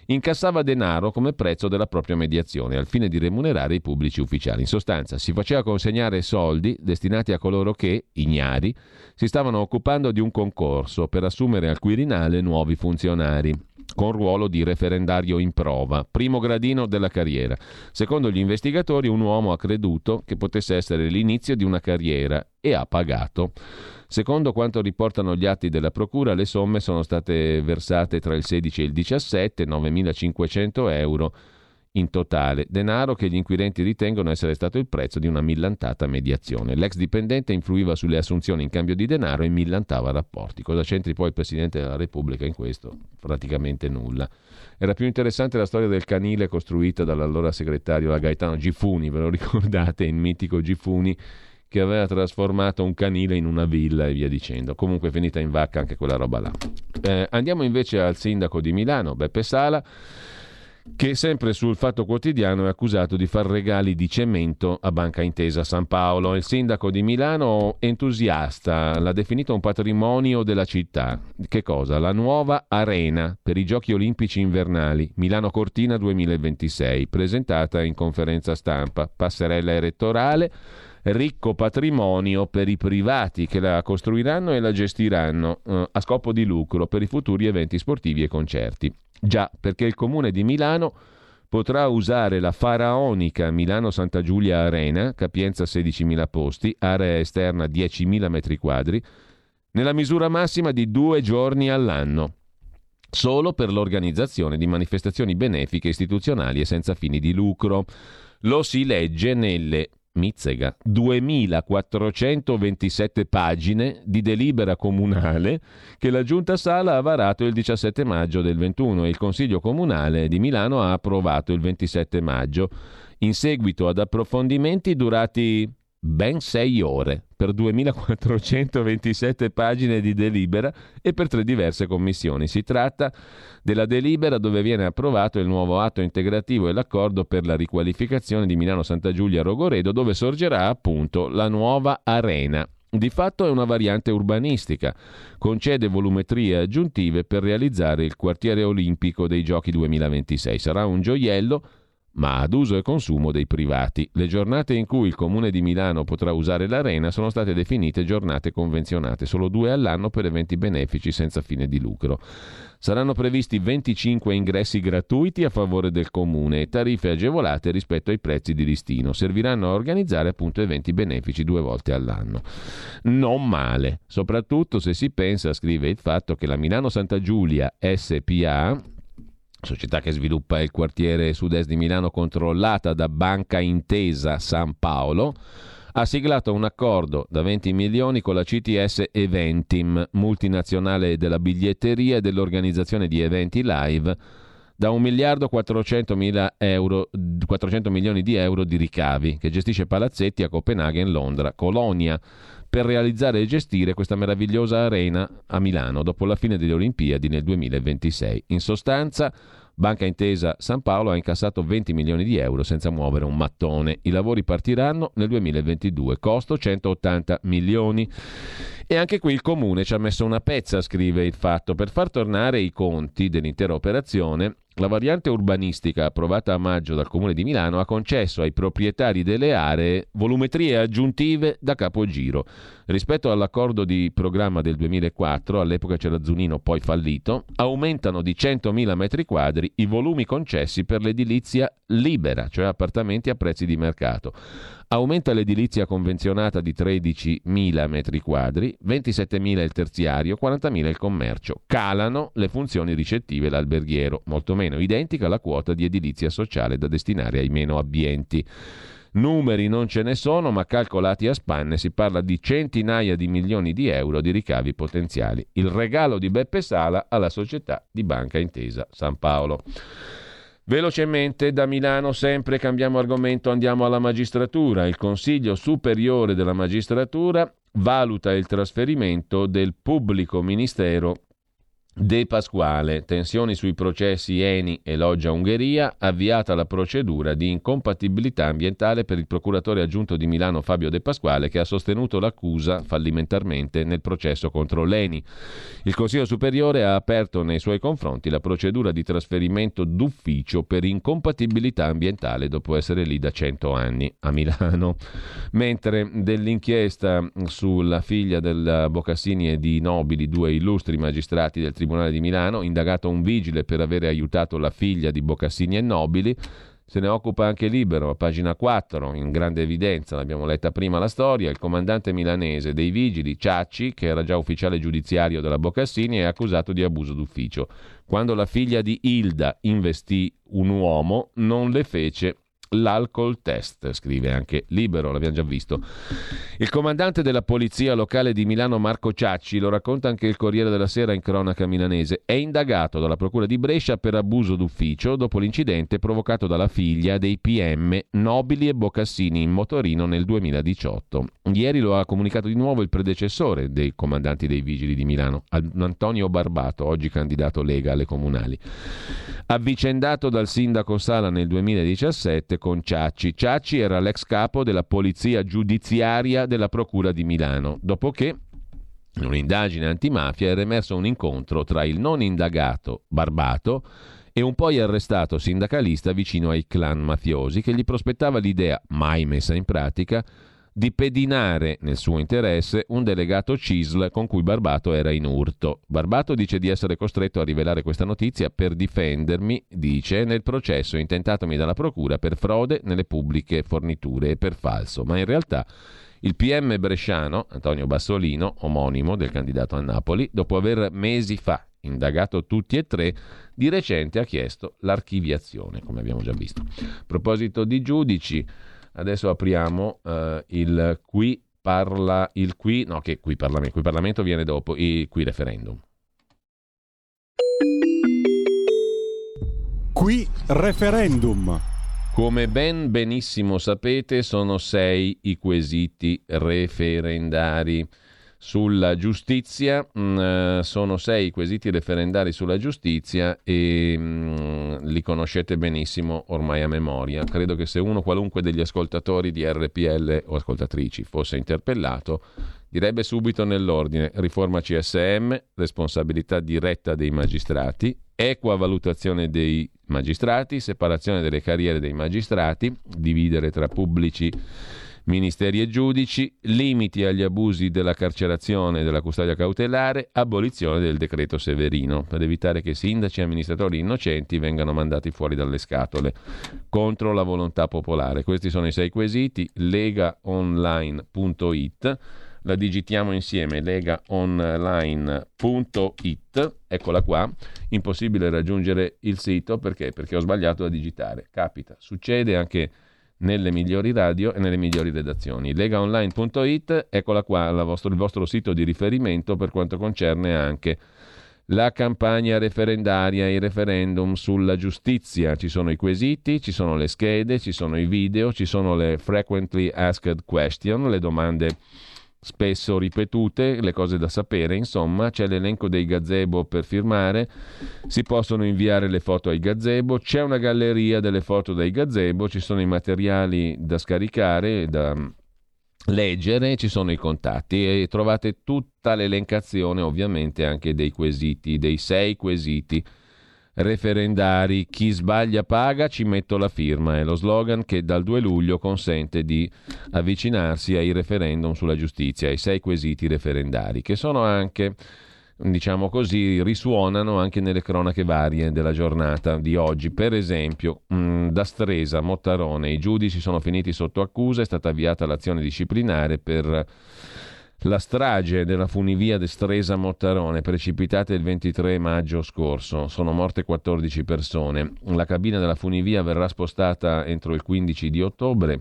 incassava denaro come prezzo della propria mediazione al fine di remunerare i pubblici ufficiali. In sostanza si faceva consegnare soldi destinati a coloro che, ignari, si stavano occupando di un concorso per assumere al Quirinale nuovi funzionari con ruolo di referendario in prova, primo gradino della carriera. Secondo gli investigatori un uomo ha creduto che potesse essere l'inizio di una carriera e ha pagato. Secondo quanto riportano gli atti della procura, le somme sono state versate tra il 16 e il 17, 9.500 euro in totale, denaro che gli inquirenti ritengono essere stato il prezzo di una millantata mediazione. L'ex dipendente influiva sulle assunzioni in cambio di denaro e millantava rapporti. Cosa c'entri poi il Presidente della Repubblica in questo? Praticamente nulla. Era più interessante la storia del canile costruita dall'allora segretario Gaetano Gifuni, ve lo ricordate, il mitico Gifuni, che aveva trasformato un canile in una villa e via dicendo. Comunque è finita in vacca anche quella roba là. Andiamo invece al sindaco di Milano, Beppe Sala, che sempre sul Fatto Quotidiano è accusato di far regali di cemento a Banca Intesa San Paolo. Il sindaco di Milano, entusiasta, l'ha definito un patrimonio della città. Che cosa? La nuova arena per i Giochi Olimpici Invernali Milano Cortina 2026, presentata in conferenza stampa. Passerella elettorale, ricco patrimonio per i privati che la costruiranno e la gestiranno a scopo di lucro per i futuri eventi sportivi e concerti. Già, perché il comune di Milano potrà usare la faraonica Milano Santa Giulia Arena, capienza 16.000 posti, area esterna 10.000 metri quadri, nella misura massima di 2 giorni all'anno, solo per l'organizzazione di manifestazioni benefiche istituzionali e senza fini di lucro. Lo si legge nelle 2427 pagine di delibera comunale che la Giunta Sala ha varato il 17 maggio del 21 e il Consiglio Comunale di Milano ha approvato il 27 maggio, in seguito ad approfondimenti durati ben 6 ore, per 2427 pagine di delibera e per 3 diverse commissioni. Si tratta della delibera dove viene approvato il nuovo atto integrativo e l'accordo per la riqualificazione di Milano Santa Giulia Rogoredo, dove sorgerà appunto la nuova arena. Di fatto è una variante urbanistica, concede volumetrie aggiuntive per realizzare il quartiere olimpico dei Giochi 2026. Sarà un gioiello, ma ad uso e consumo dei privati. Le giornate in cui il Comune di Milano potrà usare l'arena sono state definite giornate convenzionate, solo 2 all'anno per eventi benefici senza fine di lucro. Saranno previsti 25 ingressi gratuiti a favore del Comune e tariffe agevolate rispetto ai prezzi di listino. Serviranno a organizzare appunto eventi benefici 2 volte all'anno. Non male, soprattutto se si pensa, scrive il Fatto, che la Milano Santa Giulia SPA, società che sviluppa il quartiere sud-est di Milano controllata da Banca Intesa San Paolo, ha siglato un accordo da 20 milioni con la CTS Eventim, multinazionale della biglietteria e dell'organizzazione di eventi live, da 1.400 milioni di euro di ricavi, che gestisce palazzetti a Copenaghen, Londra, Colonia, per realizzare e gestire questa meravigliosa arena a Milano dopo la fine delle Olimpiadi nel 2026. In sostanza, Banca Intesa San Paolo ha incassato 20 milioni di euro senza muovere un mattone. I lavori partiranno nel 2022, costo 180 milioni. E anche qui il Comune ci ha messo una pezza, scrive il Fatto, per far tornare i conti dell'intera operazione. La variante urbanistica approvata a maggio dal Comune di Milano ha concesso ai proprietari delle aree volumetrie aggiuntive da capogiro. Rispetto all'accordo di programma del 2004, all'epoca c'era Zunino poi fallito, aumentano di 100.000 metri quadri i volumi concessi per l'edilizia libera, cioè appartamenti a prezzi di mercato. Aumenta l'edilizia convenzionata di 13.000 metri quadri, 27.000 il terziario, 40.000 il commercio. Calano le funzioni ricettive e l'alberghiero, molto meno identica la quota di edilizia sociale da destinare ai meno abbienti. Numeri non ce ne sono, ma calcolati a spanne si parla di centinaia di milioni di euro di ricavi potenziali. Il regalo di Beppe Sala alla società di Banca Intesa San Paolo. Velocemente da Milano sempre cambiamo argomento, andiamo alla magistratura. Il Consiglio Superiore della Magistratura valuta il trasferimento del pubblico ministero De Pasquale, tensioni sui processi Eni e Loggia Ungheria, avviata la procedura di incompatibilità ambientale per il procuratore aggiunto di Milano Fabio De Pasquale, che ha sostenuto l'accusa fallimentarmente nel processo contro l'Eni. Il Consiglio Superiore ha aperto nei suoi confronti la procedura di trasferimento d'ufficio per incompatibilità ambientale dopo essere lì da 100 anni a Milano. Mentre dell'inchiesta sulla figlia del Boccassini e di Nobili, due illustri magistrati del Tribunale di Milano, indagato un vigile per avere aiutato la figlia di Boccassini e Nobili, se ne occupa anche Libero, a pagina 4, in grande evidenza, l'abbiamo letta prima la storia, il comandante milanese dei vigili, Ciacci, che era già ufficiale giudiziario della Boccassini, è accusato di abuso d'ufficio. Quando la figlia di Hilda investì un uomo, non le fece l'alcol test, scrive anche Libero, l'abbiamo già visto. Il comandante della polizia locale di Milano, Marco Ciacci, lo racconta anche il Corriere della Sera in cronaca milanese, è indagato dalla procura di Brescia per abuso d'ufficio dopo l'incidente provocato dalla figlia dei PM Nobili e Boccassini in motorino nel 2018. Ieri lo ha comunicato di nuovo il predecessore dei comandanti dei vigili di Milano, Antonio Barbato, oggi candidato Lega alle comunali. Avvicendato dal sindaco Sala nel 2017 con Ciacci. Ciacci era l'ex capo della polizia giudiziaria della procura di Milano, dopo che in un'indagine antimafia era emerso un incontro tra il non indagato Barbato e un poi arrestato sindacalista vicino ai clan mafiosi che gli prospettava l'idea, mai messa in pratica, di pedinare nel suo interesse un delegato CISL con cui Barbato era in urto. Barbato dice di essere costretto a rivelare questa notizia per difendermi, dice, nel processo intentatomi dalla procura per frode nelle pubbliche forniture e per falso, ma in realtà il PM bresciano, Antonio Bassolino, omonimo del candidato a Napoli, dopo aver mesi fa indagato tutti e tre, di recente ha chiesto l'archiviazione, come abbiamo già visto. A proposito di giudici, adesso apriamo il qui Parlamento viene dopo, il qui referendum. Qui referendum. Come benissimo sapete, sono 6 i quesiti referendari sulla giustizia, sono 6 quesiti referendari sulla giustizia e li conoscete benissimo ormai a memoria. Credo che se uno qualunque degli ascoltatori di RPL o ascoltatrici fosse interpellato, direbbe subito nell'ordine: riforma CSM, responsabilità diretta dei magistrati, equa valutazione dei magistrati, separazione delle carriere dei magistrati, dividere tra pubblici ministeri e giudici, limiti agli abusi della carcerazione e della custodia cautelare, abolizione del decreto Severino, per evitare che sindaci e amministratori innocenti vengano mandati fuori dalle scatole contro la volontà popolare. Questi sono i 6 quesiti. Legaonline.it, la digitiamo insieme, legaonline.it, eccola qua. Impossibile raggiungere il sito perché ho sbagliato a digitare. Capita, succede anche nelle migliori radio e nelle migliori redazioni. Legaonline.it, eccola qua, il vostro sito di riferimento per quanto concerne anche la campagna referendaria, i referendum sulla giustizia. Ci sono i quesiti, ci sono le schede, ci sono i video, ci sono le frequently asked question, le domande spesso ripetute, le cose da sapere, insomma. C'è l'elenco dei gazebo per firmare, si possono inviare le foto ai gazebo, c'è una galleria delle foto dai gazebo, ci sono i materiali da scaricare, da leggere, ci sono i contatti e trovate tutta l'elencazione ovviamente anche dei quesiti, dei 6 quesiti referendari. Chi sbaglia paga, ci metto la firma, è lo slogan che dal 2 luglio consente di avvicinarsi ai referendum sulla giustizia, ai 6 quesiti referendari, che sono anche, diciamo così, risuonano anche nelle cronache varie della giornata di oggi. Per esempio, da Stresa, Mottarone, i giudici sono finiti sotto accusa, è stata avviata l'azione disciplinare per la strage della funivia di Stresa-Mottarone, precipitata il 23 maggio scorso. Sono morte 14 persone. La cabina della funivia verrà spostata entro il 15 di ottobre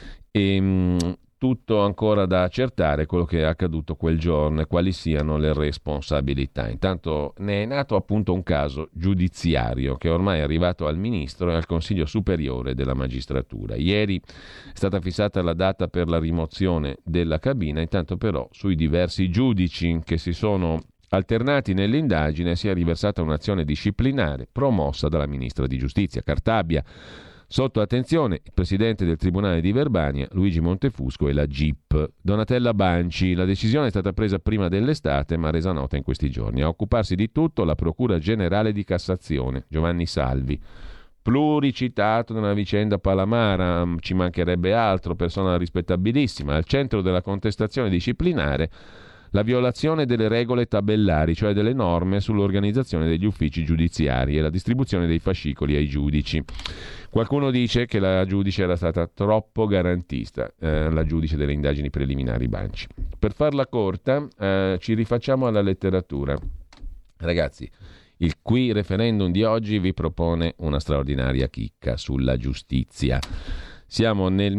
e tutto ancora da accertare quello che è accaduto quel giorno e quali siano le responsabilità. Intanto ne è nato appunto un caso giudiziario che ormai è arrivato al Ministro e al Consiglio Superiore della Magistratura. Ieri è stata fissata la data per la rimozione della cabina, intanto però sui diversi giudici che si sono Alternati nell'indagine si è riversata un'azione disciplinare promossa dalla ministra di Giustizia Cartabia. Sotto attenzione il presidente del Tribunale di Verbania, Luigi Montefusco, e la GIP. Donatella Banci. La decisione è stata presa prima dell'estate, ma resa nota in questi giorni. A occuparsi di tutto la Procura Generale di Cassazione, Giovanni Salvi. Pluricitato nella vicenda Palamara, ci mancherebbe altro, persona rispettabilissima. Al centro della contestazione disciplinare la violazione delle regole tabellari, cioè delle norme sull'organizzazione degli uffici giudiziari e la distribuzione dei fascicoli ai giudici. Qualcuno dice che la giudice era stata troppo garantista, la giudice delle indagini preliminari Banci. Per farla corta, ci rifacciamo alla letteratura. Ragazzi, il Qui Referendum di oggi vi propone una straordinaria chicca sulla giustizia. Siamo nel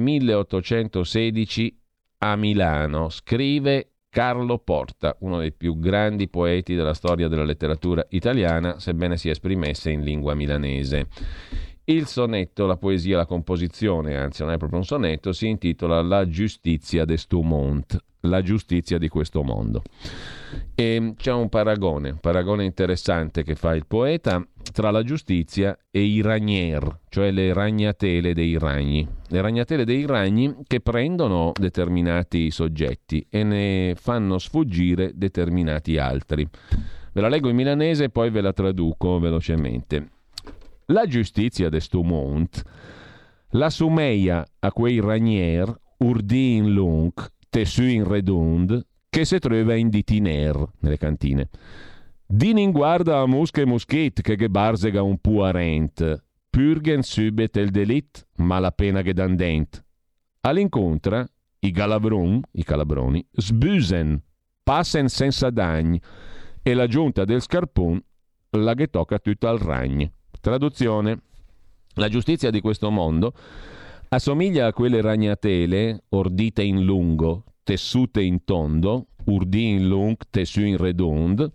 1816 a Milano. Scrive Carlo Porta, uno dei più grandi poeti della storia della letteratura italiana, sebbene si esprimesse in lingua milanese. Il sonetto, la poesia, la composizione, anzi non è proprio un sonetto, si intitola La giustizia de stu mont, la giustizia di questo mondo. E c'è un paragone interessante che fa il poeta tra la giustizia e i ragnier, cioè le ragnatele dei ragni. Le ragnatele dei ragni che prendono determinati soggetti e ne fanno sfuggire determinati altri. Ve la leggo in milanese e poi ve la traduco velocemente. La giustizia de stu mont, la sumeia a quei ragnier, urdi in lung, tessu in redund, che se trova in ditiner, nelle cantine. Din in guarda a musche muschit che barsega un puarent, purgen subet el delit, ma la pena che dandent. All'incontra, i galabrun, i calabroni, sbusen, passen senza dagn, e la giunta del scarpun la che tocca tutto al ragn. Traduzione: la giustizia di questo mondo assomiglia a quelle ragnatele ordite in lungo, tessute in tondo, urdi in lung, tessu in redond,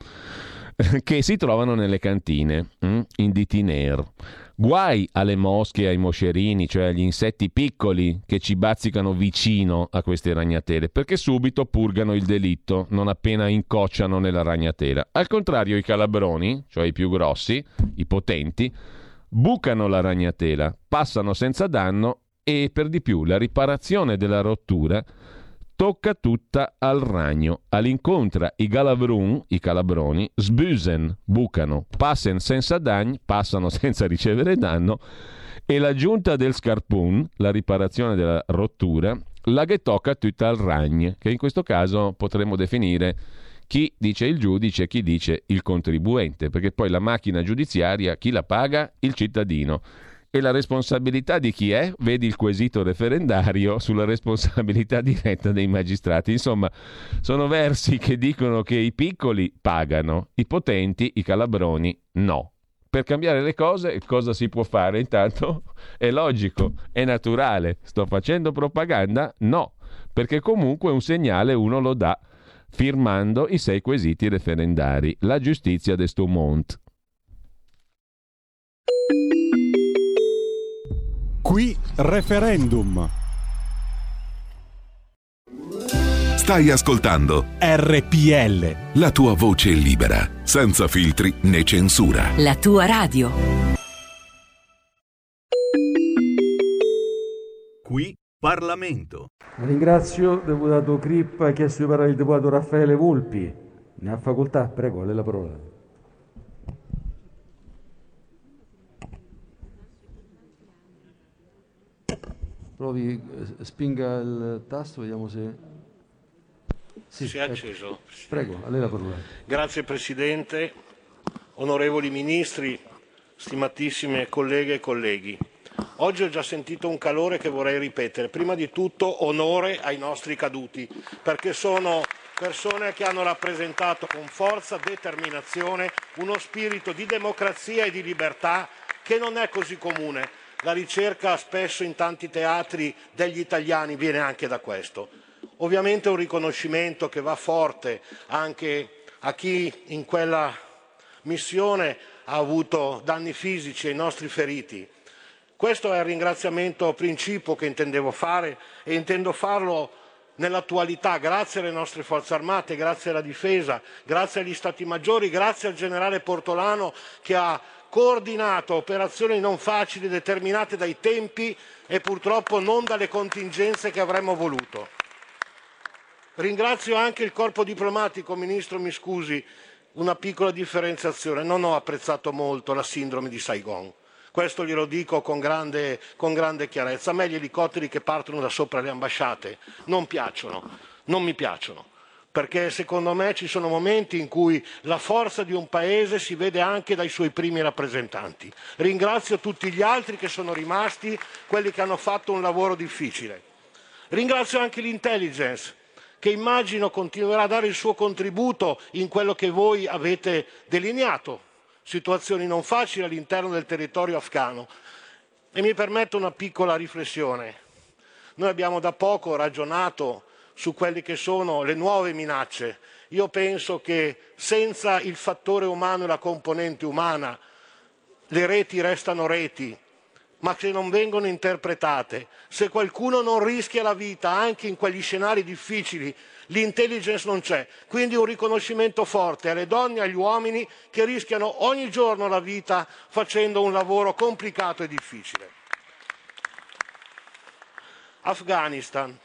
che si trovano nelle cantine, in ditiner. Guai alle mosche e ai moscerini, cioè agli insetti piccoli che ci bazzicano vicino a queste ragnatele, perché subito purgano il delitto non appena incocciano nella ragnatela. Al contrario, i calabroni, cioè i più grossi, i potenti, bucano la ragnatela, passano senza danno e per di più la riparazione della rottura tocca tutta al ragno. All'incontra i galavrun, i calabroni, sbusen, bucano, passen senza dagn, passano senza ricevere danno, e la giunta del scarpun, la riparazione della rottura, la che tocca tutta al ragno, che in questo caso potremmo definire chi dice il giudice, chi dice il contribuente, perché poi la macchina giudiziaria chi la paga? Il cittadino. E la responsabilità di chi è? Vedi il quesito referendario sulla responsabilità diretta dei magistrati. Insomma, sono versi che dicono che i piccoli pagano, i potenti, i calabroni, no. Per cambiare le cose, cosa si può fare? Intanto è logico, è naturale. Sto facendo propaganda? No, perché comunque un segnale uno lo dà firmando i 6 quesiti referendari. La giustizia de stu mont. Qui Referendum. Stai ascoltando RPL. la tua voce libera, senza filtri né censura. La tua radio. Qui Parlamento. Ringrazio il deputato Crippa, ha chiesto di parlare il deputato Raffaele Volpi. Ne ha facoltà, prego, a lei la parola. Provi, spinga il tasto, vediamo se... Sì, si è acceso. Prego, a lei la parola. Grazie Presidente, onorevoli ministri, stimatissime colleghe e colleghi. Oggi ho già sentito un calore che vorrei ripetere. Prima di tutto onore ai nostri caduti, perché sono persone che hanno rappresentato con forza, determinazione, uno spirito di democrazia e di libertà che non è così comune. La ricerca spesso in tanti teatri degli italiani viene anche da questo. Ovviamente un riconoscimento che va forte anche a chi in quella missione ha avuto danni fisici, ai nostri feriti. Questo è il ringraziamento principio che intendevo fare e intendo farlo nell'attualità, grazie alle nostre forze armate, grazie alla difesa, grazie agli stati maggiori, grazie al generale Portolano che ha coordinato operazioni non facili determinate dai tempi e purtroppo non dalle contingenze che avremmo voluto. Ringrazio anche il corpo diplomatico, Ministro, mi scusi, una piccola differenziazione, non ho apprezzato molto la sindrome di Saigon. Questo glielo dico con grande chiarezza. A me gli elicotteri che partono da sopra le ambasciate non piacciono, non mi piacciono, perché secondo me ci sono momenti in cui la forza di un paese si vede anche dai suoi primi rappresentanti. Ringrazio tutti gli altri che sono rimasti, quelli che hanno fatto un lavoro difficile. Ringrazio anche l'intelligence, che immagino continuerà a dare il suo contributo in quello che voi avete delineato. Situazioni non facili all'interno del territorio afghano. E mi permetto una piccola riflessione. Noi abbiamo da poco ragionato su quelle che sono le nuove minacce. Io penso che senza il fattore umano e la componente umana le reti restano reti, ma se non vengono interpretate, se qualcuno non rischia la vita anche in quegli scenari difficili, l'intelligence non c'è. Quindi un riconoscimento forte alle donne e agli uomini che rischiano ogni giorno la vita facendo un lavoro complicato e difficile. Afghanistan.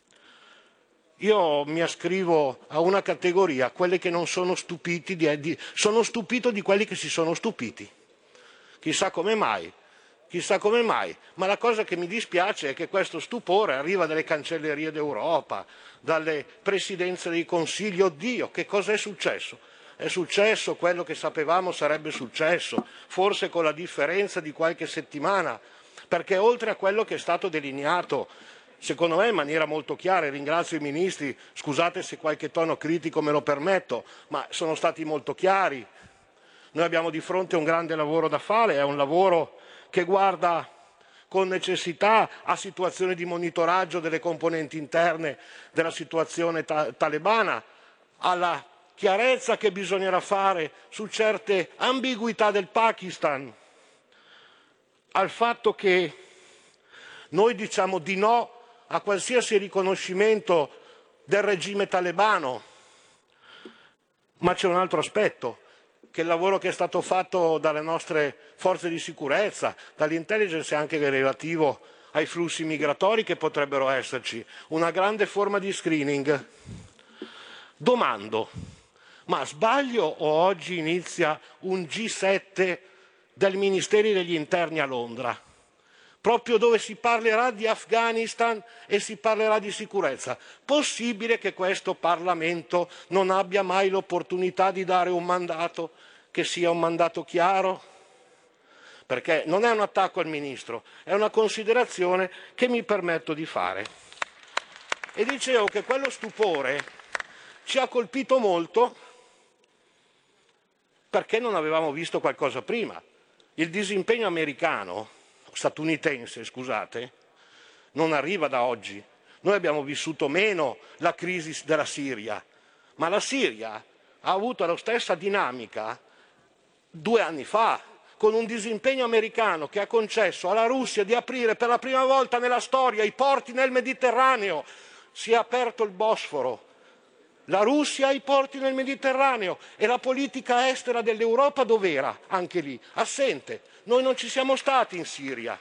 Io mi ascrivo a una categoria, quelle che non sono stupiti, sono stupito di quelli che si sono stupiti. Chissà come mai. Chissà come mai, ma la cosa che mi dispiace è che questo stupore arriva dalle cancellerie d'Europa, dalle presidenze dei consigli. Oddio, che cosa è successo? È successo quello che sapevamo sarebbe successo, forse con la differenza di qualche settimana, perché oltre a quello che è stato delineato, secondo me in maniera molto chiara, e ringrazio i ministri, scusate se qualche tono critico me lo permetto, ma sono stati molto chiari. Noi abbiamo di fronte un grande lavoro da fare, è un lavoro che guarda con necessità a situazioni di monitoraggio delle componenti interne della situazione talebana, alla chiarezza che bisognerà fare su certe ambiguità del Pakistan, al fatto che noi diciamo di no a qualsiasi riconoscimento del regime talebano, ma c'è un altro aspetto, che il lavoro che è stato fatto dalle nostre forze di sicurezza, dall'intelligence è anche relativo ai flussi migratori che potrebbero esserci, una grande forma di screening. Domando, ma sbaglio o oggi inizia un G7 del Ministeri degli Interni a Londra, proprio dove si parlerà di Afghanistan e si parlerà di sicurezza? Possibile che questo Parlamento non abbia mai l'opportunità di dare un mandato che sia un mandato chiaro? Perché non è un attacco al Ministro, è una considerazione che mi permetto di fare. E dicevo che quello stupore ci ha colpito molto perché non avevamo visto qualcosa prima. Il disimpegno statunitense, scusate, non arriva da oggi. Noi abbiamo vissuto meno la crisi della Siria, ma la Siria ha avuto la stessa dinamica 2 anni fa, con un disimpegno americano che ha concesso alla Russia di aprire per la prima volta nella storia i porti nel Mediterraneo. Si è aperto il Bosforo. La Russia ha i porti nel Mediterraneo e la politica estera dell'Europa dov'era? Anche lì, assente. Noi non ci siamo stati in Siria.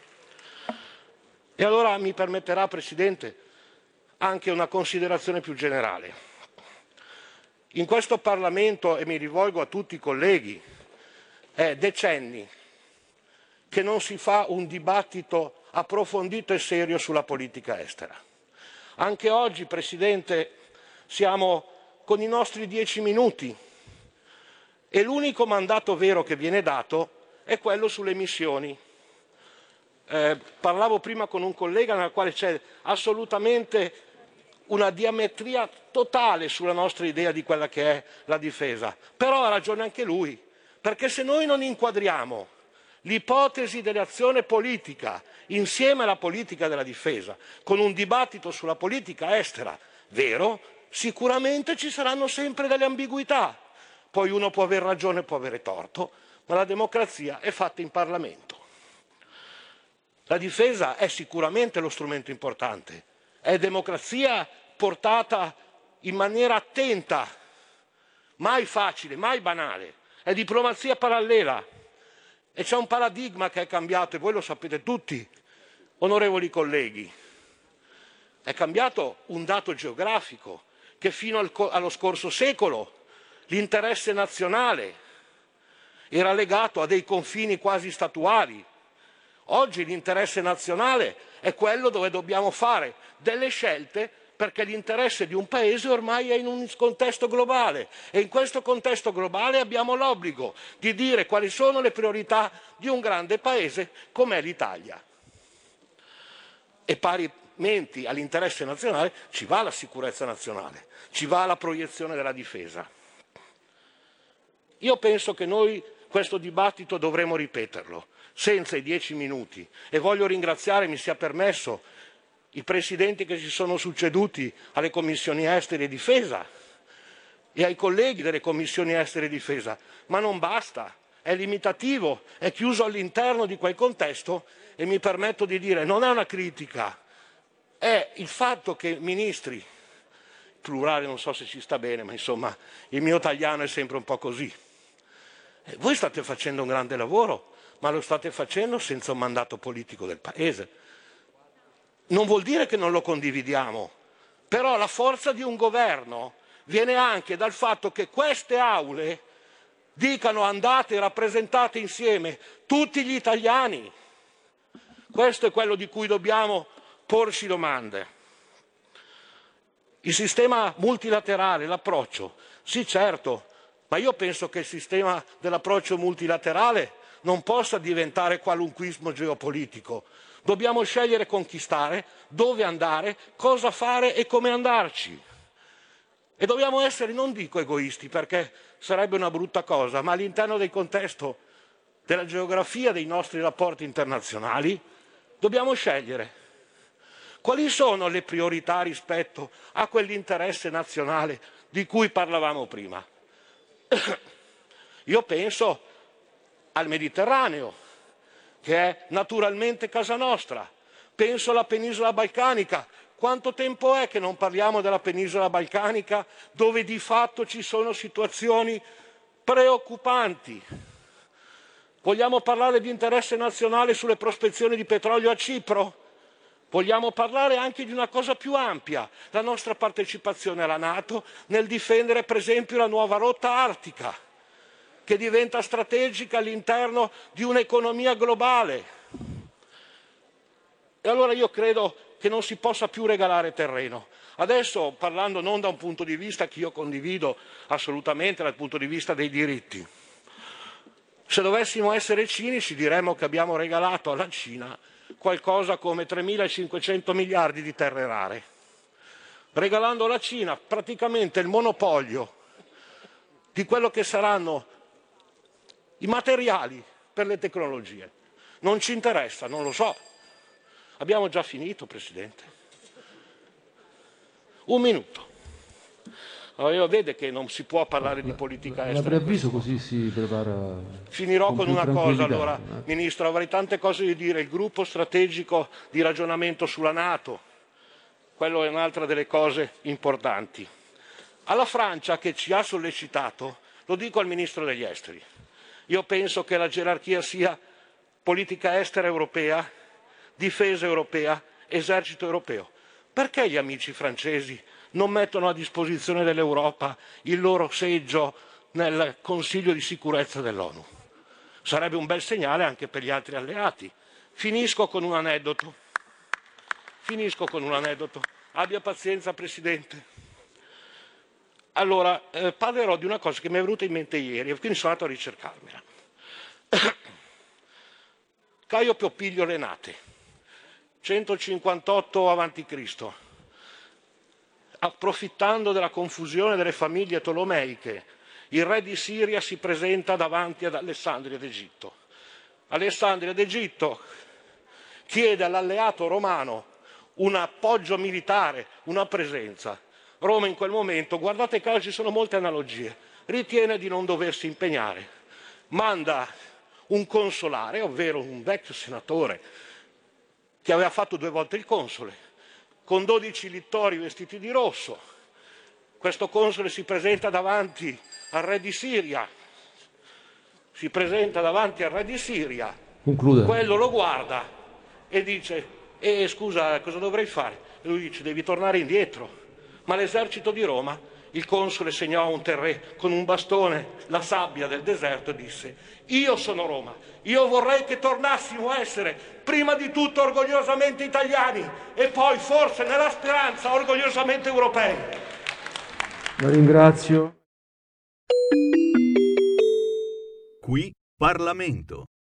E allora mi permetterà, Presidente, anche una considerazione più generale. In questo Parlamento, e mi rivolgo a tutti i colleghi, è decenni che non si fa un dibattito approfondito e serio sulla politica estera. Anche oggi, Presidente, siamo con i nostri 10 minuti e l'unico mandato vero che viene dato è quello sulle missioni. Parlavo prima con un collega nella quale c'è assolutamente una diametria totale sulla nostra idea di quella che è la difesa. Però ha ragione anche lui, perché se noi non inquadriamo l'ipotesi dell'azione politica insieme alla politica della difesa con un dibattito sulla politica estera vero, sicuramente ci saranno sempre delle ambiguità. Poi uno può aver ragione, può avere torto, ma la democrazia è fatta in Parlamento. La difesa è sicuramente lo strumento importante, è democrazia portata in maniera attenta, mai facile, mai banale, è diplomazia parallela e c'è un paradigma che è cambiato e voi lo sapete tutti, onorevoli colleghi. È cambiato un dato geografico che fino allo scorso secolo l'interesse nazionale era legato a dei confini quasi statuari. Oggi l'interesse nazionale è quello dove dobbiamo fare delle scelte perché l'interesse di un paese ormai è in un contesto globale e in questo contesto globale abbiamo l'obbligo di dire quali sono le priorità di un grande paese come l'Italia. E parimenti all'interesse nazionale ci va la sicurezza nazionale, ci va la proiezione della difesa. Io penso che noi questo dibattito dovremo ripeterlo senza i 10 minuti e voglio ringraziare, mi sia permesso, i presidenti che si sono succeduti alle commissioni esteri e difesa e ai colleghi delle commissioni esteri e difesa, ma non basta, è limitativo, è chiuso all'interno di quel contesto e mi permetto di dire, non è una critica, è il fatto che ministri, plurale non so se ci sta bene, ma insomma il mio italiano è sempre un po' così, voi state facendo un grande lavoro, ma lo state facendo senza un mandato politico del Paese. Non vuol dire che non lo condividiamo, però la forza di un governo viene anche dal fatto che queste aule dicano andate e rappresentate insieme tutti gli italiani. Questo è quello di cui dobbiamo porci domande. Il sistema multilaterale, l'approccio, sì certo, ma io penso che il sistema dell'approccio multilaterale non possa diventare qualunquismo geopolitico. Dobbiamo scegliere e conquistare, dove andare, cosa fare e come andarci. E dobbiamo essere, non dico egoisti, perché sarebbe una brutta cosa, ma all'interno del contesto della geografia dei nostri rapporti internazionali dobbiamo scegliere quali sono le priorità rispetto a quell'interesse nazionale di cui parlavamo prima. Io penso al Mediterraneo, che è naturalmente casa nostra. Penso alla penisola balcanica. Quanto tempo è che non parliamo della penisola balcanica, dove di fatto ci sono situazioni preoccupanti? Vogliamo parlare di interesse nazionale sulle prospezioni di petrolio a Cipro? Vogliamo parlare anche di una cosa più ampia, la nostra partecipazione alla NATO nel difendere per esempio la nuova rotta artica, che diventa strategica all'interno di un'economia globale. E allora io credo che non si possa più regalare terreno. Adesso, parlando non da un punto di vista che io condivido assolutamente, dal punto di vista dei diritti, se dovessimo essere cinici diremmo che abbiamo regalato alla Cina qualcosa come 3.500 miliardi di terre rare, regalando alla Cina praticamente il monopolio di quello che saranno i materiali per le tecnologie. Non ci interessa, non lo so. Abbiamo già finito, Presidente. Un minuto. Allora, io vede che non si può parlare di politica estera. La preavviso così si prepara. Finirò con una cosa, allora, Ministro, avrei tante cose da dire. Il gruppo strategico di ragionamento sulla NATO, quello è un'altra delle cose importanti. Alla Francia, che ci ha sollecitato, lo dico al Ministro degli Esteri, io penso che la gerarchia sia politica estera europea, difesa europea, esercito europeo. Perché gli amici francesi non mettono a disposizione dell'Europa il loro seggio nel Consiglio di sicurezza dell'ONU? Sarebbe un bel segnale anche per gli altri alleati. Finisco con un aneddoto. Abbia pazienza, Presidente. Allora, parlerò di una cosa che mi è venuta in mente ieri e quindi sono andato a ricercarmela. Caio Piopiglio Renate, 158 a.C., approfittando della confusione delle famiglie tolomeiche, il re di Siria si presenta davanti ad Alessandria d'Egitto. Alessandria d'Egitto chiede all'alleato romano un appoggio militare, una presenza. Roma in quel momento, guardate caso ci sono molte analogie, ritiene di non doversi impegnare. Manda un consolare, ovvero un vecchio senatore che aveva fatto 2 volte il console, con 12 littori vestiti di rosso. Questo console si presenta davanti al re di Siria. Concluda. Quello lo guarda e dice: scusa, cosa dovrei fare? E lui dice: devi tornare indietro. Ma l'esercito di Roma, il console segnò un terrè con un bastone la sabbia del deserto e disse: io sono Roma, io vorrei che tornassimo a essere prima di tutto orgogliosamente italiani e poi forse nella speranza orgogliosamente europei. La ringrazio. Qui Parlamento.